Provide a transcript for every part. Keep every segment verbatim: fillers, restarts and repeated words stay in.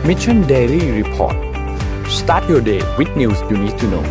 Mission Daily Report Start your day with news you need to know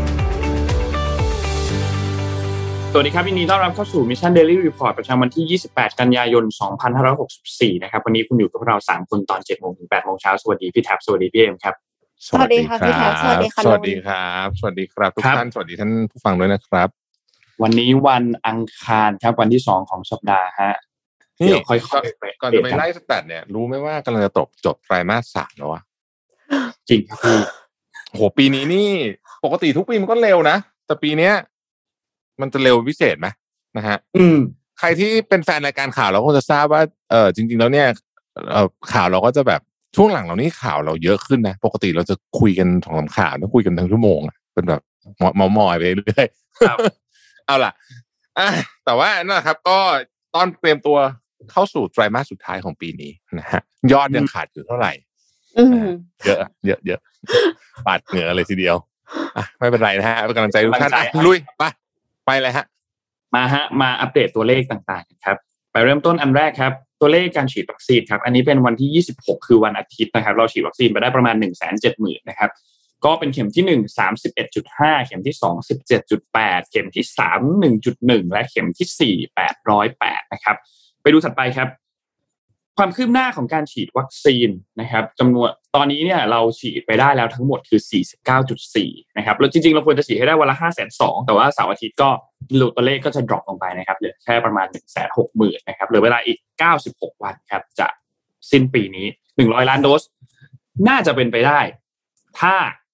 สวัสดีครับยินดีต้อนรับเข้าสู่ Mission Daily Report ประจำวันที่ยี่สิบแปดกันยายนสองพันห้าร้อยหกสิบสี่นะครับวันนี้คุณอยู่กับเราสามคนตอน เจ็ดโมง ถึง แปดโมง เช้าสวัสดีพี่แท็บสวัสดีพี่เอ็มครับสวัสดีค่ะพี่แท็บสวัสดีค่ะสวัสดีครับสวัสดีครับทุกท่านสวัสดีท่านผู้ฟังด้วยนะครับวันนี้วันอังคารครับวันที่สองของสัปดาห์ฮะนี่ค่อยๆไปก่อนจะไปไล่สแตทเนี่ยรู้ไหมว่ากำลังจะจบจบไตรมาสสามแล้ววะจริงครับพี่โหปีนี้นี่ปกติทุกปีมันก็เร็วนะแต่ปีเนี้ยมันจะเร็วพิเศษไหมนะฮะอืมใครที่เป็นแฟนรายการข่าวเราคงจะทราบว่าเออจริงๆแล้วเนี่ยเอ่อข่าวเราก็จะแบบช่วงหลังเรานี่ข่าวเราเยอะขึ้นนะปกติเราจะคุยกันสองสามข่าวแล้วคุยกันทั้งชั่วโมงอ่ะเป็นแบบเมามอยไปเรื่อยๆเอาล่ะอ่ะแต่ว่านั่นแหละครับก็ตอนเตรียมตัวเข้าสู่ไตรมาสสุดท้ายของปีนี้นะฮะยอดยังขาดอยู่เท่าไหร่เยอะเยอะเยอะปาดเหงื่อเลยทีเดียวอ่ะไม่เป็นไรนะฮะเป็นกำลังใจทุกท่านอ่ะลุยไปไปเลยฮะมาฮะมาอัปเดตตัวเลขต่างๆครับไปเริ่มต้นอันแรกครับตัวเลขการฉีดวัคซีนครับอันนี้เป็นวันที่ยี่สิบหกคือวันอาทิตย์นะครับเราฉีดวัคซีนไปได้ประมาณ หนึ่งแสนเจ็ดหมื่น นะครับก็เป็นเข็มที่หนึ่ง สามสิบเอ็ดจุดห้า เข็มที่สอง สิบเจ็ดจุดแปด เข็มที่สาม หนึ่งจุดหนึ่ง และเข็มที่สี่ แปดร้อยแปดนะครับไปดูถัดไปครับความคืบหน้าของการฉีดวัคซีนนะครับจำนวนตอนนี้เนี่ยเราฉีดไปได้แล้วทั้งหมดคือ สี่สิบเก้าจุดสี่ นะครับแล้วจริงๆเราควรจะฉีดให้ได้วันละ ห้าแสนสองหมื่น แต่ว่าเสาร์อาทิตย์ก็ตัวเลขก็จะ drop ลงไปนะครับเหลือแค่ประมาณ หนึ่งแสนหกหมื่น นะครับเหลือเวลาอีกเก้าสิบหกวันครับจะสิ้นปีนี้หนึ่งร้อยล้านโดสน่าจะเป็นไปได้ถ้า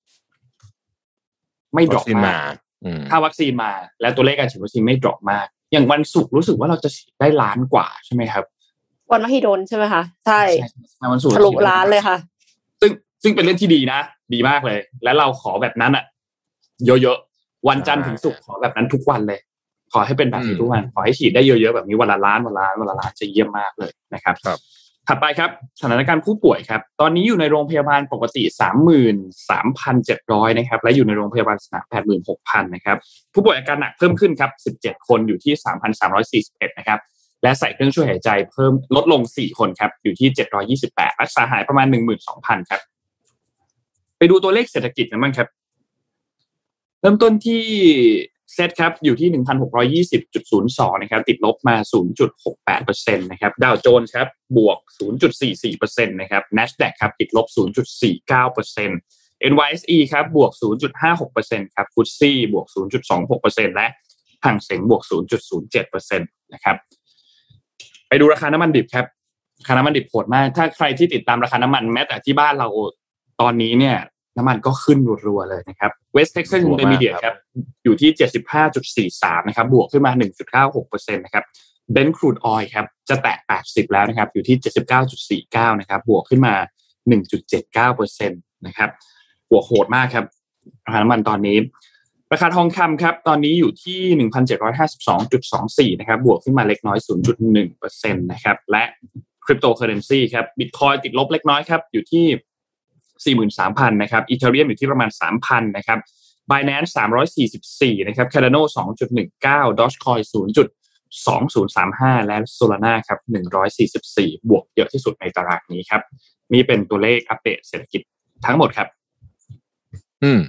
ไม่ drop มากถ้าวัคซีนมาและตัวเลขการฉีดวัคซีนไม่ drop มากอย่างวันศุกร์รู้สึกว่าเราจะฉีดได้ล้านกว่าใช่ไหมครับวันมหิดลใช่ไหมคะใช่ทะลุล้านเลยค่ะซึ่งซึ่งเป็นเรื่องที่ดีนะดีมากเลยและเราขอแบบนั้นอ่ะเยอะๆวันจันทร์ถึงศุกร์ขอแบบนั้นทุกวันเลยขอให้เป็นแบบนี้ทุกวันขอให้ฉีดได้เยอะๆแบบนี้วันละล้านวันละล้านวันละล้านจะเยี่ยมมากเลยนะครับถัดไปครับสถานการณ์ผู้ป่วยครับตอนนี้อยู่ในโรงพยาบาลปกติ สามหมื่นสามพันเจ็ดร้อย นะครับและอยู่ในโรงพยาบาลสนาม แปดหมื่นหกพัน นะครับผู้ป่วยอาการหนักเพิ่มขึ้นครับสิบเจ็ดคนอยู่ที่ สามพันสามร้อยสี่สิบเอ็ด นะครับและใส่เครื่องช่วยหายใจเพิ่มลดลงสี่คนครับอยู่ที่เจ็ดร้อยยี่สิบแปดรักษาหายประมาณ หนึ่งหมื่นสองพัน ครับไปดูตัวเลขเศรษฐกิจกันบ้างครับเริ่มต้นที่เซตครับอยู่ที่ หนึ่งพันหกร้อยยี่สิบจุดศูนย์สอง นะครับติดลบมา ศูนย์จุดหกแปดเปอร์เซ็นต์ นะครับดาวโจนส์ครับบวก ศูนย์จุดสี่สี่เปอร์เซ็นต์ นะครับ NASDAQ ครับติดลบ ศูนย์จุดสี่เก้าเปอร์เซ็นต์ เอ็น วาย เอส อี ครับบวก ศูนย์จุดห้าหกเปอร์เซ็นต์ ครับ เอฟ ที เอส อี บวก ศูนย์จุดสองหกเปอร์เซ็นต์ และห่างเส็งบวก ศูนย์จุดศูนย์เจ็ดเปอร์เซ็นต์ นะครับไปดูราคาน้ำมันดิบครับราคาน้ำมันดิบโหดมากถ้าใครที่ติดตามราคาน้ำมันแม้แต่ที่บ้านเราตอนนี้เนี่ยน้ำมันก็ขึ้นรัวๆเลยนะครับ West Texas Intermediate ครับอยู่ที่ เจ็ดสิบห้าจุดสี่สาม นะครับบวกขึ้นมา หนึ่งจุดเก้าหกเปอร์เซ็นต์ นะครับ Brent Crude Oil ครับจะแตะแปดสิบแล้วนะครับอยู่ที่ เจ็ดสิบเก้าจุดสี่เก้า นะครับบวกขึ้นมา หนึ่งจุดเจ็ดเก้าเปอร์เซ็นต์ นะครับบวกโหดมากครับราคาน้ำมันตอนนี้ราคาทองคำครับตอนนี้อยู่ที่ หนึ่งพันเจ็ดร้อยห้าสิบสองจุดสองสี่ นะครับบวกขึ้นมาเล็กน้อย ศูนย์จุดหนึ่งเปอร์เซ็นต์ นะครับและคริปโตเคอเรนซีครับ Bitcoin ติดลบเล็กน้อยครับอยู่ที่ สี่หมื่นสามพัน นะครับ Ethereum อยู่ที่ประมาณ สามพัน นะครับ Binance สามร้อยสี่สิบสี่นะครับ Cardano สองจุดหนึ่งเก้า Dogecoin ศูนย์จุดสองศูนย์สามห้า และ Solana ครับหนึ่งร้อยสี่สิบสี่บวกเยอะที่สุดในตารางนี้ครับนี่เป็นตัวเลขอัปเดตเศรษฐกิจทั้งหมดครับอืม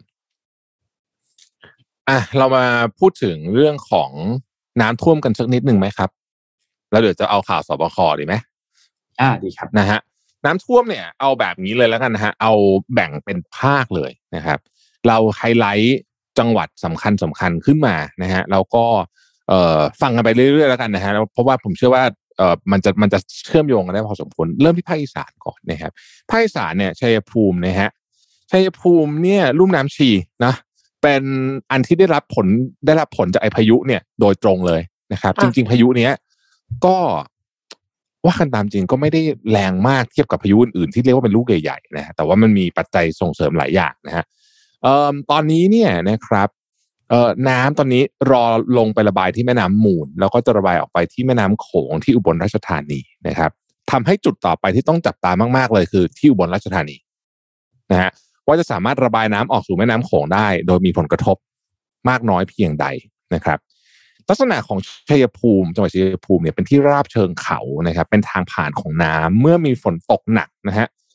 อ่ะเรามาพูดถึงเรื่องของน้ำท่วมกันสักนิดหนึ่งไหมครับแล้วเดี๋ยวจะเอาข่าวสบคดีไหมอ่าดีครับนะฮะน้ำท่วมเนี่ยเอาแบบนี้เลยแล้วกันนะฮะเอาแบ่งเป็นภาคเลยนะครับเราไฮไลท์จังหวัดสำคัญสำคัญขึ้นมานะฮะแล้วก็เอ่อฟังกันไปเรื่อยๆแล้วกันนะฮะเพราะว่าผมเชื่อว่าเอ่อมันจะมันจะเชื่อมโยงกันได้พอสมควรเริ่มที่ภาคอีสานก่อนนะครับภาคอีสานเนี่ยชัยภูมินะฮะชัยภูมิเนี่ยลุ่มน้ำชีนะเป็นอันที่ได้รับผลได้รับผลจากไอ้พายุเนี่ยโดยตรงเลยนะครับจริงๆพายุเนี้ยก็ว่ากันตามจริงก็ไม่ได้แรงมากเทียบกับพายุอื่นๆที่เรียกว่าเป็นลูกใหญ่ๆนะแต่ว่ามันมีปัจจัยส่งเสริมหลายอย่างนะฮะเอ่อตอนนี้เนี่ยนะครับเอ่อน้ำตอนนี้รอลงไประบายที่แม่น้ำมูลแล้วก็จะระบายออกไปที่แม่น้ำโขงที่อุบลราชธานีนะครับทำให้จุดต่อไปที่ต้องจับตามากๆเลยคือที่อุบลราชธานีนะฮะว่าจะสามารถระบายน้ำออกสู่แม่น้ำโขงได้โดยมีผลกระทบมากน้อยเพียงใดนะครับลักษณะของชัยภูมิจังหวัดชัยภูมิเนี่ยเป็นที่ราบเชิงเขานะครับเป็นทางผ่านของน้ำเมื่อมีฝนตกหนักนะฮะ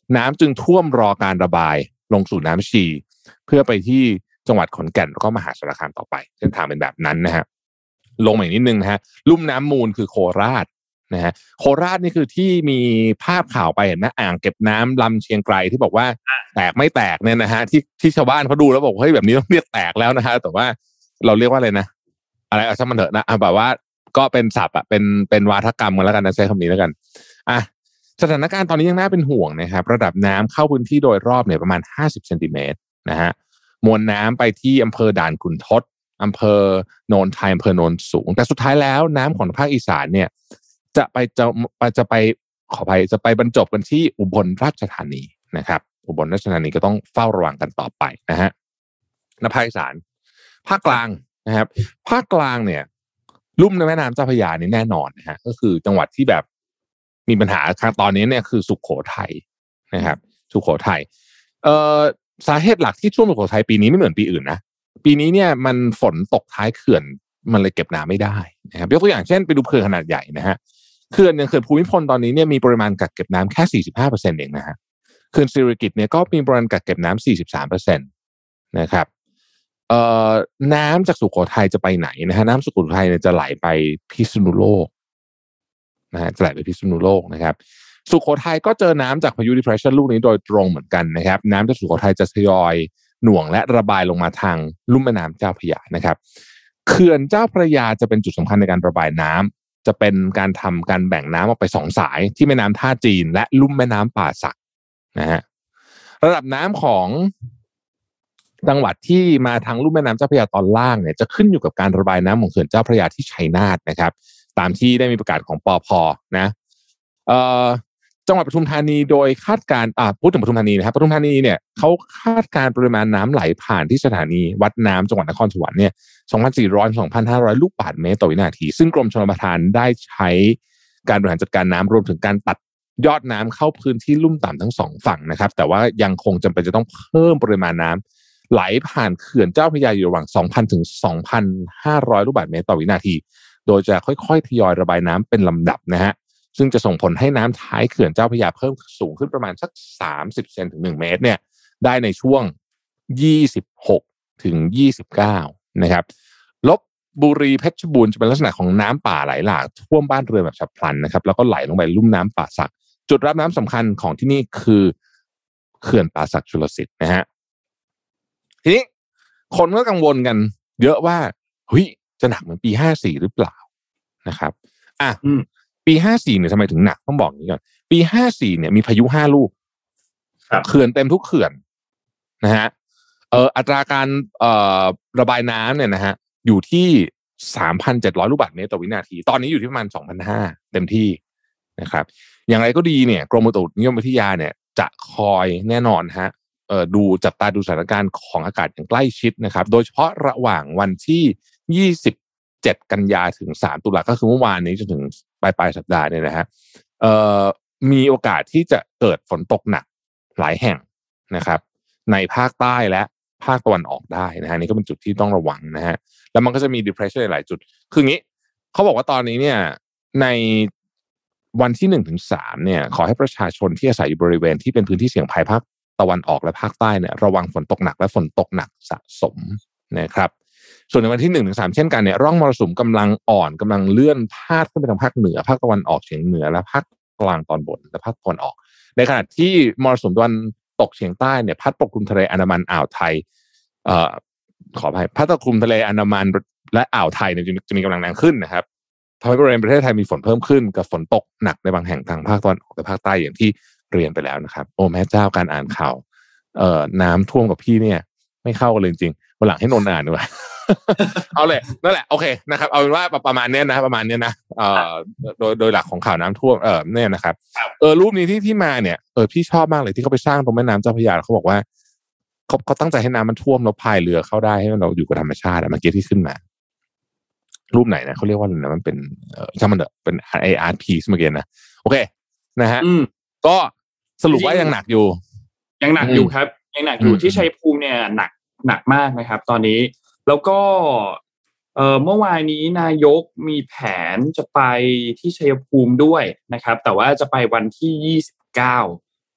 น้ำจึงท่วมรอการระบายลงสู่น้ำชีเพื่อไปที่จังหวัดขอนแก่นแล้วก็มหาสารคามต่อไปเส้นทางเป็นแบบนั้นนะฮะลงมาอีกนิดนึงนะฮะลุ่มน้ำมูลคือโคราชนะฮะโคราชนี่คือที่มีภาพข่าวไปเห็นไหมอ่างเก็บน้ำลำเชียงไกรที่บอกว่าแตกไม่แตกเนี่ยนะฮะที่ที่ชาวบ้านเขาดูแล้วบอกเฮ้ยแบบนี้ต้องเรียกแตกแล้วนะฮะแต่ว่าเราเรียกว่าอะไรนะอะไรเอาซะมันเถอะนะแบบว่าก็เป็นศัพท์อ่ะเป็นเป็นวาทกรรมกันแล้วกันนะใช้คำนี้แล้วกันอ่ะสถานการณ์ตอนนี้ยังน่าเป็นห่วงนะครับระดับน้ำเข้าพื้นที่โดยรอบเนี่ยประมาณห้าสิบเซนติเมตรนะฮะมวลน้ำไปที่อำเภอด่านขุนทดอำเภอโนนไทยอำเภอโนนสูงแต่สุดท้ายแล้วน้ำของภาคอีสานเนี่ยจะไปจะจะไปขออภัยจะไปบรรจบกันที่อุบลราชธานีนะครับอุบลราชธานีก็ต้องเฝ้าระวังกันต่อไปนะฮะในภาคอีสานภาคกลางนะครับภาคกลางเนี่ยลุ่มในแม่น้ำเจ้าพระยานี่แน่นอนนะฮะก็คือจังหวัดที่แบบมีปัญหาครั้งตอนนี้เนี่ยคือสุโขทัยนะครับสุโขทัยเอ่อสาเหตุหลักที่ท่วมสุโขทัยปีนี้ไม่เหมือนปีอื่นนะปีนี้เนี่ยมันฝนตกท้ายเขื่อนมันเลยเก็บน้ำไม่ได้นะครับยกตัวอย่างเช่นไปดูเขื่อนขนาดใหญ่นะฮะเขื่อนอย่างเขื่อนภูมิพลตอนนี้เนี่ยมีปริมาณกักเก็บน้ำแค่ สี่สิบห้าเปอร์เซ็นต์ เองนะฮะเขื่อนสิริกิติ์เนี่ยก็มีปริมาณกักเก็บน้ำ สี่สิบสามเปอร์เซ็นต์ นะครับเอ่อน้ำจากสุโขทัยจะไปไหนนะฮะน้ำสุโขทัยเนี่ยจะไหลไปพิษณุโลกนะฮะจะไหลไปพิษณุโลกนะครับสุโขทัยก็เจอน้ำจากพายุ depression ลูกนี้โดยตรงเหมือนกันนะครับน้ำจากสุโขทัยจะทยอยหน่วงและระบายลงมาทางลุ่มแม่น้ำเจ้าพระยานะครับเขื่อนเจ้าพระยาจะเป็นจุดสำคัญในการระบายน้ำจะเป็นการทำการแบ่งน้ำออกไปสองสายที่แม่น้ำท่าจีนและลุ่มแม่น้ำป่าสักนะฮะระดับน้ำของจังหวัดที่มาทางลุ่มแม่น้ำเจ้าพระยาตอนล่างเนี่ยจะขึ้นอยู่กับการระบายน้ำของเขื่อนเจ้าพระยาที่ชัยนาทนะครับตามที่ได้มีประกาศของปภ.นะเอ่อจังหวัดปทุมธานีโดยคาดการณ์อ่าพูดถึงปทุมธานีนะครับปทุมธานีเนี่ยเขาคาดการณ์ปริมาณน้ำไหลผ่านที่สถานีวัดน้ำจังหวัดนครสวรรค์เนี่ย สองพันสี่ร้อย สองพันห้าร้อย ลูกบาศก์เมตรต่อวินาทีซึ่งกรมชลประทานได้ใช้การบริหารจัดการน้ำรวมถึงการตัดยอดน้ำเข้าพื้นที่ลุ่มต่ำทั้งสองฝั่งนะครับแต่ว่ายังคงจำเป็นจะต้องเพิ่มปริมาณน้ำไหลผ่านเขื่อนเจ้าพระยาอยู่ระหว่าง สองพัน ถึง สองพันห้าร้อย ลูกบาศก์เมตรต่อวินาทีโดยจะค่อยๆทยอยระบายน้ำเป็นลำดับนะฮะซึ่งจะส่งผลให้น้ำท้ายเขื่อนเจ้าพระยาเพิ่มสูงขึ้นประมาณสักสามสิบเซนถึงหนึ่งเมตรเนี่ยได้ในช่วงยี่สิบหกถึงยี่สิบเก้านะครับลพบุรีเพชรบูรณ์จะเป็นลักษณะของน้ำป่าไหลหลากท่วมบ้านเรือนแบบฉับพลันนะครับแล้วก็ไหลลงไปลุ่มน้ำป่าสักจุดรับน้ำสำคัญของที่นี่คือเขื่อนป่าสักชลสิทธิ์นะฮะทีนี้คนก็กังวลกันเยอะว่าเฮ้ยจะหนักเหมือนปีห้าสี่หรือเปล่านะครับอ่ะปีห้าสี่เนี่ยทำไมถึงหนักต้องบอกอย่างนี้ก่อนปีห้าสี่เนี่ยมีพายุห้าลูกเขื่อนเต็มทุกเขื่อนนะฮะเอ่ออัตราการเอ่อระบายน้ำเนี่ยนะฮะอยู่ที่ สามพันเจ็ดร้อย ลูกบาศก์เมตรต่อวินาทีตอนนี้อยู่ที่ประมาณ สองพันห้าร้อย เต็มที่นะครับอย่างไรก็ดีเนี่ยกรมอุตุนิยมวิทยาเนี่ยจะคอยแน่นอนฮะเอ่อดูจับตาดูสถานการณ์ของอากาศอย่างใกล้ชิดนะครับโดยเฉพาะระหว่างวันที่ยี่สิบเจ็ดกันยาถึงสามตุลาก็คือเมื่อวานนี้จนถึงปลายปลายสัปดาห์เนี่ยนะฮะเอ่อมีโอกาสที่จะเกิดฝนตกหนักหลายแห่งนะครับในภาคใต้และภาคตะวันออกได้นะฮะนี่ก็เป็นจุดที่ต้องระวังนะฮะแล้วมันก็จะมี depression หลายจุดคืองี้เขาบอกว่าตอนนี้เนี่ยในวันที่หนึ่งถึงสามเนี่ยขอให้ประชาชนที่อาศัยอยู่บริเวณที่เป็นพื้นที่เสี่ยงภัยภาคตะวันออกและภาคใต้เนี่ยระวังฝนตกหนักและฝนตกหนักสะสมนะครับส่วนในวันที่หนึ่งถึงสามเช่นกันเนี่ยร่องมรสุมกำลังอ่อนกำลังเลื่อนพาดขึ้นไปทางภาคเหนือภาคตะวันออกเฉียงเหนือและภาคกลางตอนบนและภาคตะวันออกในขณะที่มรสุมตะวันตกเฉียงใต้เนี่ยพัดปกคลุมทะเลอันดามันอ่าวไทยเอ่อขออภัยพัดปกคลุมทะเลอันดามันและอ่าวไทยเนี่ยจะมีกำลังแรงขึ้นนะครับทำให้บริเวณประเทศไทยมีฝนเพิ่มขึ้นกับฝนตกหนักในบางแห่งทางภาคตะวันออกและภาคใต้อย่างที่เรียนไปแล้วนะครับโอ้แม่เจ้าการอ่านข่าวเอ่อน้ำท่วมกับพี่เนี่ยไม่เข้ากันเลยจริงๆวันหลังให้นนท์อ่านดีกว่า เอาเลยนั่นแหละโอเคนะครับเอาเป็นว่าประมาณนี้นะประมาณนี้นะเอ่อโดยโดยหลักของข่าวน้ำท่วมเออเนี่ยนะครับเออรูปนี้ที่ที่มาเนี่ยเออพี่ชอบมากเลยที่เขาไปสร้างตรงแม่น้ำเจ้าพระยาเขาบอกว่าเขาเขาตั้งใจให้น้ำมันท่วมแล้วพายเรือเข้าได้ให้เราอยู่กับธรรมชาติเมื่อกี้ที่ขึ้นมารูปไหนนะเขาเรียกว่าอะไรนะมันเป็นเอ่อช่างมันเถอะเป็นไออาร์ตพีซเมื่อกี้นะโอเคนะฮะก็สรุปว่ายังหนักอยู่ยังหนักอยู่ครับยังหนักอยู่ที่ชัยภูมิเนี่ยหนักหนักมากนะครับตอนนี้แล้วก็เอ่อเมื่อวานนี้นายกมีแผนจะไปที่ชัยภูมิด้วยนะครับแต่ว่าจะไปวันที่ยี่สิบเก้า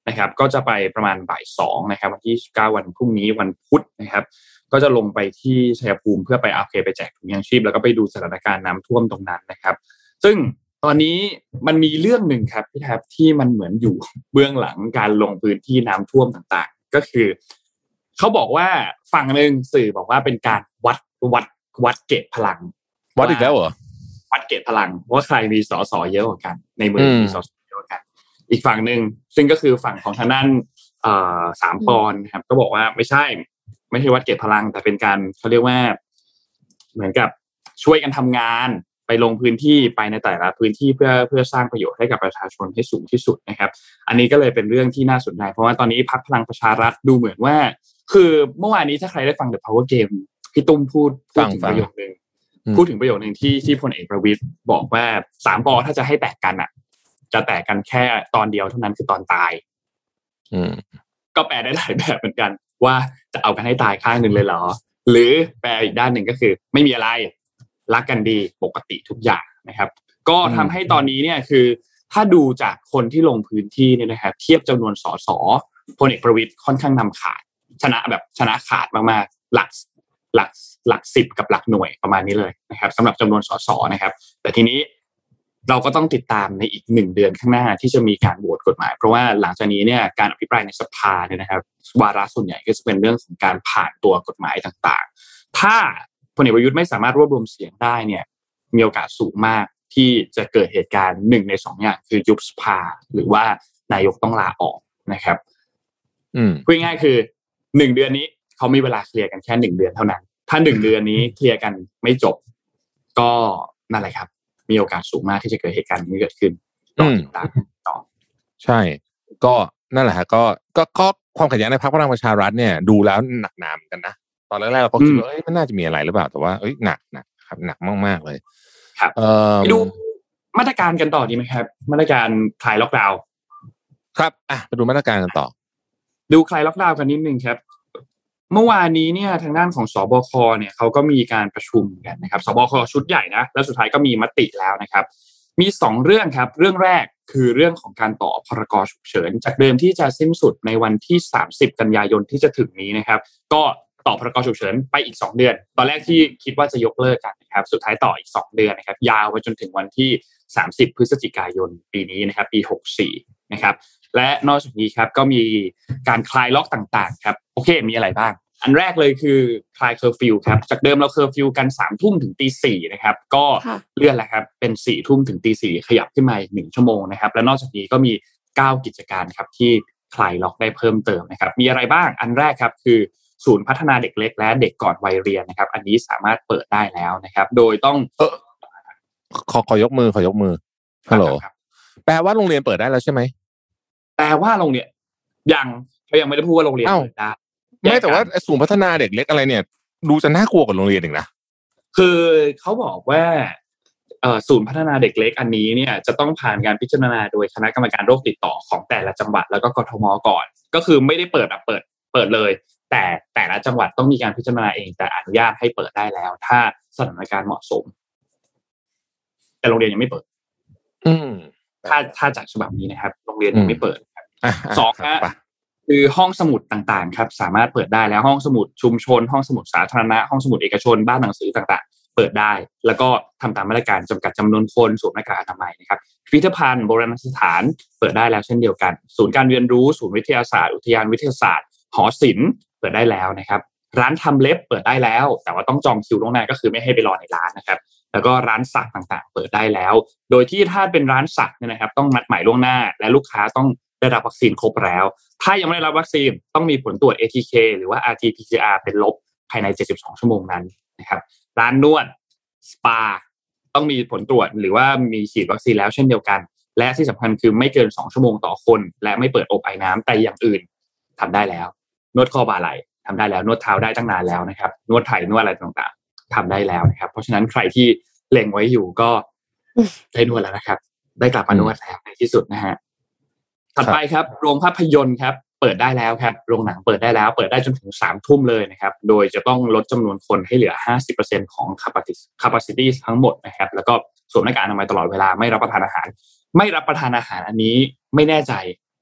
นะครับก็จะไปประมาณบ่ายสองนะครับวันที่สิบเก้าวันพรุ่งนี้วันพุธนะครับก็จะลงไปที่ชัยภูมิเพื่อไปโอเคไปแจกถุงยางชีพแล้วก็ไปดูสถานการณ์น้ำท่วมตรงนั้นนะครับซึ่งตอนนี้มันมีเรื่องหนึ่งครับพี่แทบที่มันเหมือนอยู่เบื้องหลังการลงพื้นที่น้ำท่วมต่างๆก็คือเขาบอกว่าฝั่งนึงสื่อบอกว่าเป็นการวัดวัดวัดเกจพลังวัดอีกแล้วเหรอวัดเกจพลังว่าใครมีสสเยอะกว่ากันในเมืองมีสสเยอะกว่ากันอีกฝั่งนึงซึ่งก็คือฝั่งของทางด้านเอ่อสามปอนครับก็บอกว่าไม่ใช่ไม่ใช่วัดเกจพลังแต่เป็นการเขาเรียกว่าเหมือนกับช่วยกันทำงานไปลงพื้นที่ไปในแต่ละพื้นที่เพื่อเพื่อสร้างประโยชน์ให้กับประชาชนให้สูงที่สุดนะครับอันนี้ก็เลยเป็นเรื่องที่น่าสนใจเพราะว่าตอนนี้พรรคพลังประชารัฐดูเหมือนว่าคือเมื่อวานนี้ถ้าใครได้ฟัง The Power Game พี่ตุ้มพูดพูดถึงประโยคนึงพูดถึงประโยคนึงที่ที่พลเอกประวิตรบอกว่าสามปอถ้าจะให้แตกกันอ่ะจะแตกกันแค่ตอนเดียวเท่านั้นคือตอนตายอืมก็แปลได้หลายแบบเหมือนกันว่าจะเอากันให้ตายข้างนึงเลยเหรอหรือแปลอีกด้านหนึ่งก็คือไม่มีอะไรรักกันดีปกติทุกอย่างนะครับก็ทำให้ตอนนี้เนี่ยคือถ้าดูจากคนที่ลงพื้นที่เนี่ยนะครับเทียบจำนวนสสพลเอกประวิตรค่อนข้างนำขาดชนะแบบชนะขาดมากๆหลักหลักหลักสิบกับหลักหน่วยประมาณนี้เลยนะครับสำหรับจำนวนสสนะครับแต่ทีนี้เราก็ต้องติดตามในอีกหนึ่งเดือนข้างหน้าที่จะมีการโหวตกฎหมายเพราะว่าหลังจากนี้เนี่ยการอภิปรายในสภาเนี่ยนะครับวาระส่วนใหญ่ก็จะเป็นเรื่องของการผ่านตัวกฎหมายต่างๆถ้าพลเอกประยุทธ์ไม่สามารถรวบรวมเสียงได้เนี่ยมีโอกาสสูงมากที่จะเกิดเหตุการณ์หนึ่งในสองอย่างคือยุบสภาหรือว่านายกต้องลาออกนะครับอืมพูดง่ายๆคือหนึ่งเดือนนี้เขามีเวลาเคลียร์กันแค่หนึ่งเดือนเท่านั้นถ้าหนึ่งเดือนนี้เคลียร์กันไม่จบก็นั่นแหละครับมีโอกาสสูงมากที่จะเกิดเหตุการณ์นี้เกิดขึ้นต่อติดตามต่อใช่ก็นั่นแหละฮะก็ก็ก็ความขัดแย้งในพรรคพลังประชารัฐเนี่ยดูแล้วหนักหนาเหมือนกันนะตอนแรกๆเราก็คิดว่าเอ้ยมันน่าจะมีอะไรหรือเปล่าแต่ว่าเอ้ยหนักหนักครับหนักมากๆเลยครับเอ่อไปดูมาตรการกันต่อดีไหมครับมาตรการคลายล็อกดาวน์ครับอ่ะไปดูมาตรการกันต่อดูคลายล็อกดาวน์กันนิดนึงครับเมื่อวานนี้เนี่ยทางด้านของสบคเนี่ยเขาก็มีการประชุมกันนะครับสบคชุดใหญ่นะแล้วสุดท้ายก็มีมติแล้วนะครับมีสองเรื่องครับเรื่องแรกคือเรื่องของการต่อพรกฉุกเฉินจากเดิมที่จะสิ้นสุดในวันที่สามสิบกันยายนที่จะถึงนี้นะครับก็ต่อพรกฉุกเฉินไปอีกสองเดือนตอนแรกที่คิดว่าจะยกเลิกกันนะครับสุดท้ายต่ออีกสองเดือนนะครับยาวไปจนถึงวันที่สามสิบพฤศจิกายนปีนี้นะครับปีหกสิบสี่นะครับและนอกจากนี้ครับก็มีการคลายล็อกต่างๆครับโอเคมีอะไรบ้างอันแรกเลยคือคลายเคอร์ฟิวครับจากเดิมเราเคอร์ฟิวกันสามทุ่มถึงตีสี่นะครับก็เลื่อนแล้วครับเป็นสี่ทุ่มถึงตีสี่ขยับขึ้นมาอีกหนึ่งชั่วโมงนะครับและนอกจากนี้ก็มีเก้ากิจการครับที่คลายล็อกได้เพิ่มเติมนะครับมีอะไรบ้างอันแรกครับคือศูนย์พัฒนาเด็กเล็กและเด็กก่อนวัยเรียนนะครับอันนี้สามารถเปิดได้แล้วนะครับโดยต้องเออขอขอยกมือขอยกมือฮัลโหลแปลว่าโรงเรียนเปิดได้แล้วใช่ไหมแปลว่าโรงเรียนยังเขายังไม่ได้พูดว่าโรงเรียนเปิดได้ไม่แต่ว่าศูนย์พัฒนาเด็กเล็กอะไรเนี่ยดูจะน่ากลัวกว่าโรงเรียนอีกนะคือเขาบอกว่าเอ่อศูนย์พัฒนาเด็กเล็กอันนี้เนี่ยจะต้องผ่านการพิจารณาโดยคณะกรรมการโรคติดต่อของแต่ละจังหวัดแล้วก็กทม.ก่อนก็คือไม่ได้เปิดแบบเปิดเปิดเลยแต่แต่ละจังหวัดต้องมีการพิจารณาเองแต่อนุญาตให้เปิดได้แล้วถ้าสถานการณ์เหมาะสมแต่โรงเรียนยังไม่เปิดอืมถ้าถ้าจากฉบับนี้นะครับโรงเรียนยังไม่เปิดครับสองนะคือห้องสมุดต่างๆครับสามารถเปิดได้แล้วห้องสมุดชุมชนห้องสมุดสาธารณะห้องสมุดเอกชนบ้านหนังสือต่างๆเปิดได้แล้วก็ทำตามมาตรการจำกัดจำนวนคนสวมหน้ากากอนามัยนะครับพิพิธภัณฑ์โบราณสถานเปิดได้แล้วเช่นเดียวกันศูนย์การเรียนรู้ศูนย์วิทยาศาสตร์อุทยานวิทยาศาสตร์หอศิลป์เปิดได้แล้วนะครับร้านทำเล็บเปิดได้แล้วแต่ว่าต้องจองคิวล่วงหน้าก็คือไม่ให้ไปรอในร้านนะครับแล้วก็ร้านสักต่างๆเปิดได้แล้วโดยที่ถ้าเป็นร้านสักเนี่ยนะครับต้องนัดหมายล่วงหน้าและลูกค้าต้องได้รับวัคซีนครบแล้วถ้ายังไม่ได้รับวัคซีนต้องมีผลตรวจ เอ ที เค หรือว่า อาร์ ที พี ซี อาร์ เป็นลบภายในเจ็ดสิบสองชั่วโมงนั้นนะครับร้านนวดสปาต้องมีผลตรวจหรือว่ามีฉีดวัคซีนแล้วเช่นเดียวกันและที่สำคัญคือไม่เกินสองชั่วโมงต่อคนและไม่เปิดอบไอน้ำแต่อย่างอื่นทำได้แล้วนวดข้อบ่าไหล่ทำได้แล้วนวดเท้าได้ตั้งนานแล้วนะครับนวดไถนวดอะไรต่างๆทำได้แล้วนะครับเพราะฉะนั้นใครที่เล็งไว้อยู่ก็ได้นวดแล้วนะครับได้กลับมานวดแล้วในที่สุดนะฮะถัดไปครับโรงภาพยนตร์ครับเปิดได้แล้วครับโรงหนังเปิดได้แล้วเปิดได้จนถึงสามทุ่มเลยนะครับโดยจะต้องลดจำนวนคนให้เหลือ ห้าสิบเปอร์เซ็นต์ ของ capacity ทั้งหมดนะครับแล้วก็สวมหน้ากากอนามัยตลอดเวลาไม่รับประทานอาหารไม่รับประทานอาหารอันนี้ไม่แน่ใจ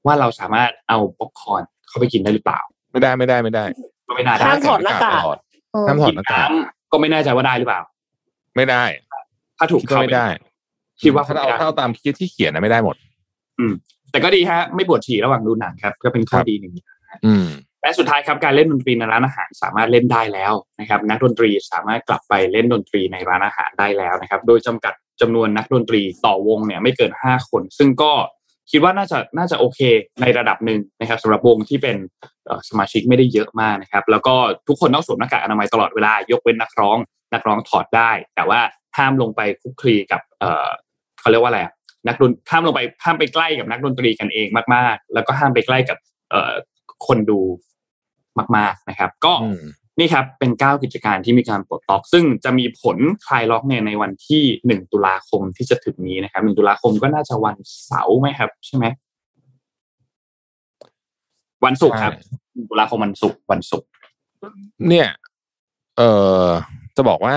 ว่าเราสามารถเอาป๊อปคอร์นเข้าไปกินได้หรือเปล่าไม่ได้ไม่ได้ไม่ได้ก็ไม่น่าได้ห้ามถอดหน้ากากห้ามถอดหน้ากากก็ไม่แน่ใจว่าได้หรือเปล่าไม่ได้ถ้าถูกก็ไม่ได้คิดว่าถ้าเอาถ้าเอาตามที่เขียนนะไม่ได้หมดอืมแต่ก็ดีฮะไม่ปวดฉี่ระหว่างดูหนังครับก็เป็นข้อดีหนึ่งอืมและสุดท้ายครับการเล่นดนตรีในร้านอาหารสามารถเล่นได้แล้วนะครับนักดนตรีสามารถกลับไปเล่นดนตรีในร้านอาหารได้แล้วนะครับโดยจำกัดจำนวนนักดนตรีต่อวงเนี่ยไม่เกินห้าคนซึ่งก็คิดว่าน่าจะน่าจะโอเคในระดับหนึ่งนะครับสำหรับวงที่เป็นสมาชิกไม่ได้เยอะมากนะครับแล้วก็ทุกคนต้องสวมหน้ากากอนามัยตลอดเวลายกเว้นนักร้องนักร้องถอดได้แต่ว่าห้ามลงไปคลุกคลีกับเอ่อเขาเรียกว่าอะไรนักดนห้ามลงไปห้ามไปใกล้กับนักดนตรีกันเองมากๆแล้วก็ห้ามไปใกล้กับเอ่อคนดูมากๆนะครับก็นี่ครับเป็นเก้ากิจการที่มีการปลดล็อกซึ่งจะมีผลคลายล็อกเนี่ยในวันที่หนึ่งตุลาคมที่จะถึงนี้นะครับหนึ่งตุลาคมก็น่าจะวันเสาร์มั้ยครับใช่มั้ยวันศุกร์ครับหนึ่งตุลาคมวันศุกร์วันศุกร์เนี่ยเอ่อจะบอกว่า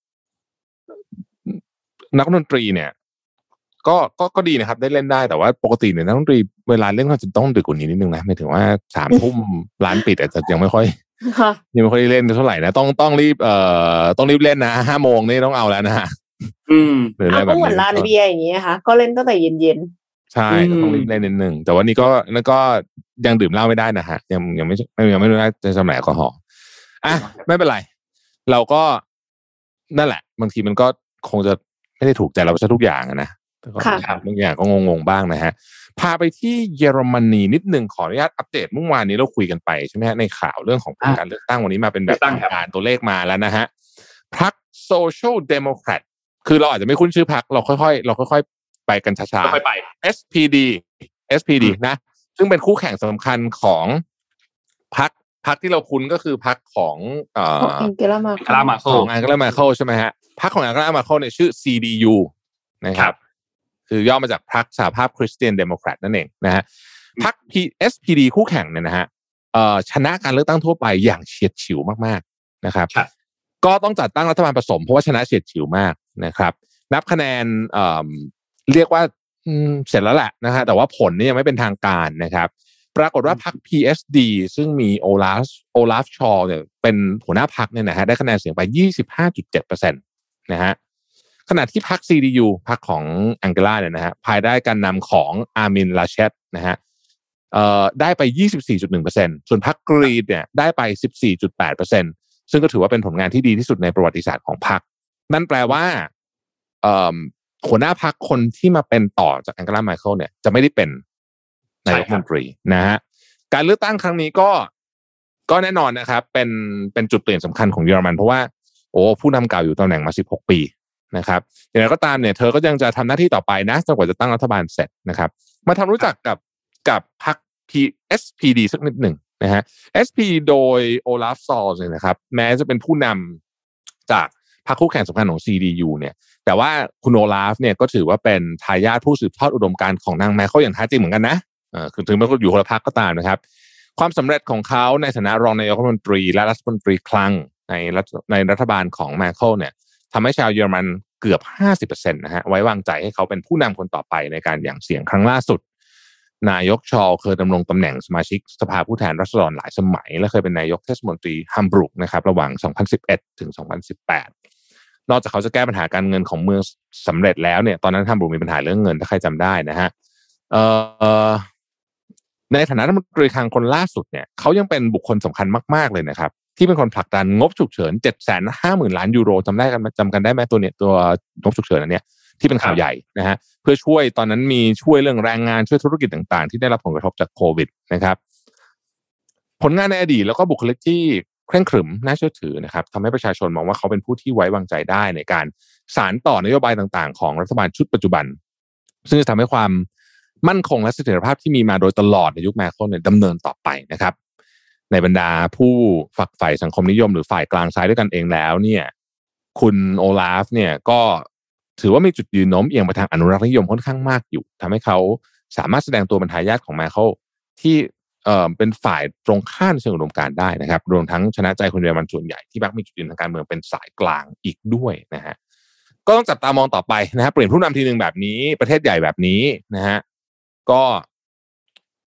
นักดนตรีเนี่ยก็ก็ก็ดีนะครับได้เล่นได้แต่ว่าปกติเนี่ยนักดนตรีเวลาเล่นก็จะต้องดึกกว่านี้นิดนึงนะหมายถึงว่าสามทุ่มร้านปิดอาจจะยังไม่ค่อยยังไม่ค่อยได้เล่นเท่าไหร่นะต้องต้องรีบเอ่อต้องรีบเล่นนะห้าโมงนี่ต้องเอาแล้วนะฮะอืมก็เหมือนร้านเบียร์อย่างเงี้ยค่ะก็เล่นตั้งแต่เย็นๆใช่ต้องรีบเล่นนิดนึงแต่ว่านี่ก็แล้วก็ยังดื่มเหล้าไม่ได้นะฮะยังยังไม่ยังไม่ได้จะสมัยแอลกอฮอล์อ่ะไม่เป็นไรเราก็นั่นแหละบางทีมันก็คงจะไม่ได้ถูกใจเราซะทุกอย่างนะค่ะบางอย่างก็งงๆบ้างนะฮะพาไปที่เยอรมนีนิดนึงขออนุญาตอัปเดตเมื่อวานนี้เราคุยกันไปใช่ไหมฮะในข่าวเรื่องของผลการเลือกตั้งวันนี้มาเป็นแบบทางการตัวเลขมาแล้วนะฮะพรรค Social Democrat คือเราอาจจะไม่คุ้นชื่อพรรคเราค่อยๆเราค่อยๆไปกันช้าๆค่อยๆไปเอส พี ดี เอส พี ดี นะซึ่งเป็นคู่แข่งสำคัญของพรรคพรรคที่เราคุ้นก็คือพรรคของเอ่อ Angela Merkel ของ Angela Merkel ใช่ไหมฮะพรรคของ Angela Merkel เนี่ยชื่อ ซี ดี ยู นะครับคือย่อมาจากพรรคสหภาพคริสเตียนเดโมแครตนั่นเองนะฮะพรรค เอส พี ดี คู่แข่งเนี่ยนะฮะเอ่อชนะการเลือกตั้งทั่วไปอย่างเฉียดฉิวมากๆนะครับก็ต้องจัดตั้งรัฐบาลผสมเพราะว่าชนะเฉียดฉิวมากนะครับนับคะแนนเอ่อเรียกว่าเสร็จแล้วแหละนะฮะแต่ว่าผลนี่ยังไม่เป็นทางการนะครับปรากฏว่าพรรค พี เอส ดี ซึ่งมีโอลาฟโอลาฟชอลเนี่ยเป็นหัวหน้าพรรคเนี่ยนะฮะได้คะแนนเสียงไป ยี่สิบห้าจุดเจ็ดเปอร์เซ็นต์ นะฮะขณะที่พรรค ซี ดี ยู พรรคของแองเกลาเนี่ยนะฮะภายใต้การนำของอาร์มินลาเชตนะฮะเอ่อได้ไป ยี่สิบสี่จุดหนึ่งเปอร์เซ็นต์ ส่วนพรรคกรีนเนี่ยได้ไป สิบสี่จุดแปดเปอร์เซ็นต์ ซึ่งก็ถือว่าเป็นผลงานที่ดีที่สุดในประวัติศาสตร์ของพรรคนั่นแปลว่าเอ่อหัวหน้าพรรคคนที่มาเป็นต่อจากแองเกลาไมเคิลเนี่ยจะไม่ได้เป็นนายกรัฐมนตรีนะฮะการเลือกตั้งครั้งนี้ก็ก็แน่นอนนะครับเป็นเป็นจุดเปลี่ยนสำคัญของเยอรมันเพราะว่าโอ้ผู้นำเก่าอยู่ตำแหน่งมาสิบหกปีนะครับอย่างไรก็ตามเนี่ยเธอก็ยังจะทำหน้าที่ต่อไปนะจนกว่าจะตั้งรัฐบาลเสร็จนะครับมาทำรู้จักกับกับพรรค เอส พี ดี สักนิดหนึ่งนะฮะ เอส พี ดี โดยโอลาฟซอลส์เนี่ยนะครับแม้จะเป็นผู้นำจากพรรคคู่แข่งสำคัญของ ซี ดี ยู เนี่ยแต่ว่าคุณโอลาฟเนี่ยก็ถือว่าเป็นทายาทผู้สืบทอดอุดมการณ์ของนางแมคเคิลอย่างแท้จริงเหมือนกันนะเออคือถึงแม้ว่าอยู่คนละพรรคก็ตามนะครับความสำเร็จของเขาในฐานะรองนายกรัฐมนตรีและรัฐมนตรีคลังในรัฐในรัฐบาลของแมคเคิลเนี่ยทำให้ชาวเยอรมันเกือบ ห้าสิบเปอร์เซ็นต์ นะฮะไว้วางใจให้เขาเป็นผู้นำคนต่อไปในการหยั่งเสียงครั้งล่าสุดนายกชอลเคยดำรงตำแหน่งสมาชิกสภาผู้แทนราษฎรหลายสมัยและเคยเป็นนายกเทศมนตรีฮัมบรูกนะครับระหว่างสองพันสิบเอ็ดถึงสองพันสิบแปดนอกจากเขาจะแก้ปัญหาการเงินของเมืองสำเร็จแล้วเนี่ยตอนนั้นฮัมบรูกมีปัญหาเรื่องเงินถ้าใครจำได้นะฮะเอ่อในฐานะรัฐมนตรีคลังคนล่าสุดเนี่ยเขายังเป็นบุคคลสำคัญมากๆเลยนะครับที่เป็นคนผลักดันงบฉุกเฉิน เจ็ดแสนห้าหมื่น ล้านยูโรจำได้กันจำกันได้ไหมตัวเนี้ยตัวงบฉุกเฉินอันเนี้ยที่เป็นข่าวใหญ่นะฮะเพื่อช่วยตอนนั้นมีช่วยเรื่องแรงงานช่วยธุรกิจต่างๆที่ได้รับผลกระทบจากโควิดนะครับผลงานในอดีตแล้วก็บุคลิกที่เคร่งขรึมน่าเชื่อถือนะครับทำให้ประชาชนมองว่าเขาเป็นผู้ที่ไว้วางใจได้ในการสานต่อนโยบายต่างๆของรัฐบาลชุดปัจจุบันซึ่งจะทำให้ความมั่นคงและเสถียรภาพที่มีมาโดยตลอดในยุคแมคโครเนี่ยดำเนินต่อไปนะครับในบรรดาผู้ฝักใฝ่สังคมนิยมหรือฝ่ายกลางซ้ายด้วยกันเองแล้วเนี่ยคุณโอลาฟเนี่ยก็ถือว่ามีจุดยืนโน้มเอียงไปทางอนุรักษ์นิยมค่อนข้างมากอยู่ทำให้เขาสามารถแสดงตัวเป็นทายาทของแมคโครที่เอ่อเป็นฝ่ายตรงข้ามเชิงอุดมการณ์ได้นะครับรวมทั้งชนะใจคนเยอรมันส่วนใหญ่ที่มักมีจุดยืนทางการเมืองเป็นสายกลางอีกด้วยนะฮะก็ต้องจับตามองต่อไปนะฮะเปลี่ยนผู้นำทีนึงแบบนี้ประเทศใหญ่แบบนี้นะฮะก็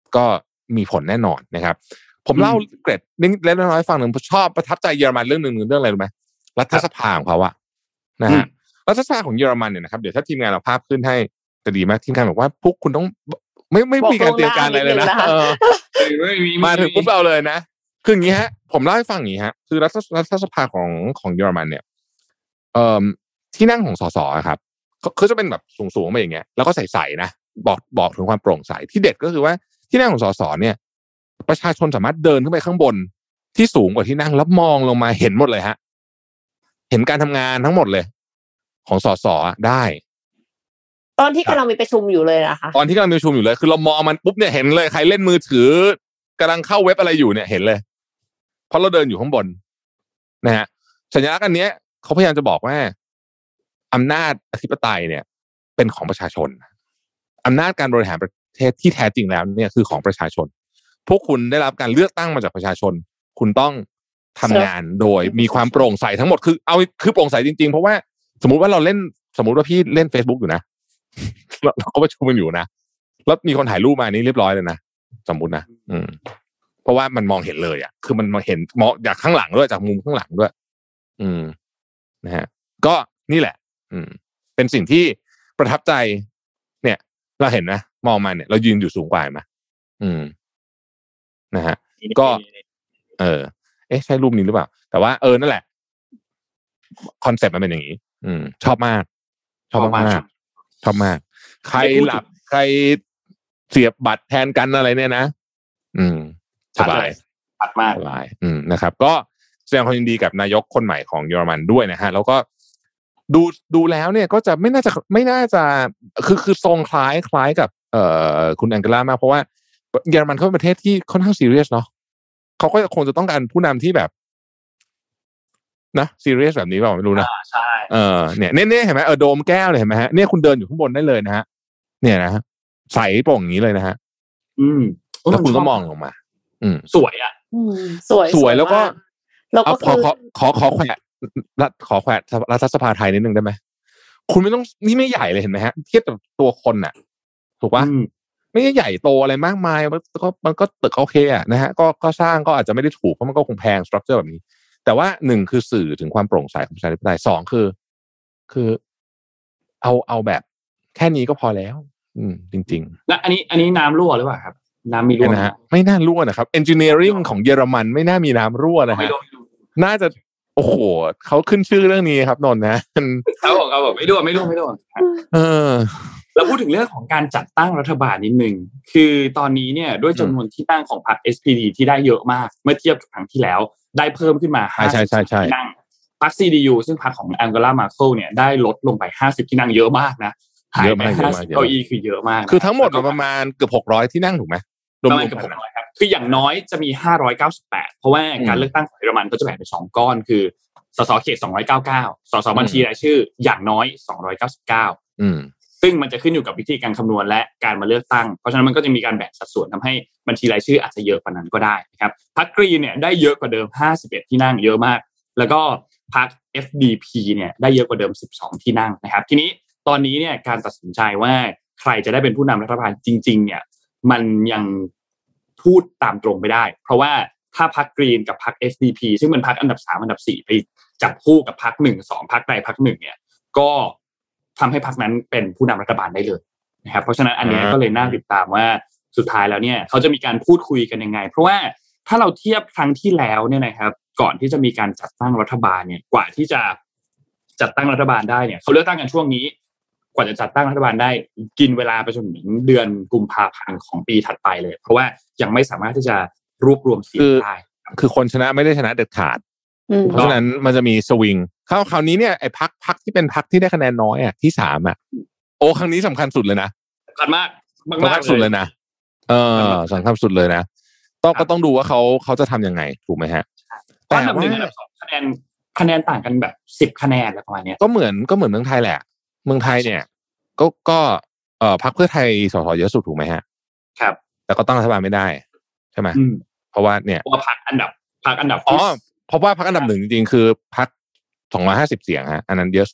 ก็มีผลแน่นอนนะครับผมเล่าเกร็ดนิดเล็กน้อยฟังหนึ่งชอบประทับใจเยอรมันเรื่องหนึ่งเรื่องอะไรรู้ไหมรัฐสภาของเขาอะนะฮะรัฐสภาของเยอรมันเนี่ยนะครับเดี๋ยวถ้าทีมงานเราภาพขึ้นให้จะดีมากทีมงานบอกว่าพวกคุณต้องไม่ไม่มีการเตรียมการอะไรเลยนะมาถึงปุ๊บเอาเลยนะคืออย่างนี้ฮะผมเล่าให้ฟังอย่างนี้ฮะคือรัฐรัฐสภาของของเยอรมันเนี่ยเอ่อที่นั่งของสสครับเขาจะเป็นแบบสูงๆมาอย่างเงี้ยแล้วก็ใสๆนะบอกบอกถึงความโปร่งใสที่เด็ดก็คือว่าที่นั่งของสสเนี่ยประชาชนสามารถเดินขึ้นไปข้างบนที่สูงกว่าที่นั่งแล้วมองลงมาเห็นหมดเลยฮะเห็นการทำงานทั้งหมดเลยของสสได้ตอนที่กำลังมีประชุมอยู่เลยนะคะตอนที่กำลังมีประชุมอยู่เลยคือเรามองมันปุ๊บเนี่ยเห็นเลยใครเล่นมือถือกำลังเข้าเว็บอะไรอยู่เนี่ยเห็นเลยเพราะเราเดินอยู่ข้างบนนะฮะสัญลักษณ์อันนี้เขาพยายามจะบอกว่าอำนาจอธิปไตยเนี่ยเป็นของประชาชนอำนาจการบริหารประเทศที่แท้จริงแล้วเนี่ยคือของประชาชนพวกคุณได้รับการเลือกตั้งมาจากประชาชนคุณต้องทำงานโดยมีความโปร่งใสทั้งหมดคือเอาคือโปร่งใสจริงๆเพราะว่าสมมุติว่าเราเล่นสมมุติว่าพี่เล่น Facebook อยู่นะเราก็ประชุมกันอยู่นะแล้วมีคนถ่ายรูปมานี่เรียบร้อยเลยนะสมมุตินะอืมเพราะว่ามันมองเห็นเลยอ่ะคือมันมองเห็นมองจากข้างหลังด้วยจากมุมข้างหลังด้วยอืมนะฮะก็นี่แหละอืมเป็นสิ่งที่ประทับใจเนี่ยเราเห็นนะมองมาเนี่ยเรายืนอยู่สูงกว่ามั้ยอืมนะฮะก็เออเอ๊ะใช่รูปนี้หรือเปล่าแต่ว่าเออนั่นแหละคอนเซ็ปต์มันเป็นอย่างนี้อืมชอบมากชอบมากชอบมากใครหลับใครเสียบบัตรแทนกันอะไรเนี่ยนะอืมสบายปัดมากสบายอืมนะครับก็แสดงความยินดีกับนายกคนใหม่ของเยอรมันด้วยนะฮะแล้วก็ดูดูแล้วเนี่ยก็จะไม่น่าจะไม่น่าจะคือคือทรงคล้ายคล้ายกับเอ่อคุณแองเกลามากเพราะว่าเยอรมันเขาเป็นประเทศที่ค่อนข้างซีเรียสเนาะเขาก็คงจะต้องการผู้นำที่แบบนะซีเรียสแบบนี้เปล่าไม่รู้นะใช่เออเนี่ยเนี่ยเห็นไหมเออโดมแก้วเลยเห็นไหมฮะเนี่ยคุณเดินอยู่ข้างบนได้เลยนะฮะเนี่ยนะใสโปร่งอย่างนี้เลยนะฮะอืมแล้วคุณก็มองลงมาอืมสวยอ่ะสวยสวยแล้วก็แล้วก็ขอขอขอขอแขวะรัฐขอแขวะรัฐสภาไทยนิดนึงได้ไหมคุณไม่ต้องนี่ไม่ใหญ่เลยเห็นไหมฮะเทียบกับตัวคนน่ะถูกปะไม่ได้ใหญ่โตอะไรมากมายมันก็มันก็ตึกโอเคอ่ะนะฮะก็ก็สร้างก็อาจจะไม่ได้ถูกเพราะมันก็คงแพงสตรัคเจอร์แบบนี้แต่ว่าหนึ่งคือสื่อถึงความโปร่งใสของประชาธิปไตยสองคือคือเอาเอาแบบแค่นี้ก็พอแล้วอืมจริงๆแล้วอันนี้อันนี้น้ำรั่วหรือเปล่าครับน้ำมีรั่วนะฮะไม่น่ารั่วนะครับ engineering ของเยอรมันไม่น่ามีน้ำรั่วนะฮะน่าจะโอ้โหเขาขึ้นชื่อเรื่องนี้ครับนนท์นะเขาบอกเขาบอกไม่รั่วไม่รั่วไม่รั่วเออเราพูดถึงเรื่องของการจัดตั้งรัฐบาลนิดนึงคือตอนนี้เนี่ยด้วยจำนวนที่นั่งของพรรค เอส พี ดี ที่ได้เยอะมากเมื่อเทียบกับครั้งที่แล้วได้เพิ่มขึ้นมาห้าสิบที่นั่งพรรค ซี ดี ยู ซึ่งพรรคของแองเกลา มาร์เคิลเนี่ยได้ลดลงไปห้าสิบที่นั่งเยอะมากนะหายไปห้าสิบเก้าอี้คือเยอะมากคือทั้งหมดประมาณเกือบหกร้อยที่นั่งถูกไหมประมาณเกือบหกร้อยครับคืออย่างน้อยจะมีห้าร้อยเก้าสิบแปดเพราะว่าการเลือกตั้งของเยอรมันก็จะแบ่งเป็นสองก้อนคือสสเขตสองร้อยเก้าสิบเก้าสสบัญชีรายชื่ออย่างน้อยสองร้อยเก้าสิบเก้าอืมซึ่งมันจะขึ้นอยู่กับวิธีการคำนวณและการมาเลือกตั้งเพราะฉะนั้นมันก็จะมีการแบ่งสัดส่วนทำให้บัญชีรายชื่ออาจจะเยอะกว่านั้นก็ได้นะครับพรรคกรีนเนี่ยได้เยอะกว่าเดิมห้าสิบเอ็ดที่นั่งเยอะมากแล้วก็พรรค เอฟ ดี พี เนี่ยได้เยอะกว่าเดิมสิบสองที่นั่งนะครับทีนี้ตอนนี้เนี่ยการตัดสินใจว่าใครจะได้เป็นผู้นำรัฐบาลจริงๆเนี่ยมันยังพูดตามตรงไม่ได้เพราะว่าถ้าพรรคกรีนกับพรรค เอฟ ดี พี ซึ่งเป็นพรรคอันดับสามอันดับสี่ไปจับคู่กับพรรคหนึ่ง สองพรรคใดพรรคหนึ่งเนี่ยก็ทำให้พรรคนั้นเป็นผู้นำรัฐบาลได้เลยนะครับเพราะฉะนั้นอันนี้ก็เลยน่าติดตามว่าสุดท้ายแล้วเนี่ยเขาจะมีการพูดคุยกันยังไงเพราะว่าถ้าเราเทียบครั้งที่แล้วเนี่ยนะครับก่อนที่จะมีการจัดตั้งรัฐบาลเนี่ยกว่าที่จะจัดตั้งรัฐบาลได้เนี่ยเขาเลือกตั้งกันช่วงนี้กว่าจะจัดตั้งรัฐบาลได้กินเวลาไปจนถึงเดือนกุมภาพันธ์ของปีถัดไปเลยเพราะว่ายังไม่สามารถที่จะรวบรวมเสียงได้คือคนชนะไม่ได้ชนะเด็ดขาดเพราะฉะนั้นมันจะมีสวิงคราวคราวนี้เนี่ยไอ้พรรคพรรคที่เป็นพรรคที่ได้คะแนนน้อยอ่ะที่สามอ่ะโอ้ครั้งนี้สำคัญสุดเลยนะสำคัญมากมากสุดเลยนะเออสำคัญสุดเลยนะต้องก็ต้องดูว่าเขาเขาจะทำยังไงถูกไหมฮะแต่ว่าอันดับหนึ่งอันดับสองคะแนนคะแนนต่างกันแบบสิบคะแนนอะไรประมาณนี้ก็เหมือนก็เหมือนเมืองไทยแหละเมืองไทยเนี่ยก็ก็เอ่อพรรคเพื่อไทยสสเยอะสุดถูกไหมฮะครับแต่ก็ตั้งรัฐบาลไม่ได้ใช่ไหมเพราะว่าเนี่ยเพราะว่าพรรคอันดับพรรคอันดับอ๋อเพราะว่าพรรคอันดับหนึ่งจริงๆคือพรรคสองร้อยห้าสิบเสียงฮะอันนั้นเยอะ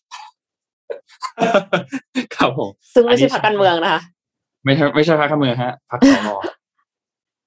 ครับผมซึ่งไม่ใช่พรรคการเมืองนะคะไม่ใช่ไม่ใช่พรรคการเมืองฮะพรรคสว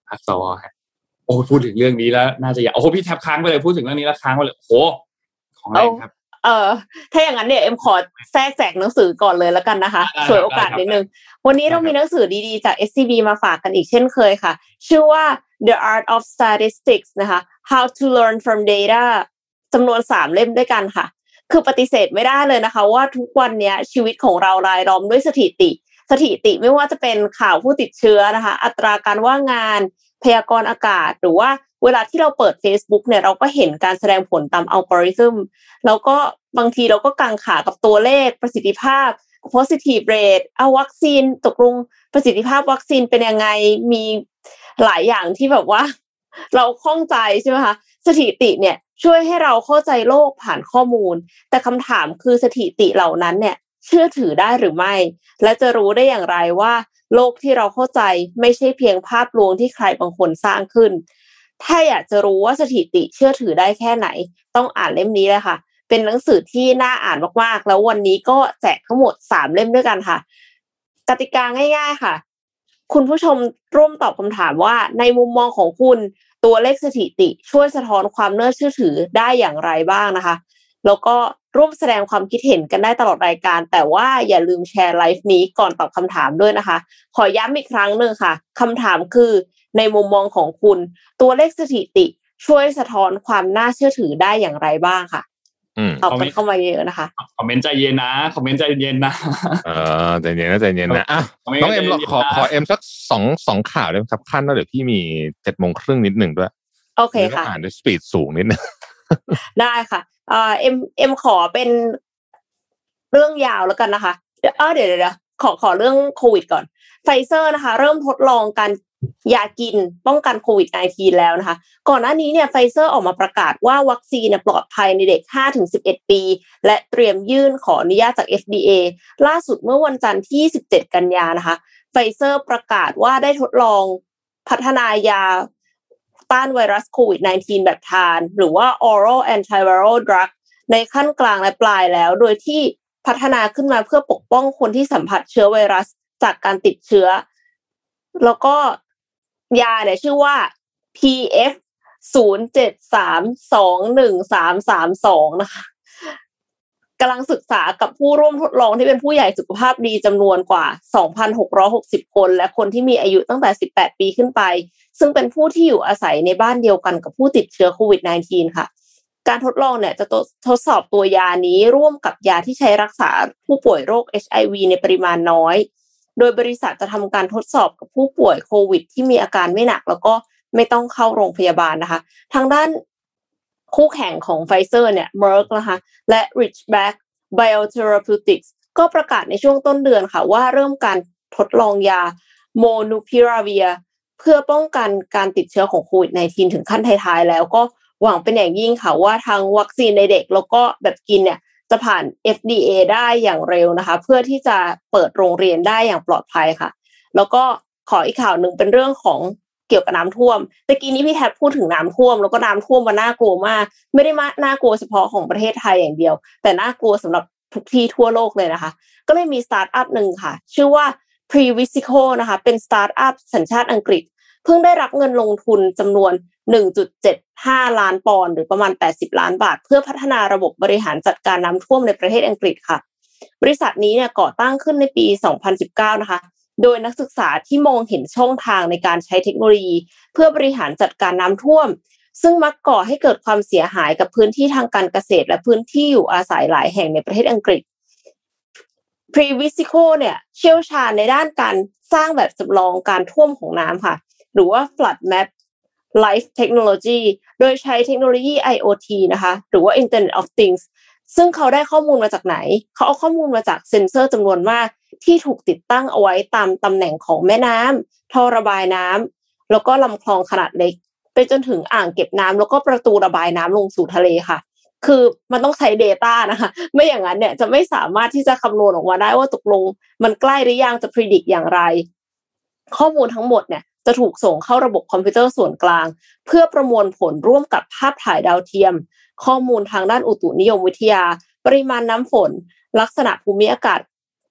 พักสวฮะโอ้พูดถึงเรื่องนี้แล้วน่าจะอยากโอ้พี่แท็บค้างไปเลยพูดถึงเรื่องนี้แล้วค้างไปเลยโอ้ของแรงครับเออถ้าอย่างนั้นเนี่ยเอ็มขอแทรกแจกหนังสือก่อนเลยแล้วกันนะคะช่วยโอกาสนิดนึงวันนี้เรามีหนังสือดีๆจาก เอส ซี บี มาฝากกันอีกเช่นเคยค่ะชื่อว่า The Art of Statistics นะคะ How to Learn from Data จำนวนสามเล่มด้วยกันค่ะคือปฏิเสธไม่ได้เลยนะคะว่าทุกวันนี้ชีวิตของเรารายล้อมด้วยสถิติสถิติไม่ว่าจะเป็นข่าวผู้ติดเชื้อนะคะอัตราการว่างงานพยากรณ์อากาศหรือว่าเวลาที่เราเปิด Facebook เนี่ยเราก็เห็นการแสดงผลตามอัลกอริทึมแล้วก็บางทีเราก็กังขากับตัวเลขประสิทธิภาพ positive rate เอาวัคซีนตกลงประสิทธิภาพวัคซีนเป็นยังไงมีหลายอย่างที่แบบว่าเราข้องใจใช่ไหมคะสถิติเนี่ยช่วยให้เราเข้าใจโลกผ่านข้อมูลแต่คำถามคือสถิติเหล่านั้นเนี่ยเชื่อถือได้หรือไม่และจะรู้ได้อย่างไรว่าโลกที่เราเข้าใจไม่ใช่เพียงภาพลวงที่ใครบางคนสร้างขึ้นถ้าอยากจะรู้ว่าสถิติเชื่อถือได้แค่ไหนต้องอ่านเล่มนี้เลยค่ะเป็นหนังสือที่น่าอ่านมากๆแล้ววันนี้ก็แจกทั้งหมดสามเล่มด้วยกันค่ะกติกาง่ายๆค่ะคุณผู้ชมร่วมตอบคำถามว่าในมุมมองของคุณตัวเลขสถิติช่วยสะท้อนความน่าเชื่อถือได้อย่างไรบ้างนะคะแล้วก็ร่วมแสดงความคิดเห็นกันได้ตลอดรายการแต่ว่าอย่าลืมแชร์ไลฟ์นี้ก่อนตอบคำถามด้วยนะคะขอย้ำอีกครั้งหนึ่งค่ะคำถามคือในมุมมองของคุณตัวเลขสถิติช่วยสะท้อนความน่าเชื่อถือได้อย่างไรบ้างค่ะตอบกันเข้ามาเยอะนะคะคอมเมนต์ใจเย็นนะคอมเมนต์ใจเย็นนะเออใจเย็นนะใจเย็นนะอ่ะน้องเอ็มขอขอเอ็มสักสองสองข่าวได้ไหมครับขั้นว่าเดี๋ยวพี่มีเจ็ดโมงครึ่งนิดหนึ่งด้วยโอเคค่ะอ่านด้วยสปีดสูงนิดนึงได้ค่ะเอ่อเอ็มเอ็มขอเป็นเรื่องยาวแล้วกันนะคะเดี๋ยวเดี๋ยวเดี๋ยวขอขอเรื่องโควิดก่อนไฟเซอร์นะคะเริ่มทดลองการยากินป้องกันโควิด สิบเก้า แล้วนะคะก่อนหน้านี้เนี่ยไฟเซอร์ออกมาประกาศว่าวัคซีนปลอดภัยในเด็ก ห้าถึงสิบเอ็ด ปีและเตรียมยื่นขออนุญาตจาก เอฟ ดี เอ ล่าสุดเมื่อวันจันทร์ที่สิบเจ็ดกันยายนนะคะไฟเซอร์ประกาศว่าได้ทดลองพัฒนายาต้านไวรัสโควิด สิบเก้า แบบทานหรือว่า oral antiviral drug ในขั้นกลางและปลายแล้วโดยที่พัฒนาขึ้นมาเพื่อปกป้องคนที่สัมผัสเชื้อไวรัสจากการติดเชื้อแล้วก็ยาเนี่ยชื่อว่า พี เอฟ ศูนย์ เจ็ด สาม สอง หนึ่ง สาม สาม สอง นะคะกำลังศึกษากับผู้ร่วมทดลองที่เป็นผู้ใหญ่สุขภาพดีจำนวนกว่า สองพันหกร้อยหกสิบ คนและคนที่มีอายุตั้งแต่สิบแปดปีขึ้นไปซึ่งเป็นผู้ที่อยู่อาศัยในบ้านเดียวกันกับผู้ติดเชื้อโควิด สิบเก้า ค่ะการทดลองเนี่ยจะทดสอบตัวยานี้ร่วมกับยาที่ใช้รักษาผู้ป่วยโรค เอช ไอ วี ในปริมาณน้อยโดยบริษัทจะทำการทดสอบกับผู้ป่วยโควิดที่มีอาการไม่หนักแล้วก็ไม่ต้องเข้าโรงพยาบาลนะคะทางด้านคู่แข่งของไฟเซอร์เนี่ย Merck นะคะและ Ridgeback Biotherapeutics ก็ประกาศในช่วงต้นเดือนค่ะว่าเริ่มการทดลองยา Molnupiravir เพื่อป้องกันการติดเชื้อของโควิด สิบเก้า ถึงขั้นท้ายๆแล้วก็หวังเป็นอย่างยิ่งค่ะว่าทางวัคซีนในเด็กแล้วก็แบบกินเนี่ยจะผ่าน เอฟ ดี เอ ได้อย่างเร็วนะคะเพื่อที่จะเปิดโรงเรียนได้อย่างปลอดภัยค่ะแล้วก็ขออีกข่าวหนึ่งเป็นเรื่องของเกี่ยวกับน้ำท่วมตะกี้นี้พี่แทบพูดถึงน้ำท่วมแล้วก็น้ำท่วมมันน่ากลัวมากไม่ได้มาน่ากลัวเฉพาะของประเทศไทยอย่างเดียวแต่น่ากลัวสำหรับทุกที่ทั่วโลกเลยนะคะก็เลยมีสตาร์ทอัพหนึ่งค่ะชื่อว่า Previsico นะคะเป็นสตาร์ทอัพสัญชาติอังกฤษเพิ่งได้รับเงินลงทุนจำนวน หนึ่งจุดเจ็ดห้า ล้านปอนด์หรือประมาณแปดสิบล้านบาทเพื่อพัฒนาระบบบริหารจัดการน้ำท่วมในประเทศอังกฤษค่ะบริษัทนี้เนี่ยก่อตั้งขึ้นในปีสองพันสิบเก้านะคะโดยนักศึกษาที่มองเห็นช่องทางในการใช้เทคโนโลยีเพื่อบริหารจัดการน้ำท่วมซึ่งมักก่อให้เกิดความเสียหายกับพื้นที่ทางการเกษตรและพื้นที่อยู่อาศัยหลายแห่งในประเทศอังกฤษ Previsico เนี่ยเชี่ยวชาญในด้านการสร้างแบบจำลองการท่วมของน้ำค่ะหรือว่า flood map life technology โดยใช้เทคโนโลยี ไอ โอ ที นะคะหรือว่า Internet of Things ซึ่งเขาได้ข้อมูลมาจากไหนเขาเอาข้อมูลมาจากเซ็นเซอร์จำนวนมากที่ถูกติดตั้งเอาไว้ตามตำแหน่งของแม่น้ำท่อระบายน้ำแล้วก็ลำคลองขนาดเล็กไปจนถึงอ่างเก็บน้ำแล้วก็ประตูระบายน้ำลงสู่ทะเลค่ะคือมันต้องใช้ data นะคะไม่อย่างนั้นเนี่ยจะไม่สามารถที่จะคำนวณออกมาได้ว่าตกลงมันใกล้หรือยังจะ predict อย่างไรข้อมูลทั้งหมดเนี่ยจะถูกส่งเข้าระบบคอมพิวเตอร์ส่วนกลางเพื่อประมวลผลร่วมกับภาพถ่ายดาวเทียมข้อมูลทางด้านอุตุนิยมวิทยาปริมาณน้ำฝนลักษณะภูมิอากาศ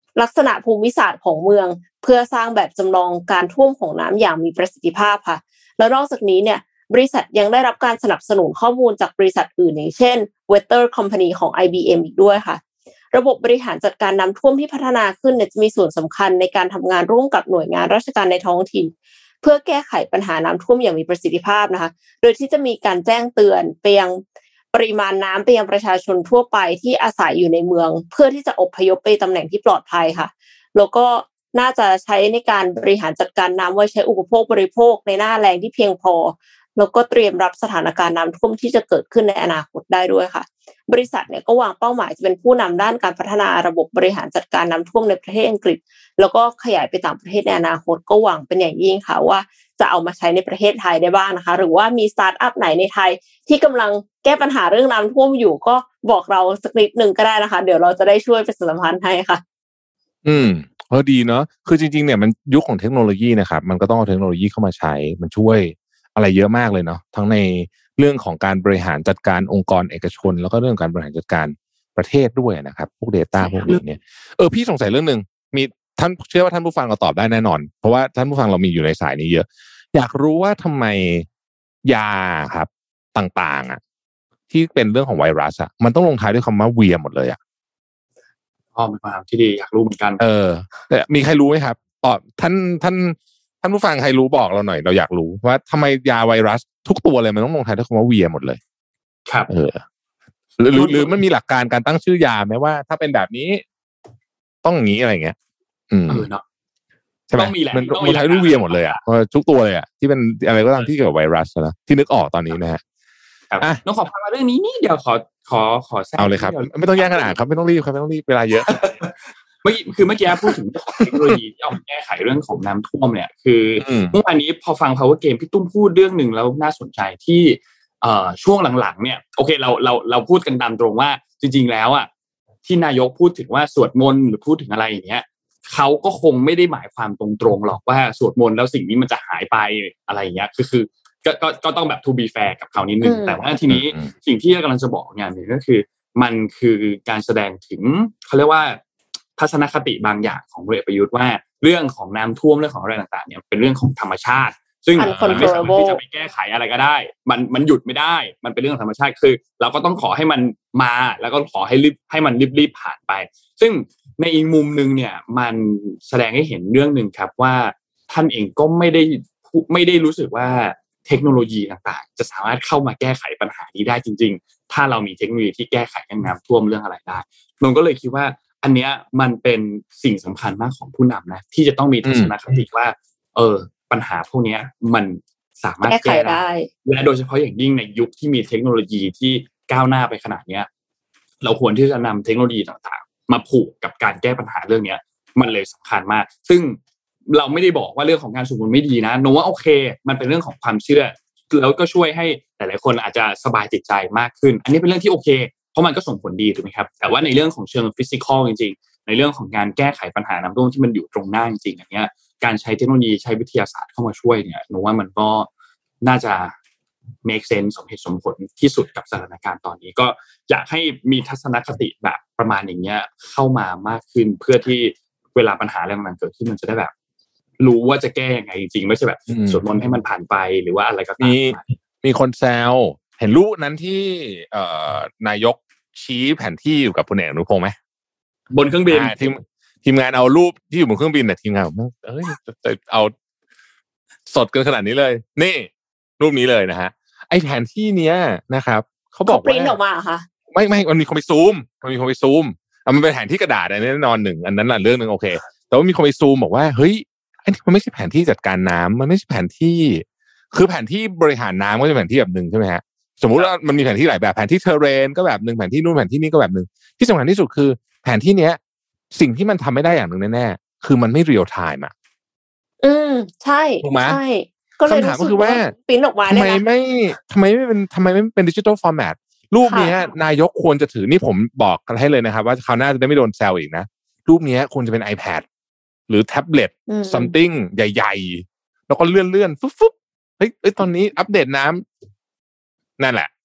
ลักษณะภูมิศาสตร์ของเมืองเพื่อสร้างแบบจำลองการท่วมของน้ำอย่างมีประสิทธิภาพค่ะแล้วนอกจากนี้เนี่ยบริษัทยังได้รับการสนับสนุนข้อมูลจากบริษัทอื่นอย่างเช่น Weather Company ของ ไอ บี เอ็ม อีกด้วยค่ะระบบบริหารจัดการน้ำท่วมที่พัฒนาขึ้นเนี่ยจะมีส่วนสำคัญในการทำงานร่วมกับหน่วยงานราชการในท้องถิ่นเพื่อแก้ไขปัญหาน้ำท่วมอย่างมีประสิทธิภาพนะคะโดยที่จะมีการแจ้งเตือนไปยังปริมาณน้ำไปยังประชาชนทั่วไปที่อาศัยอยู่ในเมืองเพื่อที่จะอพยพไปตำแหน่งที่ปลอดภัยค่ะแล้วก็น่าจะใช้ในการบริหารจัดการน้ำไว้ใช้อุปโภคบริโภคในหน้าแล้งที่เพียงพอแล้วก็เตรียมรับสถานการณ์น้ำท่วมที่จะเกิดขึ้นในอนาคตได้ด้วยค่ะบริษัทเนี่ยก็วางเป้าหมายจะเป็นผู้นำด้านการพัฒนาระบบบริหารจัดการน้ำท่วมในประเทศอังกฤษแล้วก็ขยายไปต่างประเทศในอนาคตก็หวังเป็นอย่างยิ่งค่ะว่าจะเอามาใช้ในประเทศไทยได้บ้างนะคะหรือว่ามีสตาร์ทอัพไหนในไทยที่กำลังแก้ปัญหาเรื่องน้ำท่วมอยู่ก็บอกเราสักนิดนึงก็ได้นะคะเดี๋ยวเราจะได้ช่วยประชาสัมพันธ์ให้ค่ะอืมเออดีเนาะคือจริงๆเนี่ยมันยุคของเทคโนโลยีนะครับมันก็ต้องเอาเทคโนโลยีเข้ามาใช้มันช่วยอะไรเยอะมากเลยเนาะทั้งในเรื่องของการบริหารจัดการองค์กรเอกชนแล้วก็เรื่องการบริหารจัดการประเทศด้วยนะครับพวก data พวกนี้เนี่ยเออพี่สงสัยเรื่องนึงมีท่านเชื่อว่าท่านผู้ฟังเราตอบได้แน่นอนเพราะว่าท่านผู้ฟังเรามีอยู่ในสายนี้เยอะอยากรู้ว่าทำไมยาครับต่างๆอ่ะที่เป็นเรื่องของไวรัสอ่ะมันต้องลงท้ายด้วยคำว่าเวียหมดเลยอ่ะอ๋อเป็นคำถามที่ดีอยากรู้เหมือนกันเออแต่มีใครรู้ไหมครับตอบท่านท่านท่านผู้ฟังใครรู้บอกเราหน่อยเราอยากรู้ว่าทำไมยาไวรัสทุกตัวเลยมันต้องลงท้ายด้วยคำว่าเวียหมดเลยครับเออหรือหรือมันมีหลักการการตั้งชื่อยาไหมว่าถ้าเป็นแบบนี้ต้องอย่างนี้อะไรเงี้ยอืมเออเนาะใช่ไหมมันลงท้ายด้วยเวียหมดเลยอ่ะทุกตัวเลยอ่ะที่เป็นอะไรก็ตามที่เกี่ยวกับไวรัสนะที่นึกออกตอนนี้นะฮะอ่ะน้องขอพามาเรื่องนี้นี่เดี๋ยวขอขอขอแทรกเอาเลยครับไม่ต้องแย่งกันอ่านครับไม่ต้องรีบครับไม่ต้องรีบเวลาเยอะเมื่อกี้คือเมื่อกี้พูดถึงเรื่องของเทคโนโลยีที่เอามาแก้ไขเรื่องของน้ำท่วมเนี่ยคือเมื่อวานนี้พอฟัง Power Game พี่ตุ้มพูดเรื่องนึงแล้วน่าสนใจที่เอ่อช่วงหลังๆเนี่ยโอเคเราเราเราพูดกันตามตรงว่าจริงๆแล้วอ่ะที่นายกพูดถึงว่าสวดมนต์หรือพูดถึงอะไรอย่างเงี้ยเขาก็คงไม่ได้หมายความตรงๆหรอกว่าสวดมนต์แล้วสิ่งนี้มันจะหายไปอะไรอย่างเงี้ยคือคือก็ก็ก็ต้องแบบ to be fair กับเขานิดนึงแต่ว่าทีนี้สิ่งที่กำลังจะบอกอย่างนึงก็คือมันคือการแสดงถึงเขาเรียกว่าทัศนคติบางอย่างของพลเอกประยุทธ์ว่าเรื่องของน้ำท่วมเรื่องของอะไรต่างๆเนี่ยเป็นเรื่องของธรรมชาติซึ่งมันไม่สามารถที่จะไปแก้ไขอะไรก็ได้มันมันหยุดไม่ได้มันเป็นเรื่องของธรรมชาติคือเราก็ต้องขอให้มันมาแล้วก็ขอให้รีบให้มันรีบๆผ่านไปซึ่งในอีกมุมนึงเนี่ยมันแสดงให้เห็นเรื่องนึงครับว่าท่านเองก็ไม่ได้ไม่ได้รู้สึกว่าเทคโนโลยีต่างๆจะสามารถเข้ามาแก้ไขปัญหานี้ได้จริงๆถ้าเรามีเทคโนโลยีที่แก้ไขเรื่องน้ำท่วมเรื่องอะไรได้นนก็เลยคิดว่าอันเนี้ยมันเป็นสิ่งสำคัญมากของผู้นำนะที่จะต้องมีทัศนคติว่าเออปัญหาพวกนี้มันสามารถแก้ได้และโดยเฉพาะอย่างยิ่งในยุคที่มีเทคโนโลยีที่ก้าวหน้าไปขนาดนี้เราควรที่จะนำเทคโนโลยีต่างๆมาผูกกับการแก้ปัญหาเรื่องนี้มันเลยสำคัญมากซึ่งเราไม่ได้บอกว่าเรื่องของการสวดมนต์ไม่ดีนะโน้ว่าโอเคมันเป็นเรื่องของความเชื่อแล้วก็ช่วยให้หลายๆคนอาจจะสบายจิตใจมากขึ้นอันนี้เป็นเรื่องที่โอเคเพราะมันก็ส่งผลดีถูกไหมครับแต่ว่าในเรื่องของเชิงฟิสิกอลจริงๆในเรื่องของการแก้ไขปัญหาน้ำท่วมที่มันอยู่ตรงหน้าจริงๆอย่างเงี้ยการใช้เทคโนโลยีใช้วิทยาศาสตร์เข้ามาช่วยเนี่ยหนูว่ามันก็น่าจะ make sense สมเหตุสมผลที่สุดกับสถานการณ์ตอนนี้ก็อยากให้มีทัศนคติแบบประมาณอย่างเงี้ยเข้ามามากขึ้นเพื่อที่เวลาปัญหาอะไรมันเกิดขึ้นมันจะได้แบบรู้ว่าจะแก้ยังไงจริงๆไม่ใช่แบบสวดมนต์ให้มันผ่านไปหรือว่าอะไรก็ตามมีมีคนแซวเห็นรูปนั้นที่เอ่อนายกชี้แผนที่อยู่กับพลเอกอนุพงษ์ไหมบนเครื่องบินทีมทีมงานเอารูปที่อยู่บนเครื่องบินเนี่ยทีมงานบอกเอ้ยจะเอาสดเกินขนาดนี้เลยนี่รูปนี้เลยนะฮะไอแผนที่เนี้ยนะครับเขาบอกว่าปริ้นออกมาค่ะไม่ไม่มันมีคนไปซูมมันมีคนไปซูมอ่ะมันเป็นแผนที่กระดาษแน่นอนหนึ่งอันนั้นแหละเรื่องนึงโอเคแต่ว่ามีคนไปซูมบอกว่าเฮ้ยไอ้นี่มันไม่ใช่แผนที่จัดการน้ำมันไม่ใช่แผนที่คือแผนที่บริหารน้ำก็จะแผนที่แบบนึงใช่ไหมฮะสมมุติว่ามันมีแผนที่หลายแบบแผนที่เทเรนก็แบบนึงแผนที่นู่นแผนที่นี่ก็แบบนึงที่สำคัญที่สุดคือแผนที่เนี้ยสิ่งที่มันทำไม่ได้อย่างนึงแน่ๆคือมันไม่เรียลไทม์อ่ะอืมใช่ใช่ก็เลยคำถามก็คือว่าปริ้นออกมาทำไมไม่ทำไมไม่เป็นทำไมไม่เป็นดิจิทัลฟอร์แมตรูปนี้นายกควรจะถือนี่ผมบอกกันให้เลยนะครับว่าคราวหน้าจะได้ไม่โดนแซวอีกนะรูปนี้ควรจะเป็น iPad หรือแท็บเล็ต something ใหญ่ๆแล้วก็เลื่อนๆฟึ๊บๆเฮ้ยเอ้ยตอนนี้อัปเดตน้ำนั่นแหละ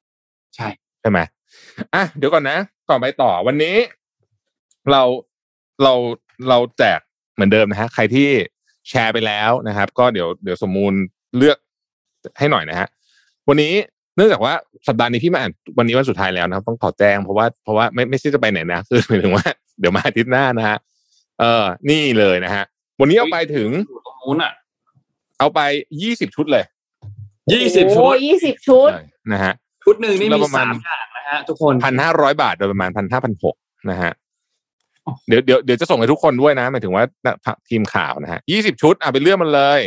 ใช่ใช่ไหมอ่ะเดี๋ยวก่อนนะก่อนไปต่อวันนี้เราเราเราแจกเหมือนเดิมนะฮะใครที่แชร์ไปแล้วนะครับก็เดี๋ยวเดี๋ยวสมมูลเลือกให้หน่อยนะฮะวันนี้เนื่องจากว่าสัปดาห์นี้พี่มาอ่านวันนี้วันสุดท้ายแล้วนะครับต้องขอแจ้งเพราะว่าเพราะว่าไม่ไม่ใช่จะไปไหนนะคือหมายถึงว่าเดี๋ยวมาอาทิตย์หน้านะฮะเออนี่เลยนะฮะวันนี้เอาไปถึงตรงนู้นอ่ะเอาไปยี่สิบชุดเลยยี่สิบชุดยี่สิบชุดนะฮะชุดหนึ่งนี่มีสามอย่างนะฮะทุกคนหนึ่งพันห้าร้อย บาทโดยประมาณ หนึ่งพันห้าร้อย หกร้อย นะฮะเดี๋ยวเดี๋ยวเดี๋ยวจะส่งให้ทุกคนด้วยนะหมายถึงว่าทีมข่าวนะฮะยี่สิบชุดอ่ะไปเลือกมันเลย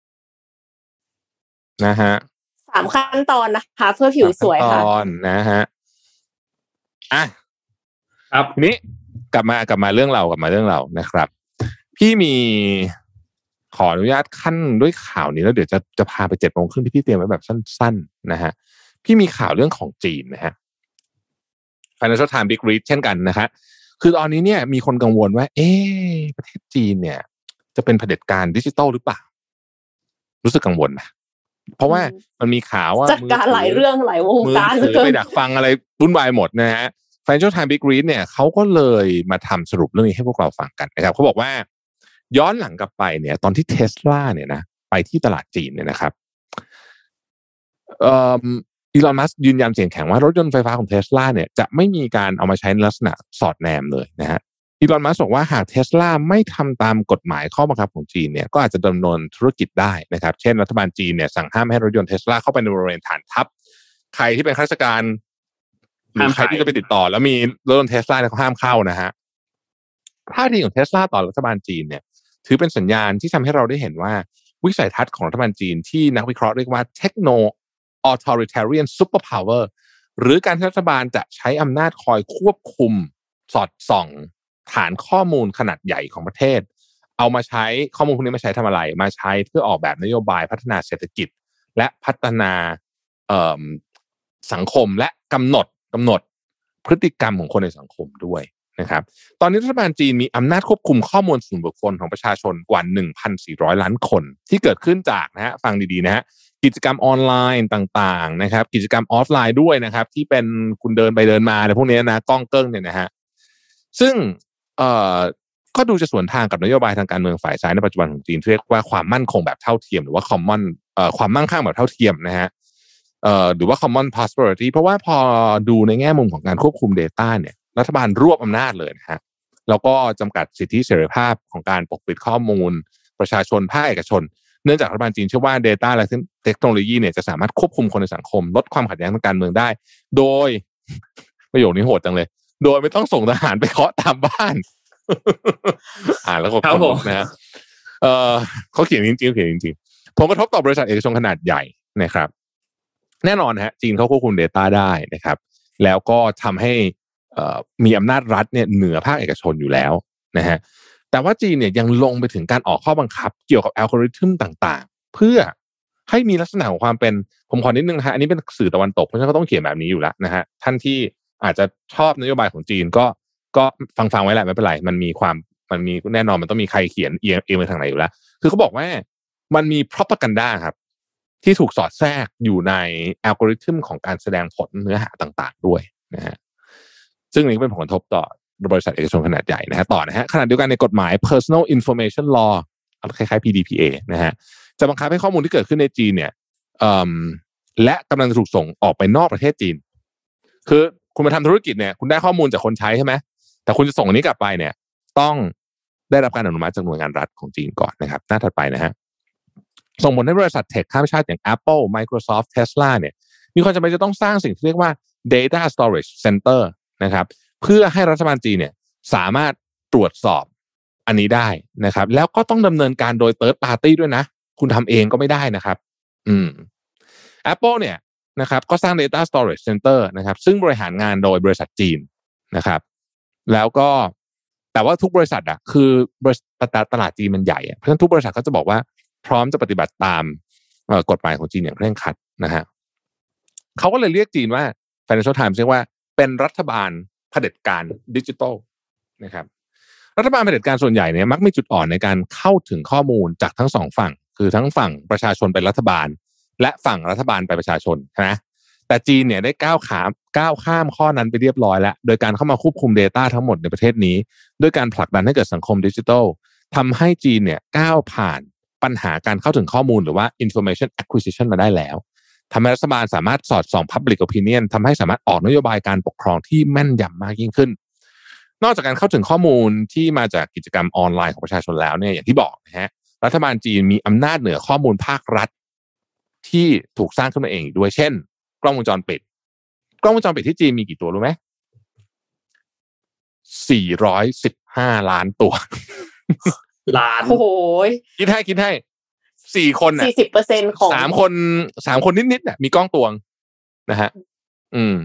นะฮะสามขั้นตอนนะคะเพื่อผิวสวยค่ะขั้นตอนนะฮะอ่ะครับทีนี้กลับมากลับมาเรื่องเรากลับมาเรื่องเรานะครับพี่มีขออนุญาตขั้นด้วยข่าวนี้แล้วเดี๋ยวจะจะพาไปเจ็ดโมงครึ่งที่พี่เตรียมไว้แบบสั้นๆนะฮะพี่มีข่าวเรื่องของจีนนะฮะ Financial Times Big Read เช่นกันนะฮะคือตอนนี้เนี่ยมีคนกังวลว่าเอ๊ะประเทศจีนเนี่ยจะเป็นเผด็จการดิจิทัลหรือเปล่ารู้สึกกังวลนะเพราะว่ามันมีข่าวว่าจัดการหลายเรื่องหลายวงการเลยไปดักฟังอะไรวุ่นวายหมดนะฮะ Financial Times Big Read เนี่ยเขาก็เลยมาทำสรุปเรื่องนี้ให้พวกเราฟังกันนะครับเขาบอกว่าย้อนหลังกลับไปเนี่ยตอนที่ Tesla เนี่ยนะไปที่ตลาดจีนเนี่ยนะครับเอ่ออีลอนมัสก์ยืนยันเสียงแข็งว่ารถยนต์ไฟฟ้าของ Tesla เนี่ยจะไม่มีการเอามาใช้ในลักษณะสอดแนมเลยนะฮะอีลอนมัสก์บอกว่าหาก Tesla ไม่ทำตามกฎหมายข้อบังคับของจีนเนี่ยก็อาจจะดำเนินธุรกิจได้นะครับเช่นรัฐบาลจีนเนี่ยสั่งห้ามให้รถยนต์ Tesla เข้าไปในบริเวณฐานทัพใครที่เป็นข้าราชการหรือใครที่จะไปติดต่อแล้วมีรถยนต์ Tesla เนี่ยเขาห้ามเข้านะฮะท่าทีของ Tesla ต่อรัฐบาลจีนเนี่ยถือเป็นสัญญาณที่ทำให้เราได้เห็นว่าวิสัยทัศน์ของรัฐบาลจีนที่นักวิเคราะห์เรียกว่าเทคโนauthoritarian superpower หรือการที่รัฐบาลจะใช้อำนาจคอยควบคุมสอดส่องฐานข้อมูลขนาดใหญ่ของประเทศเอามาใช้ข้อมูลพวกนี้มาใช้ทำอะไรมาใช้เพื่อออกแบบนโยบายพัฒนาเศรษฐกิจและพัฒนาสังคมและกำหนดกำหนดพฤติกรรมของคนในสังคมด้วยนะครับตอนนี้รัฐบาลจีนมีอำนาจควบคุมข้อมูลส่วนบุคคลของประชาชนกว่า หนึ่งพันสี่ร้อย ล้านคนที่เกิดขึ้นจากนะฮะฟังดีๆนะฮะกิจกรรมออนไลน์ต่างๆนะครับกิจกรรมออฟไลน์ด้วยนะครับที่เป็นคุณเดินไปเดินมาอะไรพวกนี้นะกล้องเกิ้งเนี่ยนะฮะซึ่งเอ่อก็ดูจะสวนทางกับนโยบายทางการเมืองฝ่ายซ้ายในปัจจุบันของจีนเรียกว่าความมั่นคงแบบเท่าเทียมหรือว่า common เอ่อความมั่งคั่งแบบเท่าเทียมนะฮะเอ่อหรือว่า common prosperity เพราะว่าพอดูในแง่มุมของการควบคุม data เนี่ยรัฐบาลรวบอำนาจเลยนะฮะแล้วก็จำกัดสิทธิเสรีภาพของการปกปิดข้อมูลประชาชนภาคเอกชนเนื่องจากรัฐบาลจีนเชื่อว่า data และเทคโนโลยีเนี่ยจะสามารถควบคุมคนในสังคมลดความขัดแย้งทางการเมืองได้โดยประโยคนี้โหดจังเลยโดยไม่ต้องส่งทหารไปเคาะตามบ้านอ่านแล้วก็คนนะฮะเออเขาเขียนจริงๆเขียนจริงๆผลกระทบต่อบริษัทเอกชนขนาดใหญ่นะครับแน่นอนฮะจีนเขาควบคุม data ได้นะครับแล้วก็ทำให้มีอำนาจรัฐเนี่ยเหนือภาคเอกชนอยู่แล้วนะฮะแต่ว่าจีนเนี่ยยังลงไปถึงการออกข้อบังคับเกี่ยวกับอัลกอริทึมต่างๆเพื่อให้มีลักษณะของความเป็นผมขอนิดนึงนะฮะอันนี้เป็นสื่อตะวันตกเพราะฉะนั้นก็ต้องเขียนแบบนี้อยู่แล้วนะฮะท่านที่อาจจะชอบนโยบายของจีนก็ก็ฟังๆไว้แหละไม่เป็นไรมันมีความมันมีแน่นอนมันต้องมีใครเขียนเอียงเอียงไปทางไหนอยู่แล้วคือเขาบอกว่ามันมี propaganda ครับที่ถูกสอดแทรกอยู่ในอัลกอริทึมของการแสดงผลเนื้อหาต่างๆด้วยนะฮะซึ่งนี้เป็นผลกระทบต่อบริษัทเอกชนขนาดใหญ่นะฮะต่อนะฮะขณะเดียวกันในกฎหมาย Personal Information Law คล้ายๆ พี ดี พี เอ นะฮะจะบังคับให้ข้อมูลที่เกิดขึ้นในจีนเนี่ยและกำลังจะถูกส่งออกไปนอกประเทศจีนคือคุณมาทำธุรกิจเนี่ยคุณได้ข้อมูลจากคนใช้ใช่ไหมแต่คุณจะส่งอันนี้กลับไปเนี่ยต้องได้รับการอนุมัติจากหน่วยงานรัฐของจีนก่อนนะครับหน้าถัดไปนะฮะส่งผลให้บริษัทเทคข้ามชาติอย่าง Apple Microsoft Tesla เนี่ยมีความจำเป็นจะต้องสร้างสิ่งที่เรียกว่า Data Storage Center นะครับเพื่อให้รัฐบาลจีนเนี่ยสามารถตรวจสอบอันนี้ได้นะครับแล้วก็ต้องดำเนินการโดย Third Party ด้วยนะคุณทำเองก็ไม่ได้นะครับอืม Apple เนี่ยนะครับก็สร้าง Data Storage Center นะครับซึ่งบริหารงานโดยบริษัทจีนนะครับแล้วก็แต่ว่าทุกบริษัทอ่ะคือบริษัทตลาดจีนมันใหญ่เพราะฉะนั้นทุกบริษัทก็จะบอกว่าพร้อมจะปฏิบัติตามกฎหมายของจีนอย่างเคร่งครัดนะฮะเขาก็เลยเรียกจีนว่า Financial Times เรียกว่าเป็นรัฐบาลเผด็จการดิจิทัลนะครับรัฐบาลเผด็จการส่วนใหญ่เนี่ยมักมีจุดอ่อนในการเข้าถึงข้อมูลจากทั้งสองฝั่งคือทั้งฝั่งประชาชนไปรัฐบาลและฝั่งรัฐบาลไปประชาชนนะแต่จีนเนี่ยได้ก้าวขาก้าวข้ามข้อนั้นไปเรียบร้อยแล้วโดยการเข้ามาควบคุม data ทั้งหมดในประเทศนี้ด้วยการผลักดันให้เกิดสังคมดิจิทัลทำให้จีนเนี่ยก้าวผ่านปัญหาการเข้าถึงข้อมูลหรือว่า information acquisition มาได้แล้วทำให้รัฐบาลสามารถสอดส่อง public opinion ทำให้สามารถออกนโยบายการปกครองที่แม่นยำมากยิ่งขึ้นนอกจากการเข้าถึงข้อมูลที่มาจากกิจกรรมออนไลน์ของประชาชนแล้วเนี่ยอย่างที่บอกนะฮะรัฐบาลจีนมีอำนาจเหนือข้อมูลภาครัฐที่ถูกสร้างขึ้นมาเองด้วยเช่นกล้องวงจรปิดกล้องวงจรปิดที่จีนมีกี่ตัวรู้ไหมสี่ร้อยสิบห้าล้านตัวล้านโอ้โหคิดให้คิดให้สี่คนน่ะสี่สิบเปอร์เซ็นต์ ของสามคนสามคนนิดๆน่ะมีกล้องตวงนะฮะอืม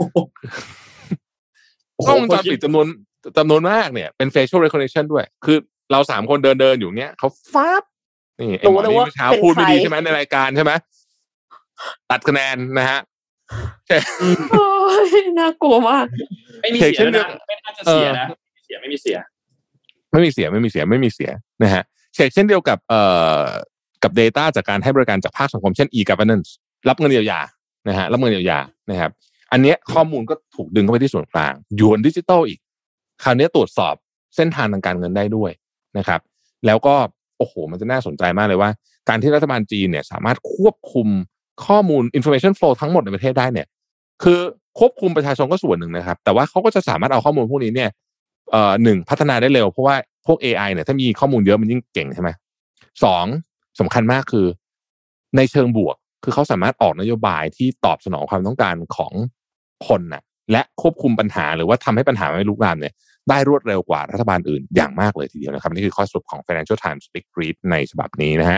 กล้องวงจรปิดจำนวนจำนวนมากเนี่ยเป็น facial recognition ด้วยคือเราสามคนเดินเดินอยู่เนี้ยเขาฟาบนี่ไอ้หมอนี่เมื่อเช้าพูดไม่ดีใช่ไหมในรายการใช่ไหมตัดคะแนนนะฮะใช่โอ้ยน่ากลัวมากไม่มีเสียนะไม่น่าจะเสียนะเสียไม่มีเสียไม่มีเสียไม่มีเสียไม่มีเสียนะฮะเช่นเดียวกับเอ่อกับ data จากการให้บริการจากภาคสังคมเช่น e-governance รับเงินเยียวยานะฮะรับเงินเยียวยานะครับอันเนี้ยข้อมูลก็ถูกดึงเข้าไปที่ส่วนกลางหยวนดิจิตอลอีกคราวนี้ตรวจสอบเส้นทางทางการเงินได้ด้วยนะครับแล้วก็โอ้โหมันจะน่าสนใจมากเลยว่าการที่รัฐบาลจีนเนี่ยสามารถควบคุมข้อมูล information flow ทั้งหมดในประเทศได้เนี่ยคือควบคุมประชาชนก็ส่วนหนึ่งนะครับแต่ว่าเขาก็จะสามารถเอาข้อมูลพวกนี้เนี่ยเอ่อหนึ่งพัฒนาได้เร็วเพราะว่าพวก เอ ไอ เนี่ยถ้ามีข้อมูลเยอะมันยิ่งเก่งใช่ไหมสองสำคัญมากคือในเชิงบวกคือเขาสามารถออกนโยบายที่ตอบสนองความต้องการของคนน่ะและควบคุมปัญหาหรือว่าทำให้ปัญหาไม่ลุกลามเนี่ยได้รวดเร็วกว่ารัฐบาลอื่นอย่างมากเลยทีเดียวนะครับนี่คือข้อสรุปของ Financial Times Big Read ในฉบับนี้นะฮะ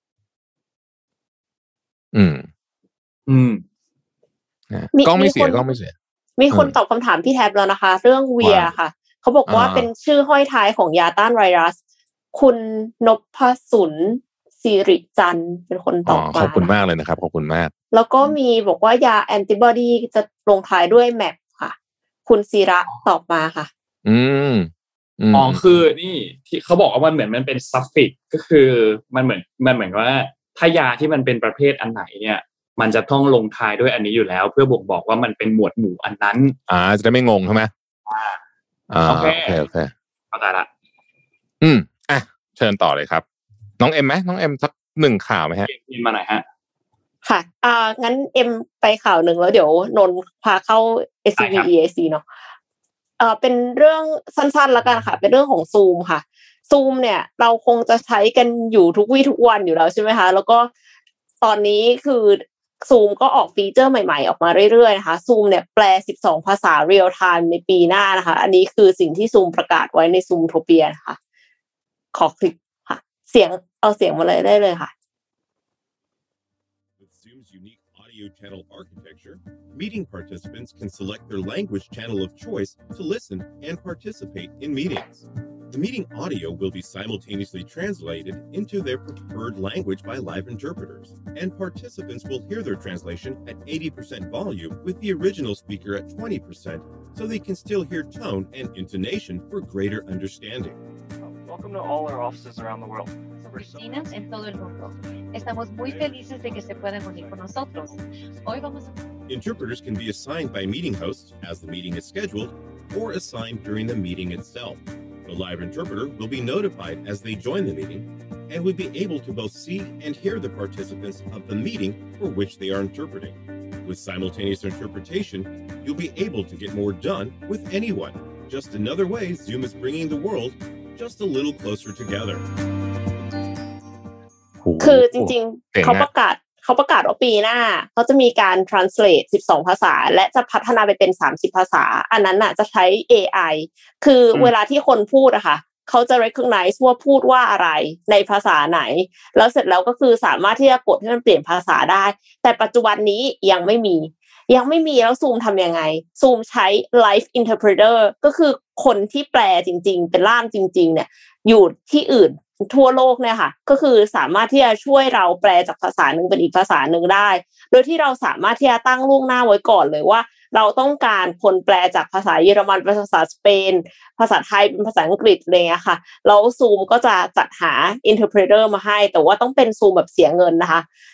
อืมอืมกล้องไม่เสียกล้องไม่เสียมีคนตอบคำถามพี่แท็บแล้วนะคะเรื่องเวียค่ะเขาบอกว่าเป็นชื่อห้อยท้ายของยาต้านไวรัสคุณนพสุนสิริจันทร์เป็นคนตอบมาขอบคุณมากเลยนะครับขอบคุณมากแล้วก็มีบอกว่ายาแอนติบอดีจะลงท้ายด้วยแมปค่ะคุณศิระตอบมาค่ะอืมอ๋อคือนี่ที่เขาบอกว่ามันเหมือนมันเป็นซัฟฟิกก็คือมันเหมือนมันเหมือนว่าถ้ายาที่มันเป็นประเภทอันไหนเนี่ยมันจะต้องลงท้ายด้วยอันนี้อยู่แล้วเพื่อบ่งบอกว่ามันเป็นหมวดหมู่อันนั้นอ่าจะได้ไม่งงใช่ไหมอ่าโอเคโอเคเข้าใจละอืมอ่ะเชิญต่อเลยครับน้องเอ็มไหมน้องเอ็มสักหนึ่งข่าวไหมฮะกินมาหน่อยฮะค่ะอ่างั้นเอ็มไปข่าวหนึ่งแล้วเดี๋ยวนนพาเข้า เอส ซี วี อี เอ ซี เนาะเอ่อเป็นเรื่องสั้นๆแล้วกันค่ะเป็นเรื่องของ Zoom ค่ะ Zoom เนี่ยเราคงจะใช้กันอยู่ทุกวี่ทุกวันอยู่แล้วใช่ไหมคะแล้วก็ตอนนี้คือ Zoom ก็ออกฟีเจอร์ใหม่ๆออกมาเรื่อยๆนะคะ Zoom เนี่ยแปลสิบสองภาษา real time ในปีหน้านะคะอันนี้คือสิ่งที่ Zoom ประกาศไว้ใน Zoomtopia นะคะขอคลิกค่ะเสียงเอาเสียงมาเลยได้เลยค่ะ Zoom's unique audio channel architecture, meeting participants can select their language channel of choice to listen and participate in meetings. The meeting audio will be simultaneously translated into their preferred language by live interpreters, and participants will hear their translation at eighty percent volume with the original speaker at twenty percent, so they can still hear tone and intonation for greater understanding. Welcome to all our offices around the world. Oficinas en todo el mundo. Estamos muy felices de que se puedan unir con nosotros. Hoy vamos a... Interpreters can be assigned by meeting hosts as the meeting is scheduled or assigned during the meeting itself. The live interpreter will be notified as they join the meeting and will be able to both see and hear the participants of the meeting for which they are interpreting. With simultaneous interpretation, you'll be able to get more done with anyone. Just another way Zoom is bringing the world just a little closer together. คือจริงๆเขาประกาศเขาประกาศว่าปีหน้าเขาจะมีการ translate สิบสองภาษาและจะพัฒนาไปเป็นสามสิบภาษาอันนั้นน่ะจะใช้ เอ ไอ คือเวลาที่คนพูดอะค่ะเขาจะ recognize ว่าพูดว่าอะไรในภาษาไหนแล้วเสร็จแล้วก็คือสามารถที่จะกดให้มันเปลี่ยนภาษาได้แต่ปัจจุบันนี้ยังไม่มียังไม่มีแล้ว Zoom ทำยังไง Zoom ใช้ live interpreter ก็คือคนที่แปลจริงๆเป็นล่ามจริงๆเนี่ยอยู่ที่อื่นทั่วโลกเนี่ยค่ะก็คือสามารถที่จะช่วยเราแปลจากภาษาหนึ่งเป็นอีกภาษาหนึ่งได้โดยที่เราสามารถที่จะตั้งล่วงหน้าไว้ก่อนเลยว่าเราต้องการคนแปลจากภาษาเยอรมันเป็นภาษาสเปนภาษาไทยเป็นภาษาอังกฤษอะไรเงี้ยค่ะแล้ว Zoom ก็จะจัดหา interpreter มาให้แต่ว่าต้องเป็น Zoom แบบเสียเงินนะคะ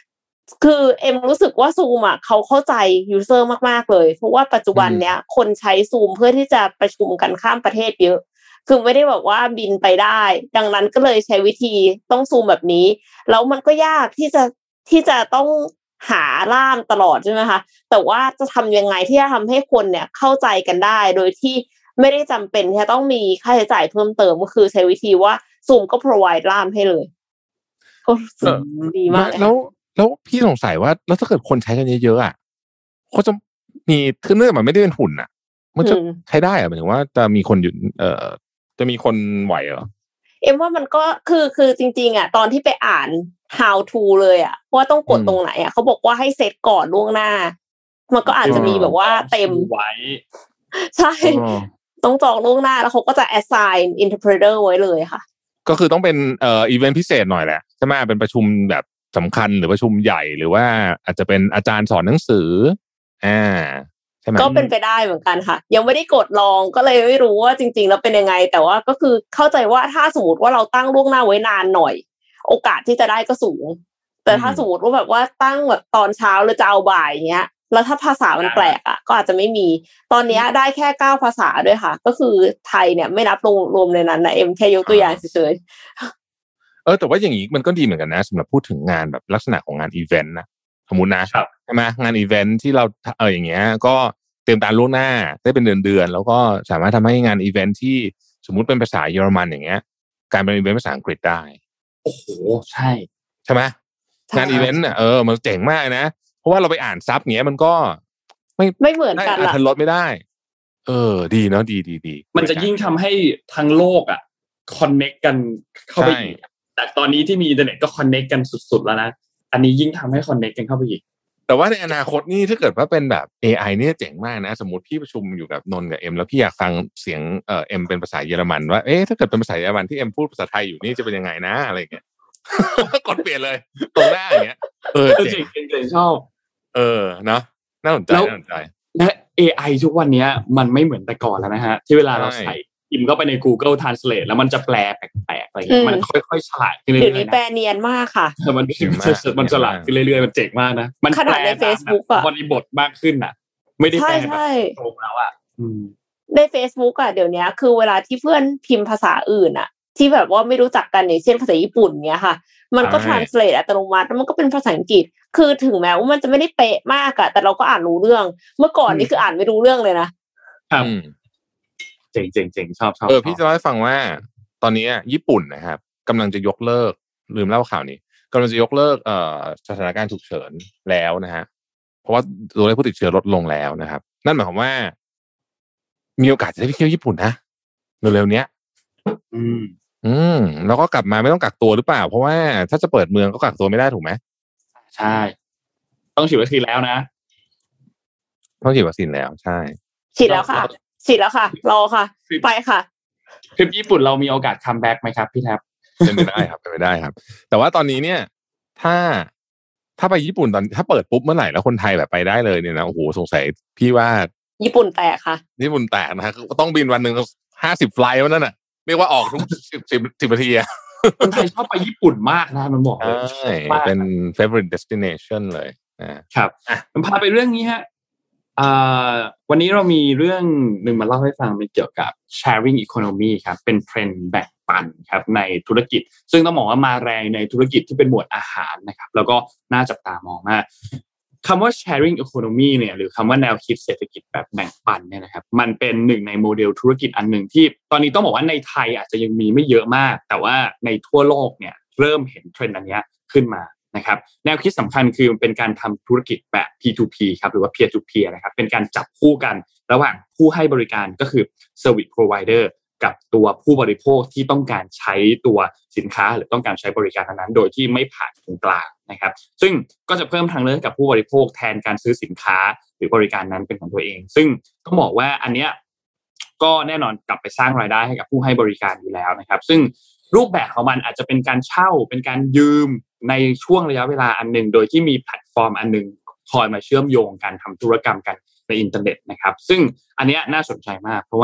คือเอ็มรู้สึกว่า Zoom อ่ะเขาเข้าใจยูเซอร์มากๆเลยเพราะว่าปัจจุบันเนี้ยคนใช้ Zoom เพื่อที่จะประชุมกันข้ามประเทศเยอะคือไม่ได้แบบว่าบินไปได้ดังนั้นก็เลยใช้วิธีต้อง Zoom แบบนี้แล้วมันก็ยากที่จะที่จะต้องหาล่ามตลอดใช่ไหมคะแต่ว่าจะทำยังไงที่จะทำให้คนเนี่ยเข้าใจกันได้โดยที่ไม่ได้จำเป็นที่จะต้องมีค่าใช้จ่ายเพิ่มเติมก็คือใช้วิธีว่า Zoom ก็ provide ล่ามให้เลยก็ดีมากแล้วแล้วพี่สงสัยว่าแล้วถ้าเกิดคนใช้กันเยอะๆอ่ะเขาจะมีคือเนื่องจากมันไม่ได้เป็นหุ่นอ่ะมันจะใช้ได้อ่ะหมายถึงว่าจะมีคนอยู่เอ่อจะมีคนไหวเหรอเอ็มว่ามันก็คือคือจริงๆอ่ะตอนที่ไปอ่าน how to เลยอ่ะว่าต้องกดตรงไหนอ่ะเขาบอกว่าให้เซตก่อนล่วงหน้ามันก็อาจจะมีแบบว่าเต็มไว้ใช่ต้องจองล่วงหน้าแล้วเขาก็จะ assign interpreter ไว้เลยค่ะก็คือต้องเป็นเอ่ออีเวนต์พิเศษหน่อยแหละใช่ไหมเป็นประชุมแบบสำคัญหรือประชุมใหญ่หรือว่าอาจจะเป็นอาจารย์สอนหนังสืออ่าใช่ไหมก็เป็นไปได้เหมือนกันค่ะยังไม่ได้กดลองก็เลยไม่รู้ว่าจริงๆแล้วเป็นยังไงแต่ว่าก็คือเข้าใจว่าถ้าสมมติว่าเราตั้งล่วงหน้าไว้นานหน่อยโอกาสที่จะได้ก็สูงแต่ถ้าสมมติว่าแบบว่าตั้งแบบตอนเช้าหรือจะเอาบ่ายเงี้ยแล้วถ้าภาษามันแปลกอ่ะก็อาจจะไม่มีตอนนี้ได้แค่เก้าภาษาด้วยค่ะก็คือไทยเนี่ยไม่นับรวมรวมในนั้นนะเอ็มแค่ยกตัวอย่างเฉยเออแต่ว่าอย่างนี้มันก็ดีเหมือนกันนะสำหรับพูดถึงงานแบบลักษณะของงานอีเวนต์นะสมมุตินะใช่ไหมงานอีเวนต์ที่เราเอออย่างเงี้ยก็เตรียมการล่วงหน้าได้เป็นเดือนๆแล้วก็สามารถทำให้งานอีเวนต์ที่สมมุติเป็นภาษาเยอรมันอย่างเงี้ยกลายเป็นอีเวนต์ภาษาอังกฤษได้โอ้โหใช่ใช่ไหมงานอีเวนต์เนี่ยเออมันเจ๋งมากนะเพราะว่าเราไปอ่านซับเงี้ยมันก็ไม่ไม่เหมือนกันอ่านลดไม่ได้เออดีเนาะดีดีดีมันจะยิ่งทำให้ทั้งโลกอ่ะคอนเนคกันเข้าไปอีกแต่ตอนนี้ที่มีอินเทอร์เน็ตก็คอนเนคกันสุดๆแล้วนะอันนี้ยิ่งทำให้คอนเนคกันเข้าไปอีกแต่ว่าในอนาคตนี่ถ้าเกิดว่าเป็นแบบ เอ ไอ เนี่ยเจ๋งมากนะสมมติพี่ประชุมอยู่กับนนท์กับเอ็มแล้วพี่อยากฟังเสียงเอ่อเอ็มเป็นภาษาเยอรมันว่าเอ๊ะถ้าเกิดเป็นภาษาเยอรมันที่เอ็มพูดภาษาไทยอยู่นี่จะเป็นยังไงนะอะไรเงี้ยกดเปลี่ยนเลยตรงหน้าอย่างเงี้ยเออเจ๋งเจ๋งชอบเออเนาะน่าสนใจน่าสนใจและ เอ ไอ ทุกวันนี้มันไม่เหมือนแต่ก่อนแล้วนะฮะที่เวลาเราใส่พิมพ์เข้าไปใน Google Translate แล้วมันจะแปลแปลกๆอะไรเงี้ยมันค่อยๆฉลาดขึ้นเรื่อยๆเดี๋ยวนี้แปลเนียนมากค่ะมันมันฉลาดขึ้นเรื่อยๆมันเจ๋งมากนะมันแปลใน Facebook อ่ะบริบทมากขึ้นอ่ะไม่ได้แปลแบบตรงแล้วอ่ะใน Facebook อ่ะเดี๋ยวนี้คือเวลาที่เพื่อนพิมพ์ภาษาอื่นอ่ะที่แบบว่าไม่รู้จักกันอย่างเช่นภาษาญี่ปุ่นเงี้ยค่ะมันก็ translate อัตโนมัติแล้วมันก็เป็นภาษาอังกฤษคือถึงแม้ว่ามันจะไม่ได้เป๊ะมากอ่ะแต่เราก็อ่านรู้เรื่องเมื่อก่อนนี่คืออ่านไม่รู้เรื่องเลยนะครับเจ๋งเจ๋งเจ๋งชอบชอบเออพี่จะเล่าให้ฟังว่าตอนนี้ญี่ปุ่นนะครับกำลังจะยกเลิกลืมเล่าข่าวนี้กำลังจะยกเลิกเอ่อสถานการณ์ฉุกเฉินแล้วนะฮะเพราะว่าตัวเลขผู้ติดเชื้อลดลงแล้วนะครับนั่นหมายความว่ามีโอกาสจะได้ไปเที่ยวญี่ปุ่นนะเร็วๆเนี้ยอืมอืมแล้วก็กลับมาไม่ต้องกักตัวหรือเปล่าเพราะว่าถ้าจะเปิดเมืองก็กักตัวไม่ได้ถูกไหมใช่ต้องฉีดวัคซีนแล้วนะต้องฉีดวัคซีนแล้วใช่ฉีดแล้วค่ะฉีดแล้วค่ะรอค่ะไปค่ะทริปญี่ปุ่นเรามีโอกาสคัมแบ็กไหมครับพี่แท็บเป็นไปได้ครับเป็นไปได้ครับแต่ว่าตอนนี้เนี่ยถ้าถ้าไปญี่ปุ่นตอนถ้าเปิดปุ๊บเมื่อไหร่แล้วคนไทยแบบไปได้เลยเนี่ยนะโอ้โหสงสัยพี่ว่าญี่ปุ่นแตกค่ะญี่ปุ่นแตกนะฮะก็ต้องบินวันหนึ่งห้าสิบไฟล์วันนั้นน่ะเรียกว่าออกทุกสิบสิบสิบนาทีอะคนไทยชอบไปญี่ปุ่นมากนะมันบอกเลยใช่เป็น favorite destination เลยนะครับอ่ะมันพาไปเรื่องนี้ฮะอ่าวันนี้เรามีเรื่องหนึ่งมาเล่าให้ฟังเป็นเกี่ยวกับ sharing economy ครับเป็นเทรนด์แบ่งปันครับในธุรกิจซึ่งต้องบอกว่ามาแรงในธุรกิจที่เป็นหมวดอาหารนะครับแล้วก็น่าจับตามองมากคำว่า sharing economy เนี่ยหรือคำว่าแนวคิดเศรษฐกิจแบบแบ่งปันเนี่ยนะครับมันเป็นหนึ่งในโมเดลธุรกิจอันหนึ่งที่ตอนนี้ต้องบอกว่าในไทยอาจจะยังมีไม่เยอะมากแต่ว่าในทั่วโลกเนี่ยเริ่มเห็นเทรนด์อันนี้ขึ้นมานะครับแนวคิดสำคัญคือเป็นการทำธุรกิจแบบ พี ทู พี ครับหรือว่า peer to peer นะครับเป็นการจับคู่กันระหว่างผู้ให้บริการก็คือ service provider กับตัวผู้บริโภคที่ต้องการใช้ตัวสินค้าหรือต้องการใช้บริการนั้นโดยที่ไม่ผ่านตรงกลางนะครับซึ่งก็จะเพิ่มทางเลือกกับผู้บริโภคแทนการซื้อสินค้าหรือบริการนั้นเป็นของตัวเองซึ่งต้องบอกว่าอันเนี้ยก็แน่นอนกลับไปสร้างรายได้ให้กับผู้ให้บริการอยู่แล้วนะครับซึ่งรูปแบบของมันอาจจะเป็นการเช่าเป็นการยืมในช่วงระยะเวลาอันนึงโดยที่มีแพลตฟอร์มอันนึงคอยมาเชื่อมโยงการทำธุรกรรมกันในอินเทอร์เน็ตนะครับซึ่งอันเนี้ยน่าสนใจมากเพราะว่า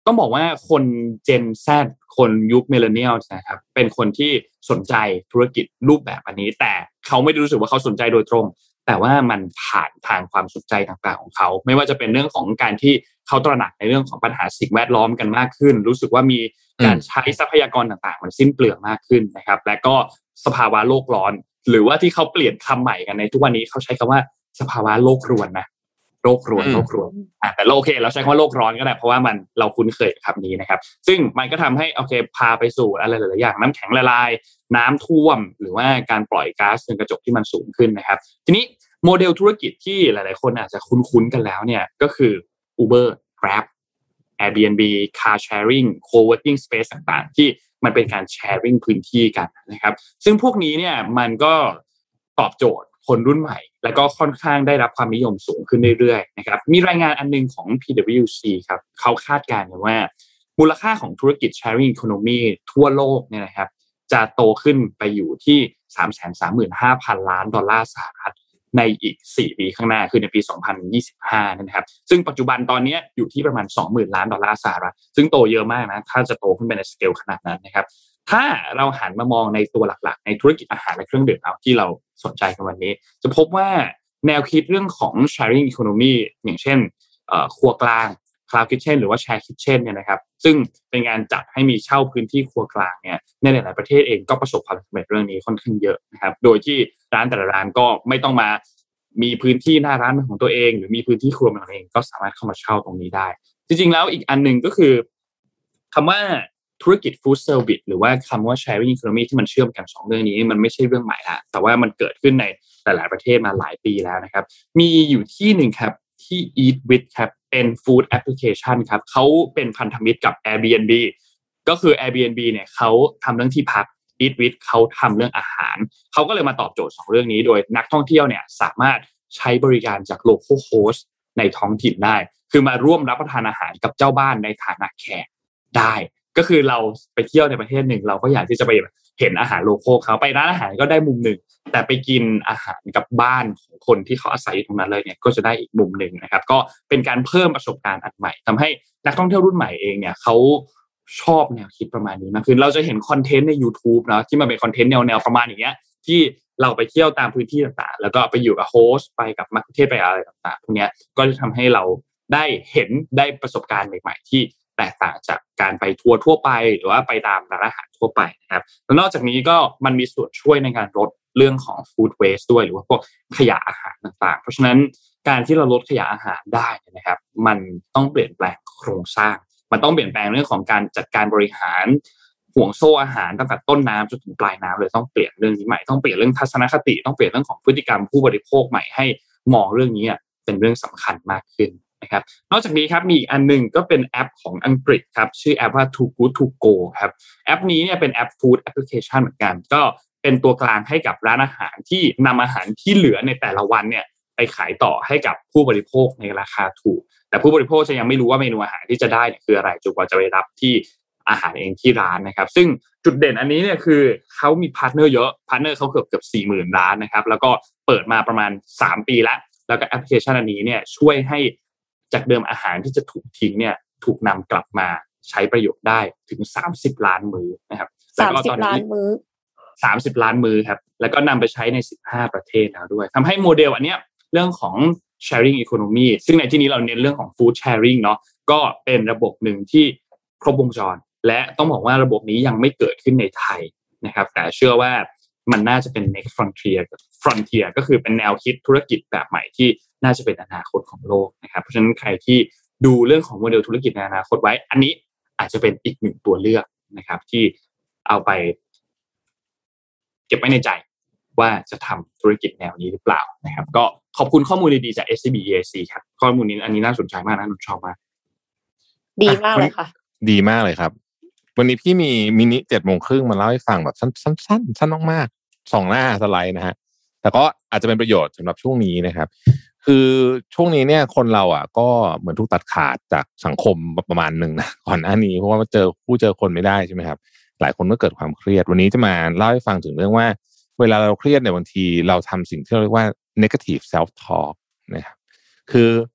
ต้องบอกว่าคน Gen Z คนยุค Millennials นะครับเป็นคนที่สนใจธุรกิจรูปแบบอันนี้แต่เขาไม่ได้รู้สึกว่าเขาสนใจโดยตรงแต่ว่ามันผ่านทางความสนใจต่างๆของเขาไม่ว่าจะเป็นเรื่องของการที่เขาตระหนักในเรื่องของปัญหาสิ่งแวดล้อมกันมากขึ้นรู้สึกว่ามีการใช้ทรัพยากรต่างๆมันสิ้นเปลืองมากขึ้นนะครับและก็สภาวะโลกร้อนหรือว่าที่เขาเปลี่ยนคำใหม่กันในทุกวันนี้เขาใช้คำว่าสภาวะโลกรวนนะโลกรวนโลกรวนอ่ะแต่โอเคเราใช้คำว่าโลกร้อนก็ได้เพราะว่ามันเราคุ้นเคยกับคำนี้นะครับซึ่งมันก็ทำให้โอเคพาไปสู่อะไรหลายๆอย่างน้ำแข็งละลายน้ำท่วมหรือว่าการปล่อยก๊าซเรือนกระจกที่มันสูงขึ้นนะครับทีนี้โมเดลธุรกิจที่หลายๆคนอาจจะคุ้นๆกันแล้วเนี่ยก็คือ Uber Grab Airbnb Car Sharing Co-working Space ต่างๆที่มันเป็นการ sharing พื้นที่กันนะครับซึ่งพวกนี้เนี่ยมันก็ตอบโจทย์คนรุ่นใหม่แล้วก็ค่อนข้างได้รับความนิยมสูงขึ้นเรื่อยๆนะครับมีรายงานอันนึงของ พี ดับเบิลยู ซี ครับเขาคาดการณ์ว่ามูลค่าของธุรกิจ sharing economy ทั่วโลกเนี่ยนะครับจะโตขึ้นไปอยู่ที่ สามแสนสามหมื่นห้าพัน ล้านดอลลาร์สหรัฐในอีกสี่ปีข้างหน้าคือในปีสองพันยี่สิบห้านะครับซึ่งปัจจุบันตอนนี้อยู่ที่ประมาณ สองหมื่น ล้านดอลลาร์สหรัฐซึ่งโตเยอะมากนะถ้าจะโตขึ้นไปในสเกลขนาดนั้นนะครับถ้าเราหันมามองในตัวหลักๆในธุรกิจอาหารและเครื่องดื่มเอาที่เราสนใจกันวันนี้จะพบว่าแนวคิดเรื่องของ sharing economy อย่างเช่นเอ่อครัวกลาง cloud kitchen หรือว่า share kitchen เนี่ยนะครับซึ่งเป็นการจัดให้มีเช่าพื้นที่ครัวกลางเนี่ยในหลายๆประเทศเองก็ประสบความสำเร็จเรื่องนี้ค่อนข้างเยอะนะครับโดยที่ร้านแต่ละร้านก็ไม่ต้องมามีพื้นที่หน้าร้านเป็นของตัวเองหรือมีพื้นที่ครัวเป็นของตัวเองก็สามารถเข้ามาเช่าตรงนี้ได้จริงๆแล้วอีกอันนึงก็คือคำว่าธุรกิจ food service หรือว่าคำว่า sharing economy ที่มันเชื่อมกันสองเรื่องนี้มันไม่ใช่เรื่องใหม่ละแต่ว่ามันเกิดขึ้นในหลายๆประเทศมาหลายปีแล้วนะครับมีอยู่ที่หนึ่งครับที่ Eat With ครับเป็น food application ครับเขาเป็นพันธมิตรกับ Airbnb ก็คือ Airbnb เนี่ยเขาทำเรื่องที่พัก Eat With เขาทำเรื่องอาหารเขาก็เลยมาตอบโจทย์สองเรื่องนี้โดยนักท่องเที่ยวเนี่ยสามารถใช้บริการจาก local host ในท้องถิ่นได้คือมาร่วมรับประทานอาหารกับเจ้าบ้านในฐานะแขกได้ก็คือเราไปเที่ยวในประเทศหนึ่งเราก็อยากที่จะไปเห็นอาหารโลคอลเขาไปร้านอาหารก็ได้มุมหนึ่งแต่ไปกินอาหารกับบ้านของคนที่เขาอาศัยอยู่ตรงนั้นเลยเนี่ยก็จะได้อีกมุมหนึ่งนะครับก็เป็นการเพิ่มประสบการณ์อันใหม่ทำให้นักท่องเที่ยวรุ่นใหม่เองเนี่ยเขาชอบแนวคิดประมาณนี้มากขึ้นเราจะเห็นคอนเทนต์ใน YouTube นะที่มันเป็นคอนเทนต์แนวๆประมาณอย่างเงี้ยที่เราไปเที่ยวตามพื้นที่ต่างๆแล้วก็ไปอยู่กับโฮสต์ไปกับมัคคุเทศก์ไปอะไรต่างๆพวกเนี้ยก็จะทำให้เราได้เห็นได้ประสบการณ์ใหม่ๆที่แตกต่างจากการไปทัวร์ทั่วไปหรือว่าไปตามร้านอาหารทั่วไปนะครับแล้วนอกจากนี้ก็มันมีส่วนช่วยในการลดเรื่องของ food waste ด้วยหรือว่าพวกขยะอาหารต่างๆเพราะฉะนั้นการที่เราลดขยะอาหารได้นะครับมันต้องเปลี่ยนแปลงโครงสร้างมันต้องเปลี่ยนแปลงเรื่องของการจัดการบริหารห่วงโซ่อาหารตั้งแต่ต้นน้ำจนถึงปลายน้ำเลยต้องเปลี่ยนเรื่องนี้ใหม่ต้องเปลี่ยนเรื่องทัศนคติต้องเปลี่ยนเรื่องของพฤติกรรมผู้บริโภคใหม่ให้มองเรื่องนี้เป็นเรื่องสำคัญมากขึ้นนะครับนอกจากนี้ครับมีอีกอันนึงก็เป็นแอปของอังกฤษครับชื่อแอปว่า Too Good To Go ครับแอปนี้เนี่ยเป็นแอป Food Application เหมือนกันก็เป็นตัวกลางให้กับร้านอาหารที่นำอาหารที่เหลือในแต่ละวันเนี่ยไปขายต่อให้กับผู้บริโภคในราคาถูกแต่ผู้บริโภคจะยังไม่รู้ว่าเมนูอาหารที่จะได้เนี่ยคืออะไรจนกว่าจะไปรับที่อาหารเองที่ร้านนะครับซึ่งจุดเด่นอันนี้เนี่ยคือเขามีพาร์ทเนอร์เยอะพาร์ทเนอร์เขาเกือบเกือบ สี่หมื่น ล้านนะครับแล้วก็เปิดมาประมาณสามปีแล้วแล้วก็แอปพลิเคชันอันนี้เนี่ยช่วยให้จากเดิมอาหารที่จะถูกทิ้งเนี่ยถูกนำกลับมาใช้ประโยชน์ได้ถึงสามสิบล้านมื้อนะครับแล้วก็ตอนนี้สามสิบล้านมื้อครับแล้วก็นำไปใช้ในสิบห้าประเทศแล้วด้วยทำให้โมเดลอันเนี้ยเรื่องของ sharing economy ซึ่งในที่นี้เราเน้นเรื่องของ food sharing เนาะก็เป็นระบบหนึ่งที่ครบวงจรและต้องบอกว่าระบบนี้ยังไม่เกิดขึ้นในไทยนะครับแต่เชื่อว่ามันน่าจะเป็น next frontier frontier ก็คือเป็นแนวคิดธุรกิจแบบใหม่ที่น่าจะเป็นอนาคตของโลกนะครับเพราะฉะนั้นใครที่ดูเรื่องของโมเดลธุรกิจในอนาคตไว้อันนี้อาจจะเป็นอีกหนึ่งตัวเลือกนะครับที่เอาไปเก็บไว้ในใจว่าจะทำธุรกิจแนวนี้หรือเปล่านะครับก็ขอบคุณข้อมูลดีๆจาก เอส ซี บี อี เอ ซี ครับข้อมูลนี้อันนี้น่าสนใจมากนะนุชชอบมากดีมากเลยค่ะดีมากเลยครับวันนี้พี่มีมินิเจ็ดโมงครึ่งมาเล่าให้ฟังแบบสั้นๆสั้นสั้นมากๆสองหน้าสไลด์นะฮะแต่ก็อาจจะเป็นประโยชน์สำหรับช่วงนี้นะครับคือช่วงนี้เนี่ยคนเราอ่ะก็เหมือนถูกตัดขาดจากสังคมประมาณนึงนะก่อนหน้านี้เพราะว่าเจอผู้เจอคนไม่ได้ใช่ไหมครับหลายคนก็เกิดความเครียดวันนี้จะมาเล่าให้ฟังถึงเรื่องว่าเวลาเราเครียดเนี่ยบางทีเราทำสิ่งที่เรียกว่า negative self talk นะครับคือ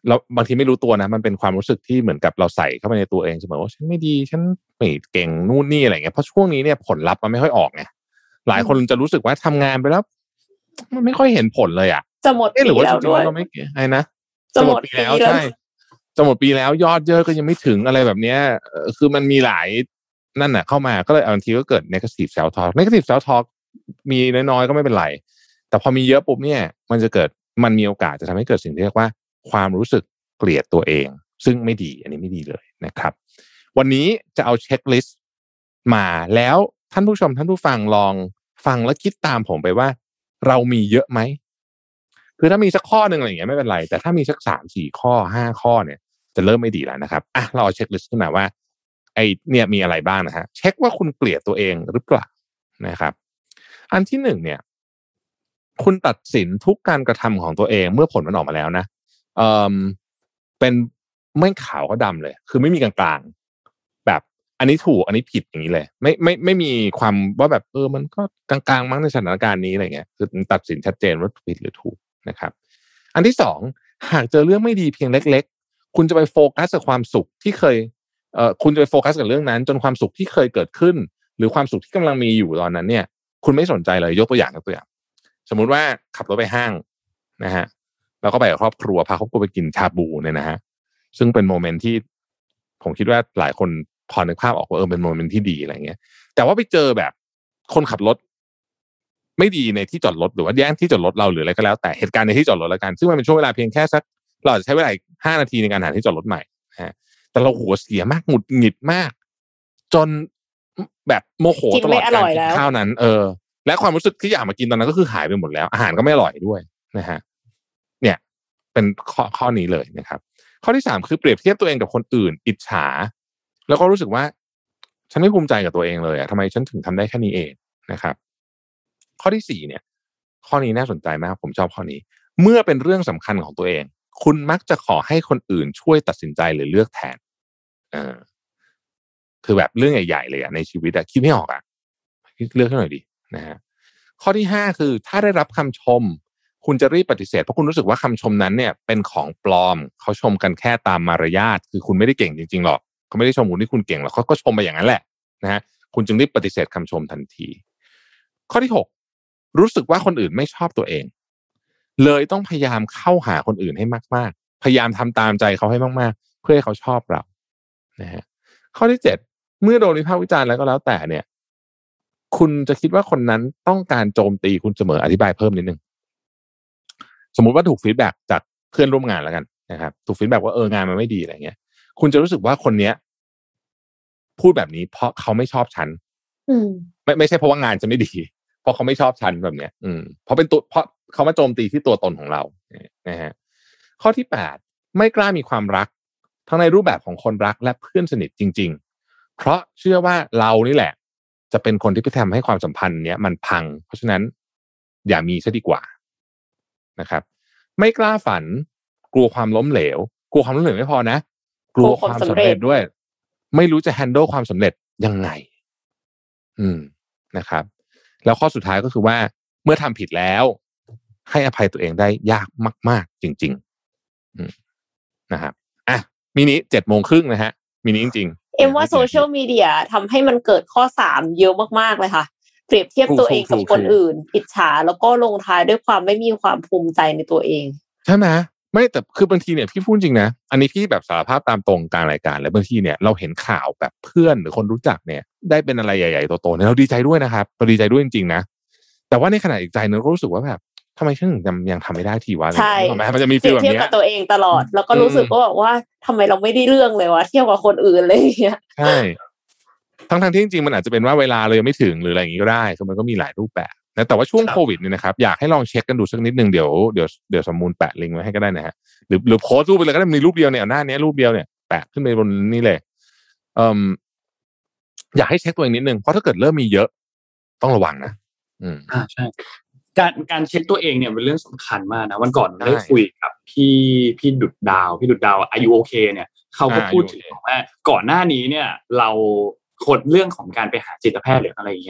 เราบางทีไม่รู้ตัวนะมันเป็นความรู้สึกที่เหมือนกับเราใส่เข้าไปในตัวเองเสมอว่าฉันไม่ดีฉันไม่เก่งนู่นนี่อะไรเงี้ยเพราะช่วงนี้เนี่ยผลลัพธ์มันไม่ค่อยออกไงหลายคนจะรู้สึกว่าทำงานไปแล้วมันไม่ค่อยเห็นผลเลยอ่ะจะหมดปีแล้วด้วยเราไม่ไอ้นะจะหมดปีแล้วใช่จะหมดปีแล้วยอดเยอะก็ยังไม่ถึงอะไรแบบเนี้ยคือมันมีหลายนั่นน่ะเข้ามาก็เลยบางทีก็เกิด negative self talk negative self talk มีน้อยๆก็ไม่เป็นไรแต่พอมีเยอะปุ๊บเนี่ยมันจะเกิดมันมีโอกาสจะทำให้เกิดสิ่งที่เรียกว่าความรู้สึกเกลียดตัวเองซึ่งไม่ดีอันนี้ไม่ดีเลยนะครับวันนี้จะเอาเช็คลิสต์มาแล้วท่านผู้ชมท่านผู้ฟังลองฟังและคิดตามผมไปว่าเรามีเยอะไหมคือถ้ามีสักข้อหนึ่งอะไรอย่างเงี้ยไม่เป็นไรแต่ถ้ามีสักสามสี่ข้อห้าข้อเนี่ยจะเริ่มไม่ดีแล้วนะครับอ่ะเราเอาเช็คลิสต์ขึ้นมาว่าไอเนี่ยมีอะไรบ้างนะฮะเช็คว่าคุณเกลียดตัวเองหรือเปล่านะครับอันที่หนึ่งเนี่ยคุณตัดสินทุกการกระทำของตัวเองเมื่อผลมันออกมาแล้วนะเอ่อเป็นไม่ขาวก็ดำเลยคือไม่มีกลางๆแบบอันนี้ถูกอันนี้ผิดอย่างนี้เลยไม่ไม่ไม่มีความว่าแบบเออมันก็กลางๆมั้งในสถานการณ์นี้อะไรเงี้ยคือตัดสินชัดเจนว่าผิดหรือถูกนะครับอันที่สองหากเจอเรื่องไม่ดีเพียงเล็กๆคุณจะไปโฟกัสกับความสุขที่เคยเอ่อคุณจะไปโฟกัสกับเรื่องนั้นจนความสุขที่เคยเกิดขึ้นหรือความสุขที่กำลังมีอยู่ตอนนั้นเนี่ยคุณไม่สนใจเลยยกตัวอย่างยกตัวอย่างสมมุติว่าขับรถไปห้างนะฮะแล้วก็ไปกับครอบครัวพาครอบครัวไปกินชาบูเนี่ยนะฮะซึ่งเป็นโมเมนต์ที่ผมคิดว่าหลายคนพอนึกภาพออกว่าเออเป็นโมเมนต์ที่ดีอะไรเงี้ยแต่ว่าไปเจอแบบคนขับรถไม่ดีในที่จอดรถหรือว่าแย่งที่จอดรถเราหรืออะไรก็แล้วแต่เหตุการณ์ในที่จอดรถแล้วกันซึ่งมันเป็นช่วงเวลาเพียงแค่สักเราจะใช้เวลาห้านาทีในการหาที่จอดรถใหม่ฮะแต่เราหัวเสียมากหงุดหงิดมากจนแบบโมโหตลอดการกินข้าวนั้นเออและความรู้สึกที่อยากมากินตอนนั้นก็คือหายไปหมดแล้วอาหารก็ไม่อร่อยด้วยนะฮะเนี่ยเป็นข้อข้อนี้เลยนะครับข้อที่สามคือเปรียบเทียบตัวเองกับคนอื่นอิจฉาแล้วก็รู้สึกว่าฉันไม่ภูมิใจกับตัวเองเลยอ่ะทำไมฉันถึงทำได้แค่นี้เองนะครับข้อที่สี่เนี่ยข้อนี้น่าสนใจมากผมชอบข้อนี้เมื่อเป็นเรื่องสำคัญของตัวเองคุณมักจะขอให้คนอื่นช่วยตัดสินใจหรือเลือกแทนเออคือแบบเรื่องใหญ่ๆเลยอ่ะในชีวิตอ่ะคิดไม่ออกอ่ะเลือกให้หน่อยดินะฮะข้อที่ห้าคือถ้าได้รับคำชมคุณจะรีบปฏิเสธเพราะคุณรู้สึกว่าคำชมนั้นเนี่ยเป็นของปลอมเขาชมกันแค่ตามมารยาทคือคุณไม่ได้เก่งจริงๆหรอกเขาไม่ได้ชมคุณที่คุณเก่งหรอกเขาก็ชมไปอย่างนั้นแหละนะฮะคุณจึงรีบปฏิเสธคำชมทันทีข้อที่หกรู้สึกว่าคนอื่นไม่ชอบตัวเองเลยต้องพยายามเข้าหาคนอื่นให้มากๆพยายามทำตามใจเขาให้มากๆเพื่อให้เขาชอบเรานะฮะข้อที่เจ็ดเมื่อโดนวิพากษ์วิจารณ์แล้วก็แล้วแต่เนี่ยคุณจะคิดว่าคนนั้นต้องการโจมตีคุณเสมออธิบายเพิ่มนิดนึงสมมุติว่าถูกฟีดแบ็กจากเพื่อนร่วมงานแล้วกันนะครับถูกฟีดแบ็กว่าเอองานมันไม่ดีอะไรเงี้ยคุณจะรู้สึกว่าคนเนี้ยพูดแบบนี้เพราะเขาไม่ชอบฉันไม่ไม่ใช่เพราะว่างานจะไม่ดีเพราะเขาไม่ชอบฉันแบบเนี้ยอืมเพราะเป็นตัวเพราะเขามาโจมตีที่ตัวตนของเรานะฮะข้อที่แปดไม่กล้ามีความรักทั้งในรูปแบบของคนรักและเพื่อนสนิทจริงๆเพราะเชื่อว่าเรานี่แหละจะเป็นคนที่ไปทำให้ความสัมพันธ์เนี้ยมันพังเพราะฉะนั้นอย่ามีซะดีกว่านะครับไม่กล้าฝันกลัวความล้มเหลวกลัวความล้มเหลวไม่พอนะกลัวความสำเร็จด้วยไม่รู้จะ handle ความสำเร็จยังไงอืมนะครับแล้วข้อสุดท้ายก็คือว่าเมื่อทำผิดแล้วให้อภัยตัวเองได้ยากมากๆจริงๆอืมนะครับอ่ะมินิเจ็ดโมงครึ่งนะฮะมินิจริงๆเอ็มว่าโซเชียลมีเดียทำให้มันเกิดข้อสามเยอะมากๆเลยค่ะเปรียบเทียบตัวเองกับคนอื่นอิจฉาแล้วก็ลงท้ายด้วยความไม่มีความภูมิใจในตัวเองใช่ไหมไม่แต่คือบางทีเนี่ยพี่พูดจริงนะอันนี้พี่แบบสารภาพตามตรงกลางรายการแล้วบางทีเนี่ยเราเห็นข่าวแบบเพื่อนหรือคนรู้จักเนี่ยได้เป็นอะไรใหญ่ๆโตๆเนี่ยเราดีใจด้วยนะครับเราดีใจด้วยจริงๆนะแต่ว่าในขณะอีกใจนึงก็รู้สึกว่าแบบทำไมฉันถึงยังทำไม่ได้ทีวะใช่มันจะมีฟีลแบบนี้เทียบกับตัวเองตลอดแล้วก็รู้สึกว่าแบบว่าทำไมเราไม่ได้เรื่องเลยวะเทียบกับคนอื่นเลยอย่างเงี้ยใช่ทั้งๆที่จริงๆมันอาจจะเป็นว่าเวลาเลยไม่ถึงหรืออะไรอย่างนี้ก็ได้คือมันก็มีหลายรูปแบบนะแต่ว่าช่วงโควิดเนี่ยนะครับอยากให้ลองเช็คกันดูสักนิดนึงเดี๋ยวเดี๋ยวเดี๋ยวสมมูลแปะลิงก์ไว้ให้ก็ได้นะฮะหรือหรือโพสต์รูปไปเลยก็ได้มีรูปเดียวเนี่ยหน้านี้รูปเดียวเนี่ยแปะขึ้นไปบนนี้เลยเอ่ออยากให้เช็คตัวเองนิดนึงเพราะถ้าเกิดเริ่มมีเยอะต้องระวังนะอืมอ่าใช่การการเช็คตัวเองเนี่ยเป็นเรื่องสำคัญมากนะวันก่อนได้คุยกับพี่พี่ดุดดาวพี่ดุดดาวอายุโอเคเนี่ยเขาก็พูดถึงว่าก่อนหน้านี้เนี่ยเราคนเรื่องของการไปหาจิตแพทย์หรืออะไรอย่างเงี้ย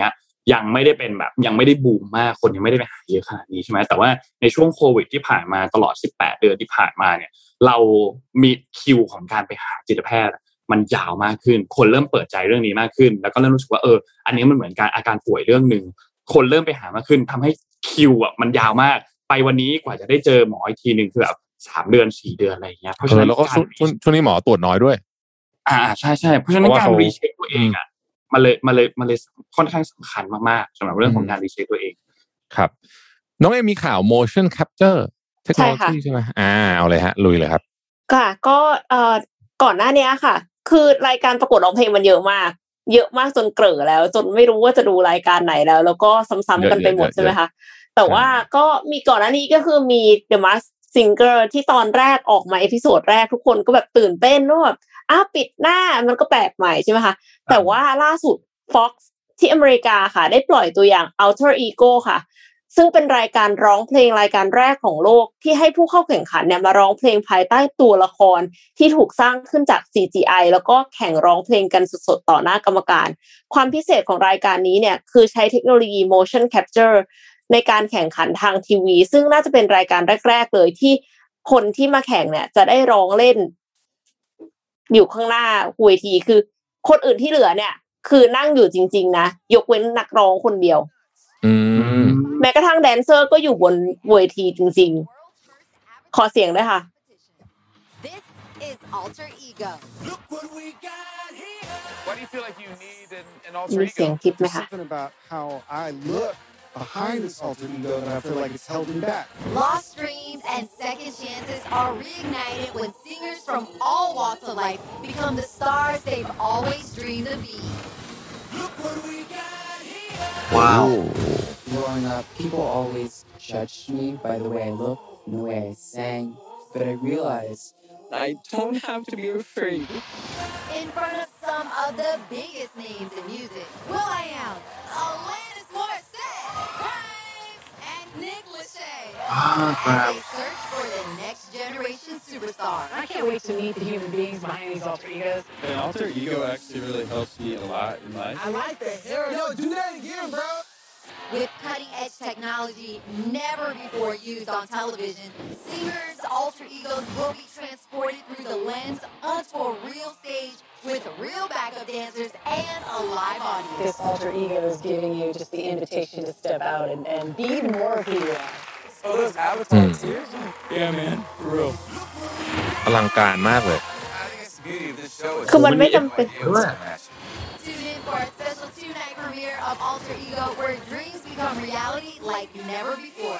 ยังไม่ได้เป็นแบบยังไม่ได้บูมมากคนยังไม่ได้ไปหาเยอะขนาดนี้ใช่ไหมแต่ว่าในช่วงโควิดที่ผ่านมาตลอดสิบแปดเดือนที่ผ่านมาเนี่ยเรามีคิวของการไปหาจิตแพทย์มันยาวมากขึ้นคนเริ่มเปิดใจเรื่องนี้มากขึ้นแล้วก็เริ่มรู้สึกว่าเอออันนี้มันเหมือนการอาการป่วยเรื่องนึงคนเริ่มไปหามากขึ้นทำให้คิวอ่ะมันยาวมากไปวันนี้กว่าจะได้เจอหมออีกทีนึงคือแบบสามเดือนสี่เดือนอะไรอย่างเงี้ยเพราะฉะนั้นแล้วก็ช่วงนี้หมอตรวจน้อยด้วยอ่าใช่ๆเพราะฉะนั้นการรีเช็คตัวเองอ่ะมันเลยมันเลยมันเลยค่อนข้างสำคัญมากๆสำหรับเรื่องของการรีเช็คตัวเองครับน้องเอมีข่าว motion capture technology ใช่ไหมอ่าเอาเลยฮะลุยเลยครับค่ะก็เอ่อก่อนหน้านี้ค่ะคือรายการประกวดร้องเพลงมันเยอะมากเยอะมากจนเกลอแล้วจนไม่รู้ว่าจะดูรายการไหนแล้วแล้วก็ซ้ำๆกันไปหมดใช่ไหมคะแต่ว่าก็มีก่อนหน้านี้ก็คือมี The Masked Singer ที่ตอนแรกออกมาเอพิโซดแรกทุกคนก็แบบตื่นเต้นว่าแบบอ้าวปิดหน้ามันก็แปลกใหม่ใช่ไหมคะแต่ว่าล่าสุด Fox ที่อเมริกาค่ะได้ปล่อยตัวอย่าง Alter Ego ค่ะซึ่งเป็นรายการร้องเพลงรายการแรกของโลกที่ให้ผู้เข้าแข่งขันเนี่ยมาร้องเพลงภายใต้ตัวละครที่ถูกสร้างขึ้นจาก ซี จี ไอ แล้วก็แข่งร้องเพลงกันสดๆต่อหน้ากรรมการความพิเศษของรายการนี้เนี่ยคือใช้เทคโนโลยี motion capture ในการแข่งขันทางทีวีซึ่งน่าจะเป็นรายการแรกๆเลยที่คนที่มาแข่งเนี่ยจะได้ร้องเล่นอยู่ข้างหน้าเวทีคือคนอื่นที่เหลือเนี่ยคือนั่งอยู่จริงๆนะยกเว้นนักร้องคนเดียวแม้กระทั่งแดนเซอร์ก็อยู่บนเวทีจริงๆขอเสียงด้วยค่ะ This is Alter Ego. Look what we got here. Why do you feel like you need an, an alter มีเสียง ego? คลิปไหมคะ Something about how I look behind this alter ego that I feel like it's held me back. Lost dreams and second chances are reignited when singers from all walks of life become the stars they've always dreamed of being. Look what we got here. Wow. Growing up, people always judged me by the way I look and the way I sang, but I realized I don't have to be afraid. In front of some of the biggest names in music, will.i.am, Alanis Morissette, Grimes, and Nick Lachey. Ah, they search for the next generation superstar. I can't wait to meet the human beings behind these alter egos. An alter ego actually really helps me a lot in life. I like the hair. Yo, do that again, bro. With cutting-edge technology never before used on television, singers' alter egos will be transported through the lens onto a real stage with real backup dancers and a live audience. This alter ego is giving you just the invitation to step out and, and be even more of who you are. Oh, those avatars here? Yeah, man, for real. อลังการมากเลย I think it's the beauty of this show. คือมันไม่จำเป็น Tune in for a special two-night premiere of Alter Ego where dreams become reality like never before.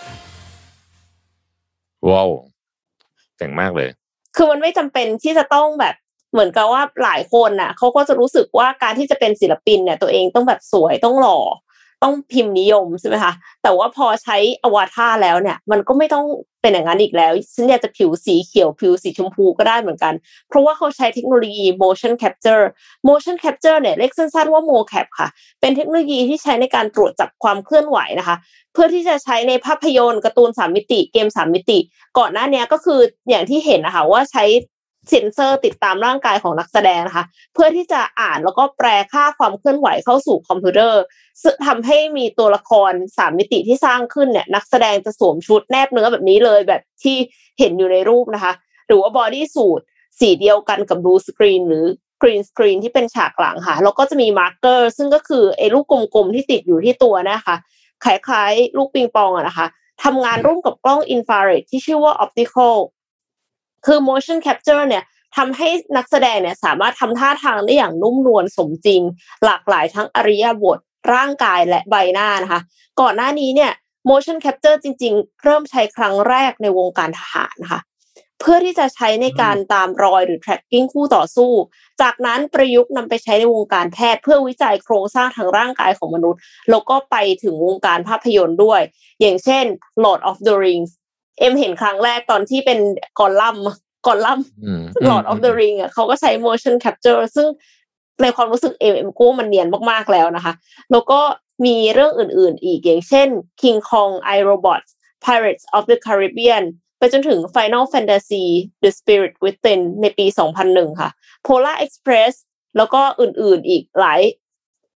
ว้าวเจ๋งมากเลยคือมันไม่จำเป็นที่จะต้องแบบเหมือนกับว่าหลายคนน่ะเขาก็จะรู้สึกว่าการที่จะเป็นศิลปินเนี่ยตัวเองต้องแบบสวยต้องหล่อต้องพิมพ์นิยมใช่ไหมคะแต่ว่าพอใช้อวตารแล้วเนี่ยมันก็ไม่ต้องเป็นอย่างนั้นอีกแล้วฉันอยากจะผิวสีเขียวผิวสีชมพูก็ได้เหมือนกันเพราะว่าเขาใช้เทคโนโลยี motion capture motion capture เนี่ยเรียกสั้นๆว่า mocap ค่ะเป็นเทคโนโลยีที่ใช้ในการตรวจจับความเคลื่อนไหวนะคะเพื่อที่จะใช้ในภาพยนตร์การ์ตูนสามมิติเกมสามมิติก่อนหน้านี้ก็คืออย่างที่เห็นนะคะว่าใช้เซ็นเซอร์ติดตามร่างกายของนักแสดงนะคะเพื่อที่จะอ่านแล้วก็แปลค่าความเคลื่อนไหวเข้าสู่คอมพิวเตอร์ซึ่งทำให้มีตัวละครสามมิติที่สร้างขึ้นเนี่ยนักแสดงจะสวมชุดแนบเนื้อแบบนี้เลยแบบที่เห็นอยู่ในรูปนะคะหรือว่าบอดี้สูทสีเดียวกันกับบลูสกรีนหรือกรีนสกรีนที่เป็นฉากหลังค่ะแล้วก็จะมีมาร์กเกอร์ซึ่งก็คือไอ้ลูกกลมๆที่ติดอยู่ที่ตัวนะคะคล้ายๆลูกปิงปองอะนะคะทำงานร่วมกับกล้องอินฟราเรดที่ชื่อว่า optical คือ motion capture เนี่ยทำให้นักแสดงเนี่ยสามารถทำท่าทางได้อย่างนุ่มนวลสมจริงหลากหลายทั้งอริยบทร่างกายและใบหน้านะคะก่อนหน้านี้เนี่ย motion capture จริงๆเริ่มใช้ครั้งแรกในวงการทหารนะคะเพื่อที่จะใช้ในการตามรอยหรือ tracking คู่ต่อสู้จากนั้นประยุกต์นำไปใช้ในวงการแพทย์เพื่อวิจัยโครงสร้างทางร่างกายของมนุษย์แล้วก็ไปถึงวงการภาพยนตร์ด้วยอย่างเช่น Lord of the Rings เอ็มเห็นครั้งแรกตอนที่เป็นกอลลัมกอลลัม Lord of the Ring อ่ะเขาก็ใช้ motion capture ซึ่งในความรู้สึกเอ็มเอ็มกู้มันเนียนมากๆแล้วนะคะแล้วก็มีเรื่องอื่นๆอีกอย่างเช่น King Kong iRobot Pirates of the Caribbean ไปจนถึง Final Fantasy The Spirit Within ในปีสองพันหนึ่งค่ะ Polar Express แล้วก็อื่นๆอีกหลาย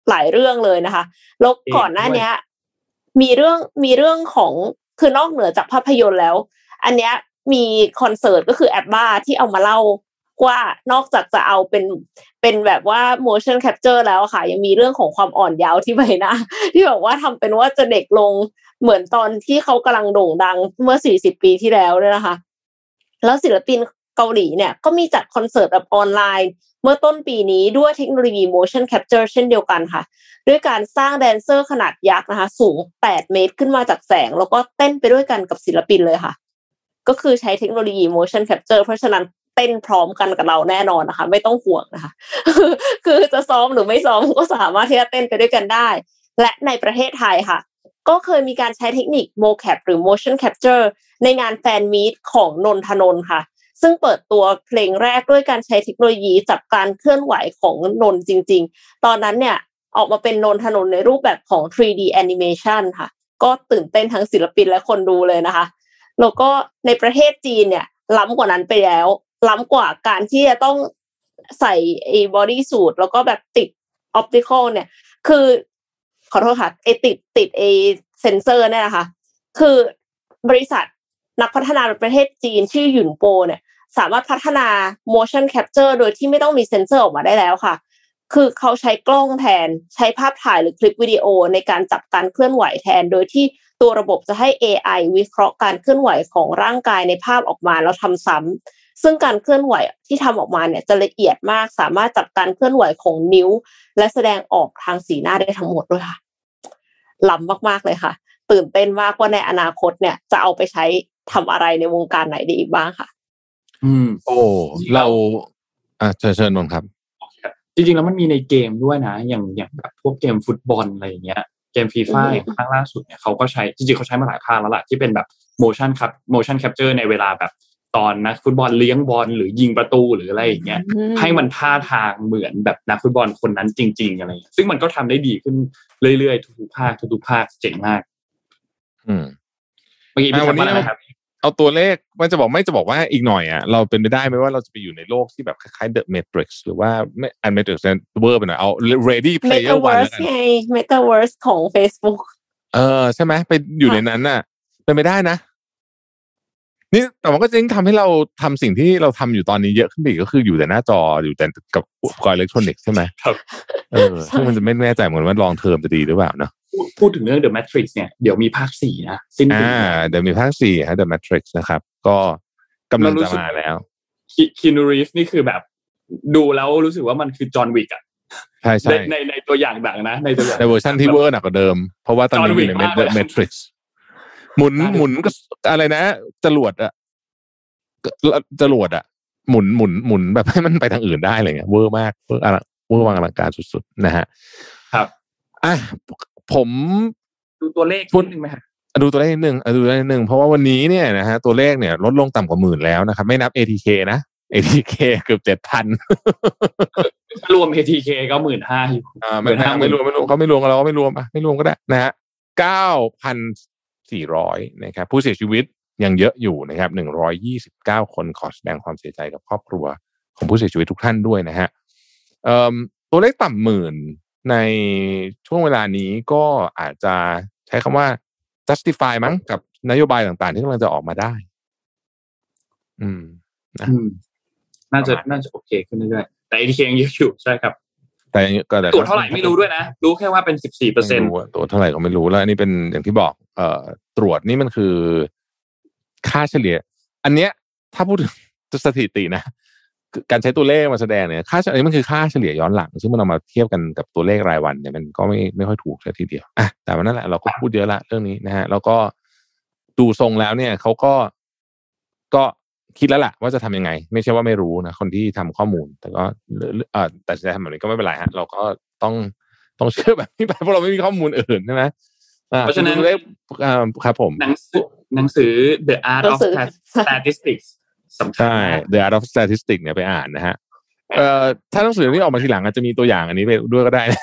หลายเรื่องเลยนะคะแล้วก่อนหน้านี้มีเรื่องมีเรื่องของคือนอกเหนือจากภาพยนตร์แล้วอันเนี้ยมีคอนเสิร์ตก็คือแอดบ้าที่เอามาเล่าว่านอกจากจะเอาเป็นเป็นแบบว่า motion capture แล้วค่ะยังมีเรื่องของความอ่อนเยาว์ที่ใบหน้าที่บอกว่าทำเป็นว่าจะเด็กลงเหมือนตอนที่เขากำลังโด่งดังเมื่อสี่สิบปีที่แล้วเนี่ยนะคะแล้วศิลปินเกาหลีเนี่ยก็มีจัดคอนเสิร์ตแบบออนไลน์เมื่อต้นปีนี้ด้วยเทคโนโลยี motion capture เช่นเดียวกันค่ะด้วยการสร้างแดนเซอร์ขนาดยักษ์นะคะสูงแปดเมตรขึ้นมาจากแสงแล้วก็เต้นไปด้วยกันกับศิลปินเลยค่ะก็คือใช้เทคโนโลยี motion capture เพราะฉะนั้นเต้นพร้อมกันกับเราแน่นอนนะคะไม่ต้องห่วงนะคะ คือจะซ้อมหรือไม่ซ้อมก็สามารถที่จะเต้นไปด้วยกันได้และในประเทศไทยค่ะก็เคยมีการใช้เทคนิค mocap หรือ motion capture ในงานแฟนมีตของนนทนนท์ค่ะซึ่งเปิดตัวเพลงแรกด้วยการใช้เทคโนโลยีจับการเคลื่อนไหวของนนท์จริงๆตอนนั้นเนี่ยออกมาเป็นนนทนนท์ในรูปแบบของ ทรี ดี animation ค่ะก็ตื่นเต้นทั้งศิลปินและคนดูเลยนะคะแล้วก็ในประเทศจีนเนี่ยล้ำกว่านั้นไปแล้วล้ำกว่าการที่จะต้องใส่ไอ้ body suit แล้วก็แบบติด optical เนี่ยคือขอโทษค่ะไอ้ติดติดไอ้เซนเซอร์เนี่ยนะคะคือบริษัทนักพัฒนาในประเทศจีนชื่อหยุนโปเนี่ยสามารถพัฒนา motion capture โดยที่ไม่ต้องมีเซนเซอร์ออกมาได้แล้วค่ะคือเขาใช้กล้องแทนใช้ภาพถ่ายหรือคลิปวิดีโอในการจับการเคลื่อนไหวแทนโดยที่ตัวระบบจะให้ เอ ไอ วิเคราะห์การเคลื่อนไหวของร่างกายในภาพออกมาแล้วทำซ้ำซึ่งการเคลื่อนไหวที่ทำออกมาเนี่ยจะละเอียดมากสามารถจับการเคลื่อนไหวของนิ้วและแสดงออกทางสีหน้าได้ทั้งหมดด้วยค่ะล้ำมากๆเลยค่ะตื่นเต้นมากว่าในอนาคตเนี่ยจะเอาไปใช้ทำอะไรในวงการไหนได้อีกบ้างค่ะอืมโอ้เราอ่ะเชิญเชิญนนท์ครับจริงๆแล้วมันมีในเกมด้วยนะอย่างอย่างแบบพวกเกมฟุตบอลอะไรอย่างเงี้ยเกมฟีฟ่าภาคล่าสุดเนี่ยเขาก็ใช้จริงๆเขาใช้มาหลายภาคแล้วล่ะที่เป็นแบบ motion cap motion capture ในเวลาแบบตอนนักฟุตบอลเลี้ยงบอลหรือยิงประตูหรืออะไรอย่างเงี้ยให้มันท่าทางเหมือนแบบนักฟุตบอลคนนั้นจริงๆอะไรอย่างเงี้ยซึ่งมันก็ทำได้ดีขึ้นเรื่อยๆทุกๆภาคทุกๆภาคเจ๋งมากอืมเมื่อกี้พี่ทำอะไรนะครับเอาตัวเลขมันจะบอกไม่จะบอกว่าอีกหน่อยอ่ะเราเป็นไปได้ไหมว่าเราจะไปอยู่ในโลกที่แบบคล้ายๆ The Matrix หรือว่าไม่อัน Matrix เนี่ยเวอร์ไปหน่อยเอา Ready Player One แล้วกันไง Metaverse ของ Facebook เออใช่ไหมไปอยู่ในนั้นน่ะเป็นไปได้นะนี่แต่มันก็จะยิ่งทำให้เราทำสิ่งที่เราทำอยู่ตอนนี้เยอะขึ้นไปอีกก็คืออยู่แต่หน้าจออยู่แต่กับอุปกรณ์อิเล็กทรอนิกส์ใช่ไหมครับเออซึ่งมันจะไม่แน่ใจเหมือนว่าลองเทอมจะดีหรือเปล่าเนาะพูดถึงเรื่อง The Matrix เนี่ยเดี๋ยวมีภาคสี่นะสิ้นปีอ่าเดี๋ยวมีภาคสี่ฮะ The Matrix นะครับก็กำลังจะมาแล้วคีนูรีฟนี่คือแบบดูแล้วรู้สึกว่ามันคือจอห์นวิกอ่ะใช่ใช่ในในตัวอย่างดังนะในตัวอย่างในเวอร์ชันที่เวอร์หนักกว่าเดิมเพราะว่าตอนนี้อยู่ใน Matrix หมุนหมุนก็อะไรนะจรวดอะจรวดอะหมุนหมุนหมุนแบบให้มันไปทางอื่นได้อะไรเงี้ยเวอร์มากเวอร์อะไรเวอร์วางอลังการสุดๆนะฮะครับอ่ะผมดูตัวเลขนิดนึงไหมครับดูตัวเลขนิดนึงดูตัวเลขนิดนึงเพราะว่าวันนี้เนี่ยนะฮะตัวเลขเนี่ยลดลงต่ำกว่าหมื่นแล้วนะครับไม่นับ เอ ที เค นะ เอ ที เค เกือบ เจ็ดพันรวม เอ ที เค ก็ หนึ่งหมื่นห้าพัน อยู่อ่าไม่ไม่รวมไม่รวมเขาไม่รวมเราก็ไม่รวมอ่ะไม่รวมก็ได้นะฮะ เก้าพันสี่ร้อย นะครับผู้เสียชีวิตยังเยอะอยู่นะครับหนึ่งร้อยยี่สิบเก้าคนขอแสดงความเสียใจกับครอบครัวของผู้เสียชีวิตทุกท่านด้วยนะฮะเอ่อตัวเลขต่ำหมื่นในช่วงเวลานี้ก็อาจจะใช้คำว่า justify มั้งกับนโยบายต่างๆที่กำลังจะออกมาได้อืมนะน่าจะน่าจะโอเคขึ้นเรื่อยๆแต่ เอ ที เค ยังเยอะอยู่ใช่ครับแต่ก็แต่ตัวเท่าไหร่ไม่รู้ด้วยนะรู้แค่ว่าเป็น สิบสี่เปอร์เซ็นต์ตัวเท่าไหร่ก็ไม่รู้แล้วอันนี้เป็นอย่างที่บอกเอ่อตรวจนี่มันคือค่าเฉลี่ยอันเนี้ยถ้าพูดถึงสถิตินะการใช้ตัวเลขมาแสดงเนี่ยค่าอันนี้มันคือค่าเฉลี่ยย้อนหลังซึ่งมันเอามาเทียบกันกับตัวเลขรายวันเนี่ยมันก็ไม่ไม่ค่อยถูกเลยทีเดียวอ่ะแต่วันนั้นแหละเราก็พูดเยอะละเรื่องนี้นะฮะแล้วก็ดูทรงแล้วเนี่ยเขาก็ก็คิดแล้วแหละว่าจะทำยังไงไม่ใช่ว่าไม่รู้นะคนที่ทำข้อมูลแต่ก็เอ่อแต่จะทำแบบนี้ก็ไม่เป็นไรฮะเราก็ต้องต้องเชื่อแบบนี้ไปเพราะเราไม่มีข้อมูลอื่นใช่ไหมเพราะฉะนั้นครับผมหนังสือหนังสือ The Art of Statistics สำคัญ The Art of Statistics เนี่ยไปอ่านนะฮะเอ่อถ้าหนังสือนี้ออกมาทีหลังอาจจะมีตัวอย่างอันนี้ไปด้วยก็ได้นะ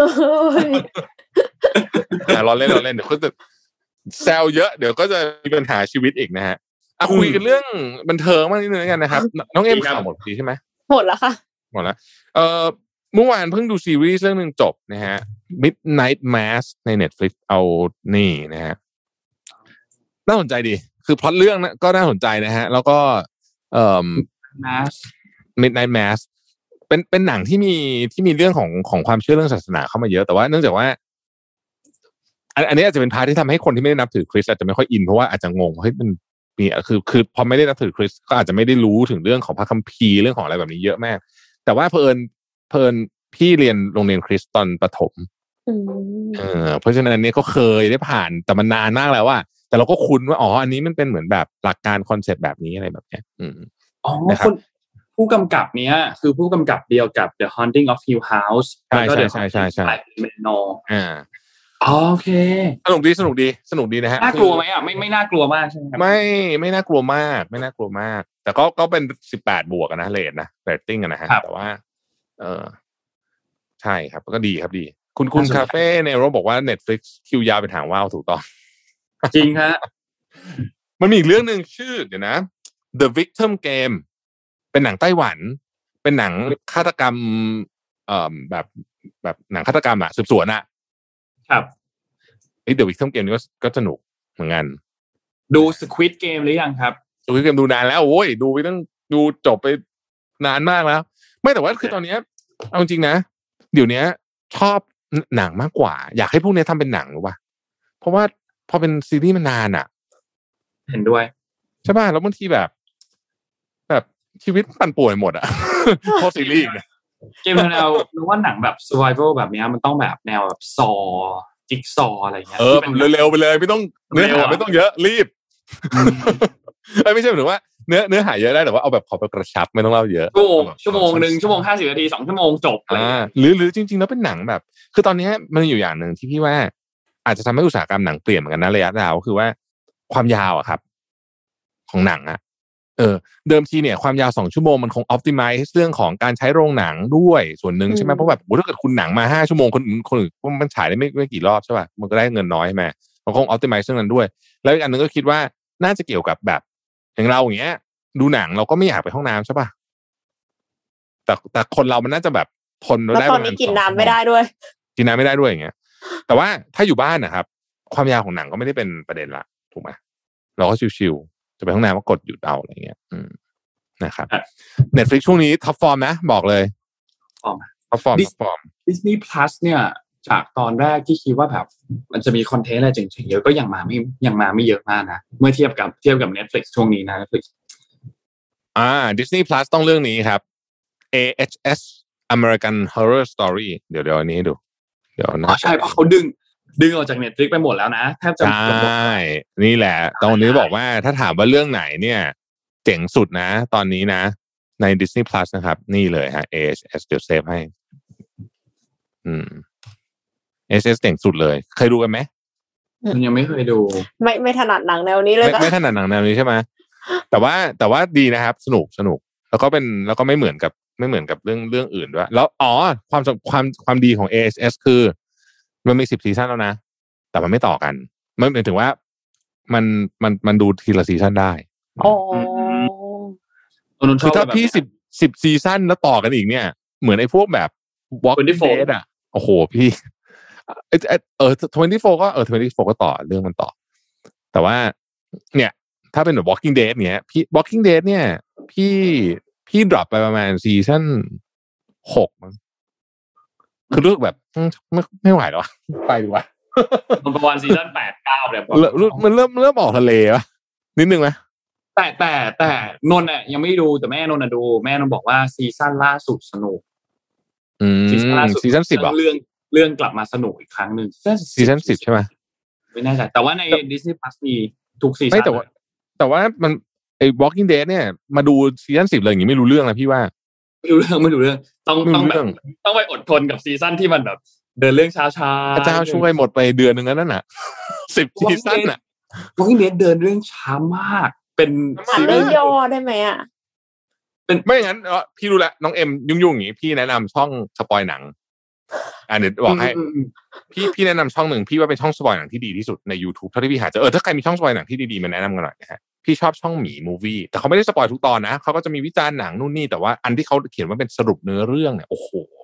เราเล่นเราเล่นเดี๋ยวก็จะแซวเยอะเดี๋ยวก็จะมีปัญหาชีวิตอีกนะฮะอ่ะคุยกันเรื่องบันเทิงมากนิดนึงกันนะครับน้องเอ็มข่าวหมดดีใช่ไหมหมดแล้วค่ะหมดแล้วเอ่อเมื่อวานเพิ่งดูซีรีส์เรื่องนึงจบนะฮะ Midnight Mass ใน Netflix เอานี่นะฮะน่าสนใจดีคือพล็อตเรื่องนะก็น่าสนใจนะฮะแล้วก็เอ่อ Mass Midnight Mass เป็นเป็นหนังที่มีที่มีเรื่องของของความเชื่อเรื่องศาสนาเข้ามาเยอะแต่ว่าเนื่องจากว่าอันอันนี้อาจจะเป็นพาร์ทที่ทำให้คนที่ไม่ได้นับถือคริสต์อาจจะไม่ค่อยอินเพราะว่าอาจจะงงเฮ้ยมันมีคือคือพอไม่ได้นับถือคริสต์ก็อาจจะไม่ได้รู้ถึงเรื่องของพระคัมภีร์เรื่องของอะไรแบบนี้เยอะมากแต่ว่าเพิ่นเพิ่นพี่เรียนโรงเรียนคริสต์ตอนประถมเออเพราะฉะนั้นอันนี้ก็เคยได้ผ่านแต่มันนานมากแล้วว่าแต่เราก็คุ้นว่าอ๋ออันนี้มันเป็นเหมือนแบบหลักการคอนเซ็ปต์แบบนี้อะไรแบบเนี้ยอืมอ๋อคนผู้กำกับเนี้ยคือผู้กำกับเดียวกับ The Haunting of Hill House แล้วก็ The Haunting of Menor อ่าโอเคสนุกดีสนุกดีสนุกดีนะฮะน่ากลัวไหมอ่ะไม่ไม่น่ากลัวมากใช่ไหมครับไม่ไม่น่ากลัวมากไม่น่ากลัวมากแต่ก็ก็เป็นสิบแปดบวกนะเรทนะเรตติ้งนะฮะแต่ว่าเออใช่ครับก็ดีครับดีคุณคุณคาเฟ่ในโรบอกว่า Netflix คิวยาวเป็นหางว่าวถูกต้องจริงฮะมันมีอีกเรื่องนึงชื่อเดี๋ยวนะ The Victim Game เป็นหนังไต้หวันเป็นหนังฆาตกรรมเอ่อแบบแบบหนังฆาตกรรมอ่ะสืบสวนอ่ะครับไอ้ The Victim Game นี่ก็ก็สนุกเหมือนกันดู Squid Game หรือยังครับ Squid Game ดูนานแล้วโอ้ยดูไปตั้งดูจบไปนานมากแล้วไม่แต่ว่าคือตอนนี้เอาจริงนะเดี๋ยวนี้ชอบหนังมากกว่าอยากให้พวกนี้ทำเป็นหนังหรือวะเพราะว่าพอเป็นซีรีส์มันนานอ่ะเห็นด้วยใช่ป่ะแล้วบางทีแบบแบบชีวิตปั่นป่วยหมดอ่ะเพราะซีรีส์เนี่ยเกมแนวหรือว่าหนังแบบ survival แบบนี้มันต้องแบบแนวแบบซอจิ๊กซออะไรเงี้ยเออเร็วๆไปเลยไม่ต้องเนื้อหาไม่ต้องเยอะรีบไม่ใช่หมายถึงว่าเนื้อเนื้อหาเยอะได้แต่ว่าเอาแบบขอแบบกระชับไม่ต้องเล่าเยอะชั่วโมงชั่วโมงนึงชั่วโมงห้าสิบนาทีสองชั่วโมงจบอะไรหรือหรือจริงๆแล้วเป็นหนังแบบคือตอนนี้มันอยู่อย่างนึงที่พี่ว่าอาจจะทำให้อุตสาหกรรมหนังเปลี่ยนเหมือนกันนะระยะยาวคือว่าความยาวอะครับของหนังอะเออเดิมทีเนี่ยความยาวสองชั่วโมงมันคง optimize เรื่องของการใช้โรงหนังด้วยส่วนหนึ่งใช่ไหมเพราะแบบถ้าเกิดคุณหนังมาห้าชั่วโมงคนคนอื่นมันฉายได้ไม่ไม่กี่รอบใช่ป่ะมันก็ได้เงินน้อยใช่ไหมมันคง optimize เรื่องนั้นด้วยแล้วอีกอันนึงก็คิดว่าน่าจะเกี่ยวกับแบบอย่างเราอย่างเงี้ยดูหนังเราก็ไม่อยากไปห้องน้ำใช่ป่ะแต่แต่คนเรามันน่าจะแบบทนได้ตอนนี้กินน้ำไม่ได้ด้วยกินน้ำไม่ได้ด้วยอย่างเงี้ยแต่ว่าถ้าอยู่บ้านนะครับความยาวของหนังก็ไม่ได้เป็นประเด็นละถูกไหมเราก็ชิวๆจะไปห้องน้ำก็กดหยุดเอาอะไรเงี้ยนะครับ Netflix ช่วงนี้ท็อปฟอร์มนะบอกเลยท็อปฟอร์มท็อปฟอร์ม Disney Plus เนี่ยจากตอนแรกที่คิดว่าแบบมันจะมีคอนเทนต์อะไรเจ๋งๆเยอะก็ยังมาไม่ยังมาไม่เยอะมากนะเมื่อเทียบกับเทียบกับ Netflix ช่วงนี้นะ Netflix อ่า Disney Plus ต้องเรื่องนี้ครับ เอ เอช เอส American Horror Story เดี๋ยวเดี๋ยวอันนี้ดูเดี๋ยวนะอ๋อใช่เพราะเขาดึงดึงออกจาก Netflix ไปหมดแล้วนะแทบจะใช่นี่แหละตอนนี้บอกว่าถ้าถามว่าเรื่องไหนเนี่ยเจ๋งสุดนะตอนนี้นะใน Disney Plus นะครับนี่เลยฮะ เอ เอช เอส เดี๋ยวเซฟให้อืม เอ เอช เอส เจ๋งสุดเลยเคยดูกันไหมยังไม่เคยดูไม่ไม่ถนัดหนังแนวนี้เลยไม่ไม่ถนัดหนังแนวนี้ใช่ไหมแต่ว่าแต่ว่าดีนะครับสนุกสนุกแล้วก็เป็นแล้วก็ไม่เหมือนกับไม่เหมือนกับเรื่องเรื่องอื่นด้วยแล้วอ๋อความความความดีของ เอ เอช เอส คือมันมีสิบซีซั่นแล้วนะแต่มันไม่ต่อกันมันหมายถึงว่ามันมันมันดูทีละซีซั่นได้อ๋อคือถ้าพี่สิบสิบซีซั่นแล้วต่อกันอีกเนี่ยเหมือนไอ้พวกแบบ Walking Dead อ่ะโอ้โหพี่เออเออยี่สิบสี่ก็เออยี่สิบสี่ก็ต่อเรื่องมันต่อแต่ว่าเนี่ยถ้าเป็นแบบ Walking Dead เนี้ยพี่ Walking Dead เนี่ยพี่พี่ดรอปไปประมาณซีซั่นหกมั้งคือรู้สึกแบบไม่ไม่ไหวแล้วไปดีกว่ามันประมาณซีซั่นแปดเก้าแบบมันเริ่มเริ่มออกทะเลวะนิดนึงไหมแต่แต่แต่นนท์อ่ะยังไม่ดูแต่แม่นนท์อ่ะดูแม่นนท์บอกว่าซีซั่นล่าสุดสนุกซีซั่นล่าสุดซีซั่นสิบอ่ะเรื่องเรื่องกลับมาสนุกอีกครั้งนึงซีซั่นสิบใช่ไหมไม่แน่ใจแต่ว่าใน Disney Plus มีทุกซีซั่นไม่แต่ว่าแต่ว่ามันไอ้ Walking Dead เนี่ยมาดูซีซั่นสิบเลยอย่างงี้ไม่รู้เรื่องนะพี่ว่าไม่รู้เรื่องไม่รู้เรื่องต้องต้องแบบต้องไปอดทนกับซีซั่นที่มันแบบเดินเรื่องช้าๆพระเจ้าช่วยหมดไปเดือนนึงแล้วนั่นน่ะสิบซีซั่นน่ะ Walking Dead เดินเรื่องช้ามากเป็นซีรีส์ย่อได้ไหมอ่ะเป็นไม่งั้นเออพี่รู้แล้วน้องเอ็มยุ่งๆอย่างงี้พี่แนะนำช่องสปอยหนังอ่าเดี๋ยวบอกให้พี่พี่แนะนำช่องหนึ่งพี่ว่าเป็นช่องสปอยหนังที่ดีที่สุดใน YouTube เท่าที่พี่หาเจอเออถ้าใครมีช่องสปอยหนังที่ดีๆมาแนะนำกันหน่อยนะฮะพี่ชอบช่องหมีมูวี่แต่เขาไม่ได้สปอยทุกตอนนะเขาก็จะมีวิจารณ์หนังนู่นนี่แต่ว่าอันที่เขาเขียนว่าเป็นสรุปเนื้อเรื่องเนี่ยโอ้โห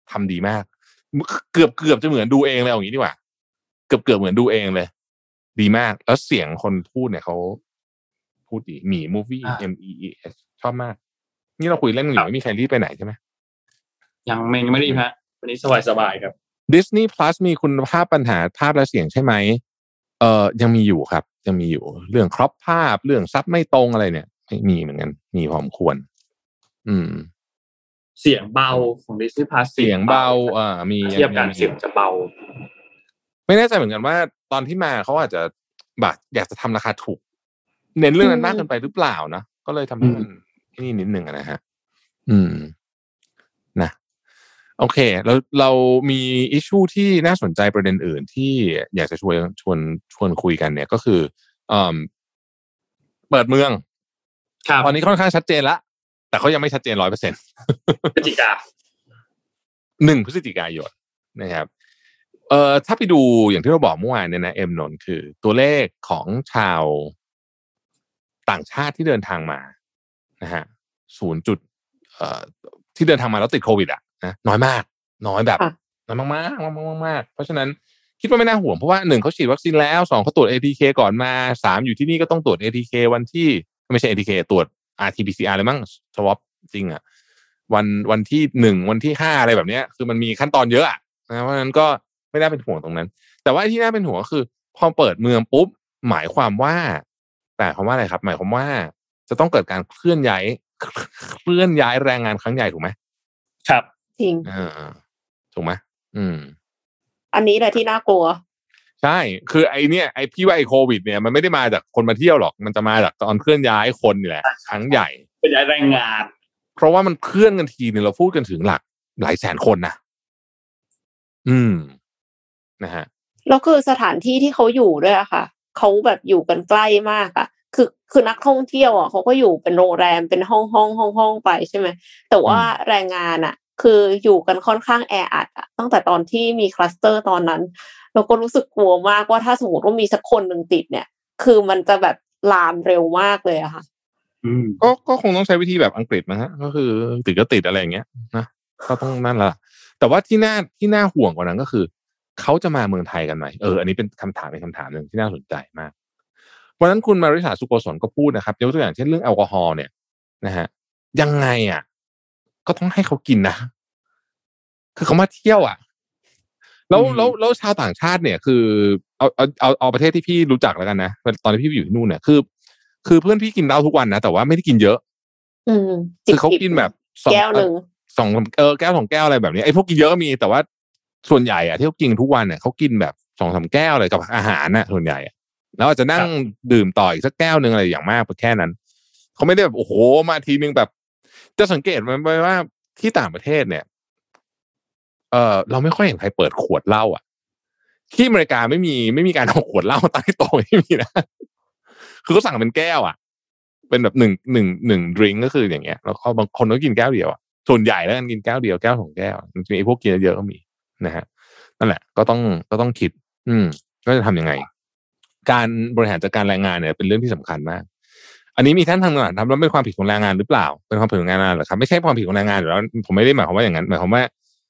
ทำดีมากเกือบเกือบจะเหมือนดูเองเลยอย่างนี้ดีกว่าเกือบเกือบเหมือนดูเองเลยดีมากแล้วเสียงคนพูดเนี่ยเขาพูดดีหมี movie M E E S ชอบมากนี่เราคุยเล่นอยู่ไม่มีใครรีบไปไหนใช่ไหมยังไม่ไม่รีบฮะวันนี้สบายๆครับ Disney Plus มีคุณภาพปัญหาภาพและเสียงใช่ไหมเอ่อยังมีอยู่ครับยังมีอยู่เรื่องครอปภาพเรื่องซับไม่ตรงอะไรเนี่ยไม่มีเหมือนกันมีพอสมควรอืมเสียงเบาของ Disney Plus เสียงเบาอ่ามีเทียบกันเสียงจะเบาไม่แน่ใจเหมือนกันว่าตอนที่มาเขาอาจจะแบบอยากจะทำราคาถูกเน้นเรื่องนั้นมากเกินไปหรือเปล่านะก็เลยทำให้มันนี่นิดนึงนะฮะอืมนะโอเคแล้วเรามีอิชชูที่น่าสนใจประเด็นอื่นที่อยากจะชวนชวนชวนคุยกันเนี่ยก็คืออ่าเปิดเมืองตอนนี้ค่อนข้างชัดเจนละแต่เขายังไม่ชัดเจนร้อยเปอร์เซ็นต์พฤศจิกาหนึ่งพฤศจิกายนนะครับเอ่อถ้าไปดูอย่างที่เราบอกเมื่อวานเนี่ยนะเอ็มนนท์คือตัวเลขของชาวต่างชาติที่เดินทางมานะฮะศูนย์จุดเอ่อที่เดินทางมาแล้วติดโควิดอ่ะนะน้อยมากน้อยแบบน้อยมากมากมากมากเพราะฉะนั้นคิดว่าไม่น่าห่วงเพราะว่าหนึ่งเขาฉีดวัคซีนแล้วสองเขาตรวจ เอ ที เค ก่อนมาสามอยู่ที่นี่ก็ต้องตรวจ เอ ที เค วันที่ไม่ใช่ เอ ที เค ตรวจ อาร์ ที พี ซี อาร์ เลยมั้ง swab จริงอ่ะวันวันที่หนึ่งวันที่ห้าอะไรแบบเนี้ยคือมันมีขั้นตอนเยอะอ่ะนะเพราะฉะนั้นก็ไม่น่าเป็นห่วงตรงนั้นแต่ว่าที่น่าเป็นห่วงก็คือพอเปิดเมืองปุ๊บหมายความว่าแต่คำว่าอะไรครับหมายความว่าจะต้องเกิดการเคลื่อนย้ายเคลื่อนย้ายแรงงานครั้งใหญ่ถูกไหมครับจริงอ่าถูกไหมอืมอันนี้แหละที่น่ากลัวใช่คือไอเนี้ยไอพี่ว่าไอโควิดเนี่ยมันไม่ได้มาจากคนมาเที่ยวหรอกมันจะมาจากตอนเคลื่อนย้ายคนนี่แหละครั้งใหญ่เคลื่อนย้ายแรงงานเพราะว่ามันเคลื่อนกันทีเนี่ยเราพูดกันถึงหลักหลายแสนคนนะอืมนะฮะแล้วคือสถานที่ที่เขาอยู่ด้วยอะค่ะเขาแบบอยู่กันใกล้มากอะคือคือนักท่องเที่ยวอะเขาก็อยู่เป็นโรงแรมเป็นห้องห้องห้องห้องไปใช่ไหมแต่ว่าแรงงานอะคืออยู่กันค่อนข้างแออัดอะตั้งแต่ตอนที่มีคลัสเตอร์ตอนนั้นเราก็รู้สึกกลัวมากว่าถ้าสมมติว่ามีสักคนหนึ่งติดเนี่ยคือมันจะแบบลามเร็วมากเลยอะค่ะก็ก็คงต้องใช้วิธีแบบอังกฤษนะฮะก็คือติดก็ติดอะไรอย่างเงี้ยนะก็ต้องนั่นละแต่ว่าที่น่าที่น่าห่วงกว่านั้นก็คือเขาจะมาเมืองไทยกันไหมเอออันนี้เป็นคำถามเป็นคำถามหนึ่งที่น่าสนใจมากวันนั้นคุณมาริสาสุโกศลก็พูดนะครับยกตัวอย่างเช่นเรื่องแอลกอฮอล์เนี่ยนะฮะยังไงอ่ะก็ต้องให้เขากินนะคือเขามาเที่ยวอ่ะแล้วแล้วแล้วชาวต่างชาติเนี่ยคือเอาเอาเอาเอาประเทศที่พี่รู้จักแล้วกันนะตอนที่พี่อยู่ที่นู่นเนี่ยคือคือเพื่อนพี่กินเหล้าทุกวันนะแต่ว่าไม่ได้กินเยอะอืมคือเขากินแบบแก้วหนึ่งสองเออแก้วสองแก้วอะไรแบบนี้ไอ้พวกกินเยอะก็มีแต่ว่าส่วนใหญ่อะที่เขากินทุกวันเนี่ยเขากินแบบสองสามแก้วเลยกับอาหารน่ะส่วนใหญ่แล้วอาจจะนั่งดื่มต่ออีกสักแก้วนึงอะไรอย่างมากแค่นั้นเขาไม่ได้แบบโอ้โหมาทีนึงแบบจะสังเกตมันไปว่าที่ต่างประเทศเนี่ยเออเราไม่ค่อยเห็นใครเปิดขวดเหล้าอ่ะที่อเมริกาไม่มีไม่มีการเอาขวดเหล้าตั้งที่โต๊ะไม่มีนะคือเขาสั่งเป็นแก้วอ่ะเป็นแบบหนึ่งหนึ่งหนึ่งดริงก์ก็คืออย่างเงี้ยแล้วเขาบางคนก็กินแก้วเดียวอ่ะส่วนใหญ่แล้วกันกินแก้วเดียวแก้วสองแก้วจริงๆไอ้พวกกินเยอะก็มีนะฮะนั่นแหละก็ต้องก็ต้องคิดอืมก็จะทำยังไงการบริหารจัดการแรงงานเนี่ยเป็นเรื่องที่สำคัญมากอันนี้มีท่านทำงานทำแล้วเป็นความผิดของแรงงานหรือเปล่าเป็นความผิดของแรงงานหรือครับไม่ใช่ความผิดของแรงงานอยู่แล้วผมไม่ได้หมายความว่าอย่างนั้นหมายความว่า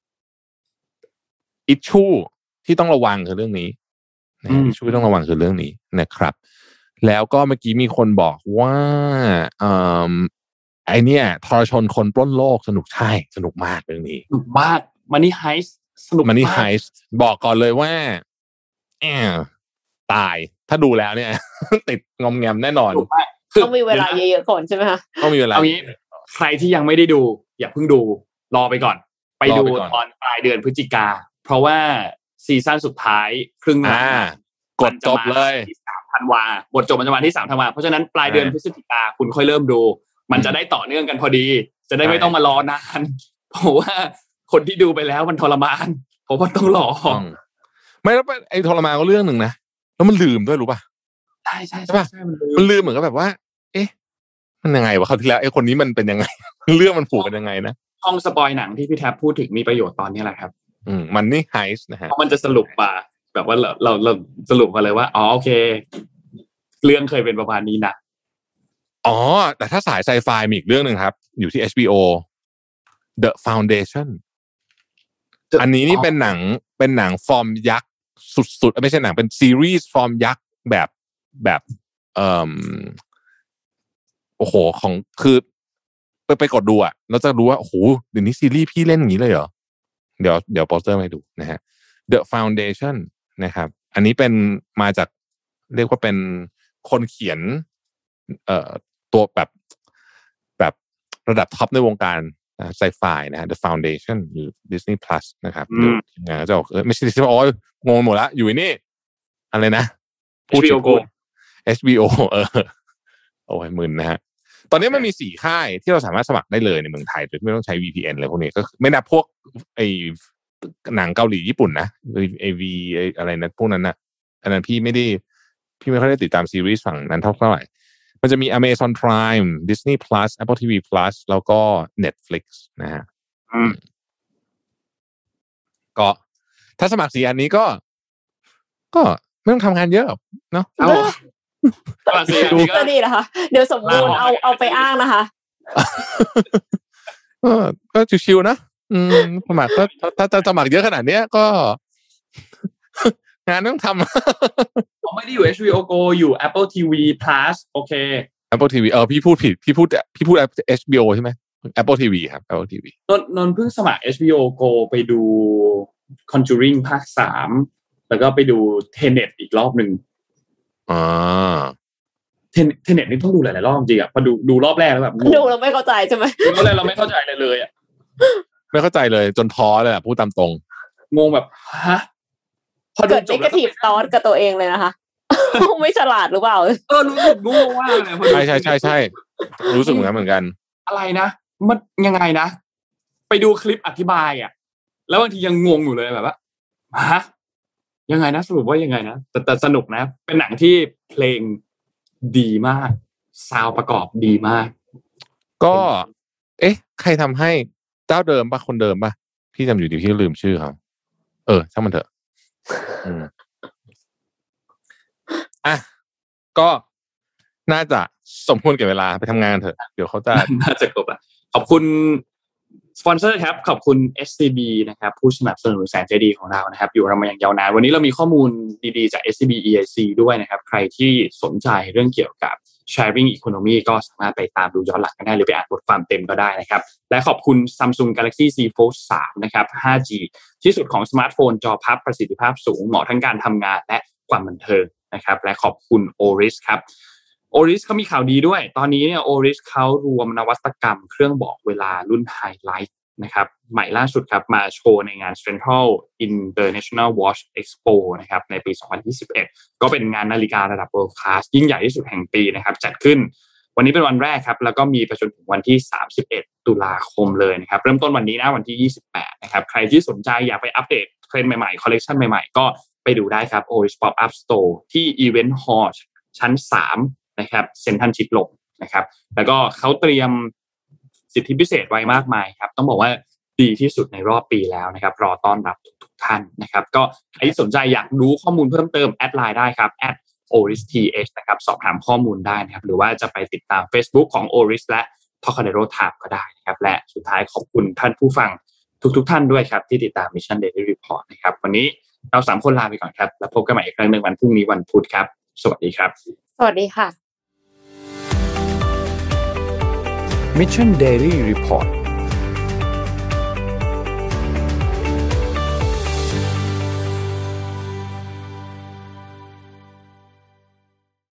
อิชชูที่ต้องระวังคือเรื่องนี้นะอิชชูที่ต้องระวังคือเรื่องนี้นะครับแล้วก็เมื่อกี้มีคนบอกว่าอ่าไอเนี่ยทรชนคนปล้นโลกสนุกใช่สนุกมากเรื่องนี้สนุกมากมันนี่ไฮส์สนุกมากมันนี่ไฮส์บอกก่อนเลยว่าแอบตายถ้าดูแล้วเนี่ย ติดงอมแงมแน่นอนต้องมีเวลาเยอะๆก่อนใช่ไหมคะต้องมีเวลาเอางี้ใครที่ยังไม่ได้ดูอย่าเพิ่งดูรอไปก่อนไปดูตอนปลายเดือนพฤศจิกาเพราะว่าซีซั่นสุดท้ายครึ่งหลังกดจบเลยที่สามธันวาบทจบมันจะมาที่สามธันวาเพราะฉะนั้นปลายเดือนพฤศจิกาคุณค่อยเริ่มดูมันจะได้ต่อเนื่องกันพอดีจะได้ไม่ต้องมารอนานเพราะว่าคนที่ดูไปแล้วมันทรมานเพราะว่าต้องรอไม่แล้วไอ้ทรมานก็เรื่องหนึ่งนะแล้วมันลืมด้วยรู้ป่ะใช่ใช่ใช่ป่ะมันลืมเหมือนกับแบบว่าเอ๊ะมันยังไงวะคราวที่แล้วไอ้คนนี้มันเป็นยังไงเรื่องมันผูกกันยังไงนะช่องสปอยหนังที่พี่แท็บพูดถึงมีประโยชน์ตอนนี้แหละครับอืมมันนี่ไฮส์นะฮะเพราะมันจะสรุปมาแบบว่าเราเราเราสรุปมาเลยว่าอ๋อโอเคเรื่องเคยเป็นประมาณนี้นะอ๋อแต่ถ้าสายไซไฟมีอีกเรื่องนึงครับอยู่ที่ เอช บี โอ The Foundation อันนี้นี่เป็นหนังเป็นหนังฟอร์มยักษ์สุดๆไม่ใช่หนังเป็นซีรีส์ฟอร์มยักษ์แบบแบบเอ่อโอ้โหของคือไปไปกดดูอ่ะเราจะรู้ว่าโอ้โหเดี๋ยวนี้ซีรีส์พี่เล่นอย่างนี้เลยเหรอเดี๋ยวเดี๋ยวโปสเตอร์ให้ดูนะฮะ The Foundation นะครับอันนี้เป็นมาจากเรียกว่าเป็นคนเขียนเอ่อตัวแบบแบบระดับท็อปในวงการไซไฟนะฮะ The Foundation อยู่ Disney Plus นะครับเดี๋ยวทีมงานก็จะบอกเออไม่ใช่ที่ว่าโอ้ยงงหมดละอยู่นี่อะไรนะเอช บี โอ Go เอช บี โอ เออโอ้ยมึนนะฮะตอนนี้มันมีสี่ค่ายที่เราสามารถสมัครได้เลยในเมืองไทยโดยไม่ต้องใช้ วี พี เอ็น อะไรพวกนี้ก็ไม่นับพวกไอ้หนังเกาหลีญี่ปุ่นนะไอวีอะไรนะพวกนั้นนะอันนั้นพี่ไม่ได้พี่ไม่ค่อยได้ติดตามซีรีส์ฝั่งนั้นเท่าไหร่มันจะมี Amazon Prime Disney Plus Apple ที วี Plus แล้วก็ Netflix นะฮะก็ถ้าสมัครสี่อันนี้ก็ก็ไม่ต้องทำงานเยอะเนาะเอาสมัครสี่อันนี้ก็ดีนะคะเดี๋ยวสมบูรณ์เอาเอาไปอ้างนะคะก็ก็ชิวๆนะอืมสมัครก็ถ้าจะสมัครเยอะขนาดเนี้ยก็งานต้องทำผมไม่ได้อยู่ เอช บี โอ Go อยู่ Apple ที วี Plus โอเค Apple ที วี เออพี่พูดผิดพี่พูดพี่พูด เอช บี โอ ใช่ไหม Apple ที วี ครับ Apple ที วีนนนนเพิ่งสมัคร เอช บี โอ Go ไปดู Conjuring ภาคสามแล้วก็ไปดู Tenet อีกรอบนึงอ่า Tenet นี่ต้องดูหลายๆรอบจริงอ่ะพอดูดูรอบแรกแล้วแบบดูเราไม่เข้าใจใช่ไหมดูรอบแรกเราไม่เข้าใจเลยเลยอ่ะไม่เข้าใจเลยจนท้อเลยอ่ะพูดตามตรงงงแบบฮะพอดูจบแล้วเกิด negative thought กับตัวเองเลยนะคะไม่ฉลาดหรือเปล่าเออรู้สึกงูว่าเลยใช่ใช่ใช่ใช่รู้สึกเหมือนกันเหมือนกันอะไรนะมันยังไงนะไปดูคลิปอธิบายอ่ะแล้วบางทียังงงอยู่เลยแบบว่าฮะยังไงนะสรุปว่ายังไงนะแต่แต่สนุกนะเป็นหนังที่เพลงดีมากซาวด์ประกอบดีมากก็เอ๊ะใครทำให้เจ้าเดิมป่ะคนเดิมป่ะพี่จำอยู่ดีพี่ลืมชื่อเขาเออช่างมันเถอะอืมอ่ะก็น่าจะสมควรแก่เวลาไปทำงานเถอะเดี๋ยวเขาจะน่าจะครบอ่ะขอบคุณสปอนเซอร์ครับขอบคุณ เอส ซี บี นะครับผู้สนับสนุนแสนใจดีของเรานะครับอยู่เรามาอย่างยาวนานวันนี้เรามีข้อมูลดีๆจาก เอส ซี บี อี ไอ ซี ด้วยนะครับใครที่สนใจเรื่องเกี่ยวกับ sharing economy ก็สามารถไปตามดูย้อนหลังกันได้หรือไปอ่านบทความเต็มก็ได้นะครับและขอบคุณ Samsung Galaxy Z Fold สาม นะครับ ห้าจี ที่สุดของสมาร์ทโฟนจอพับประสิทธิภาพสูงเหมาะทั้งการทำงานและความบันเทิงนะครับและขอบคุณ Oris ครับ Oris เขามีข่าวดีด้วยตอนนี้เนี่ย Oris เขารวมนวัตกรรมเครื่องบอกเวลารุ่น Highlight นะครับใหม่ล่าสุดครับมาโชว์ในงาน Central International Watch Expo นะครับในปีสองพันยี่สิบเอ็ดก็เป็นงานนาฬิการะดับ World Class ยิ่งใหญ่ที่สุดแห่งปีนะครับจัดขึ้นวันนี้เป็นวันแรกครับแล้วก็มีไปจนถึงวันที่สามสิบเอ็ดตุลาคมเลยนะครับเริ่มต้นวันนี้นะวันที่ยี่สิบแปดนะครับใครที่สนใจอยากไปอัปเดตเทรนด์ใหม่ๆคอลเลคชันใหม่ๆก็ไปดูได้ครับ Oris Pop-up Store ที่ Event Hall ชั้นสามนะครับเซ็นทรัลชิดลมนะครับแล้วก็เขาเตรียมสิทธิพิเศษไว้มากมายครับต้องบอกว่าดีที่สุดในรอบปีแล้วนะครับรอต้อนรับทุกๆท่านนะครับก็ใครที่สนใจอยากรู้ข้อมูลเพิ่มเติมแอดไลน์ได้ครับ แอท โอริส ที เอช นะครับสอบถามข้อมูลได้นะครับหรือว่าจะไปติดตาม Facebook ของ Oris และ Tocadero Time ก็ได้นะครับและสุดท้ายขอบคุณท่านผู้ฟังทุกๆท่านด้วยครับที่ติดตาม Mission Daily Report นะครับวันนี้เราสามคนลาไปก่อนครับแล้วพบกันใหม่อีกครั้งนึงวันพรุ่งนี้วันพุธครับสวัสดีครับสวัสดีค่ะ Mission Daily Report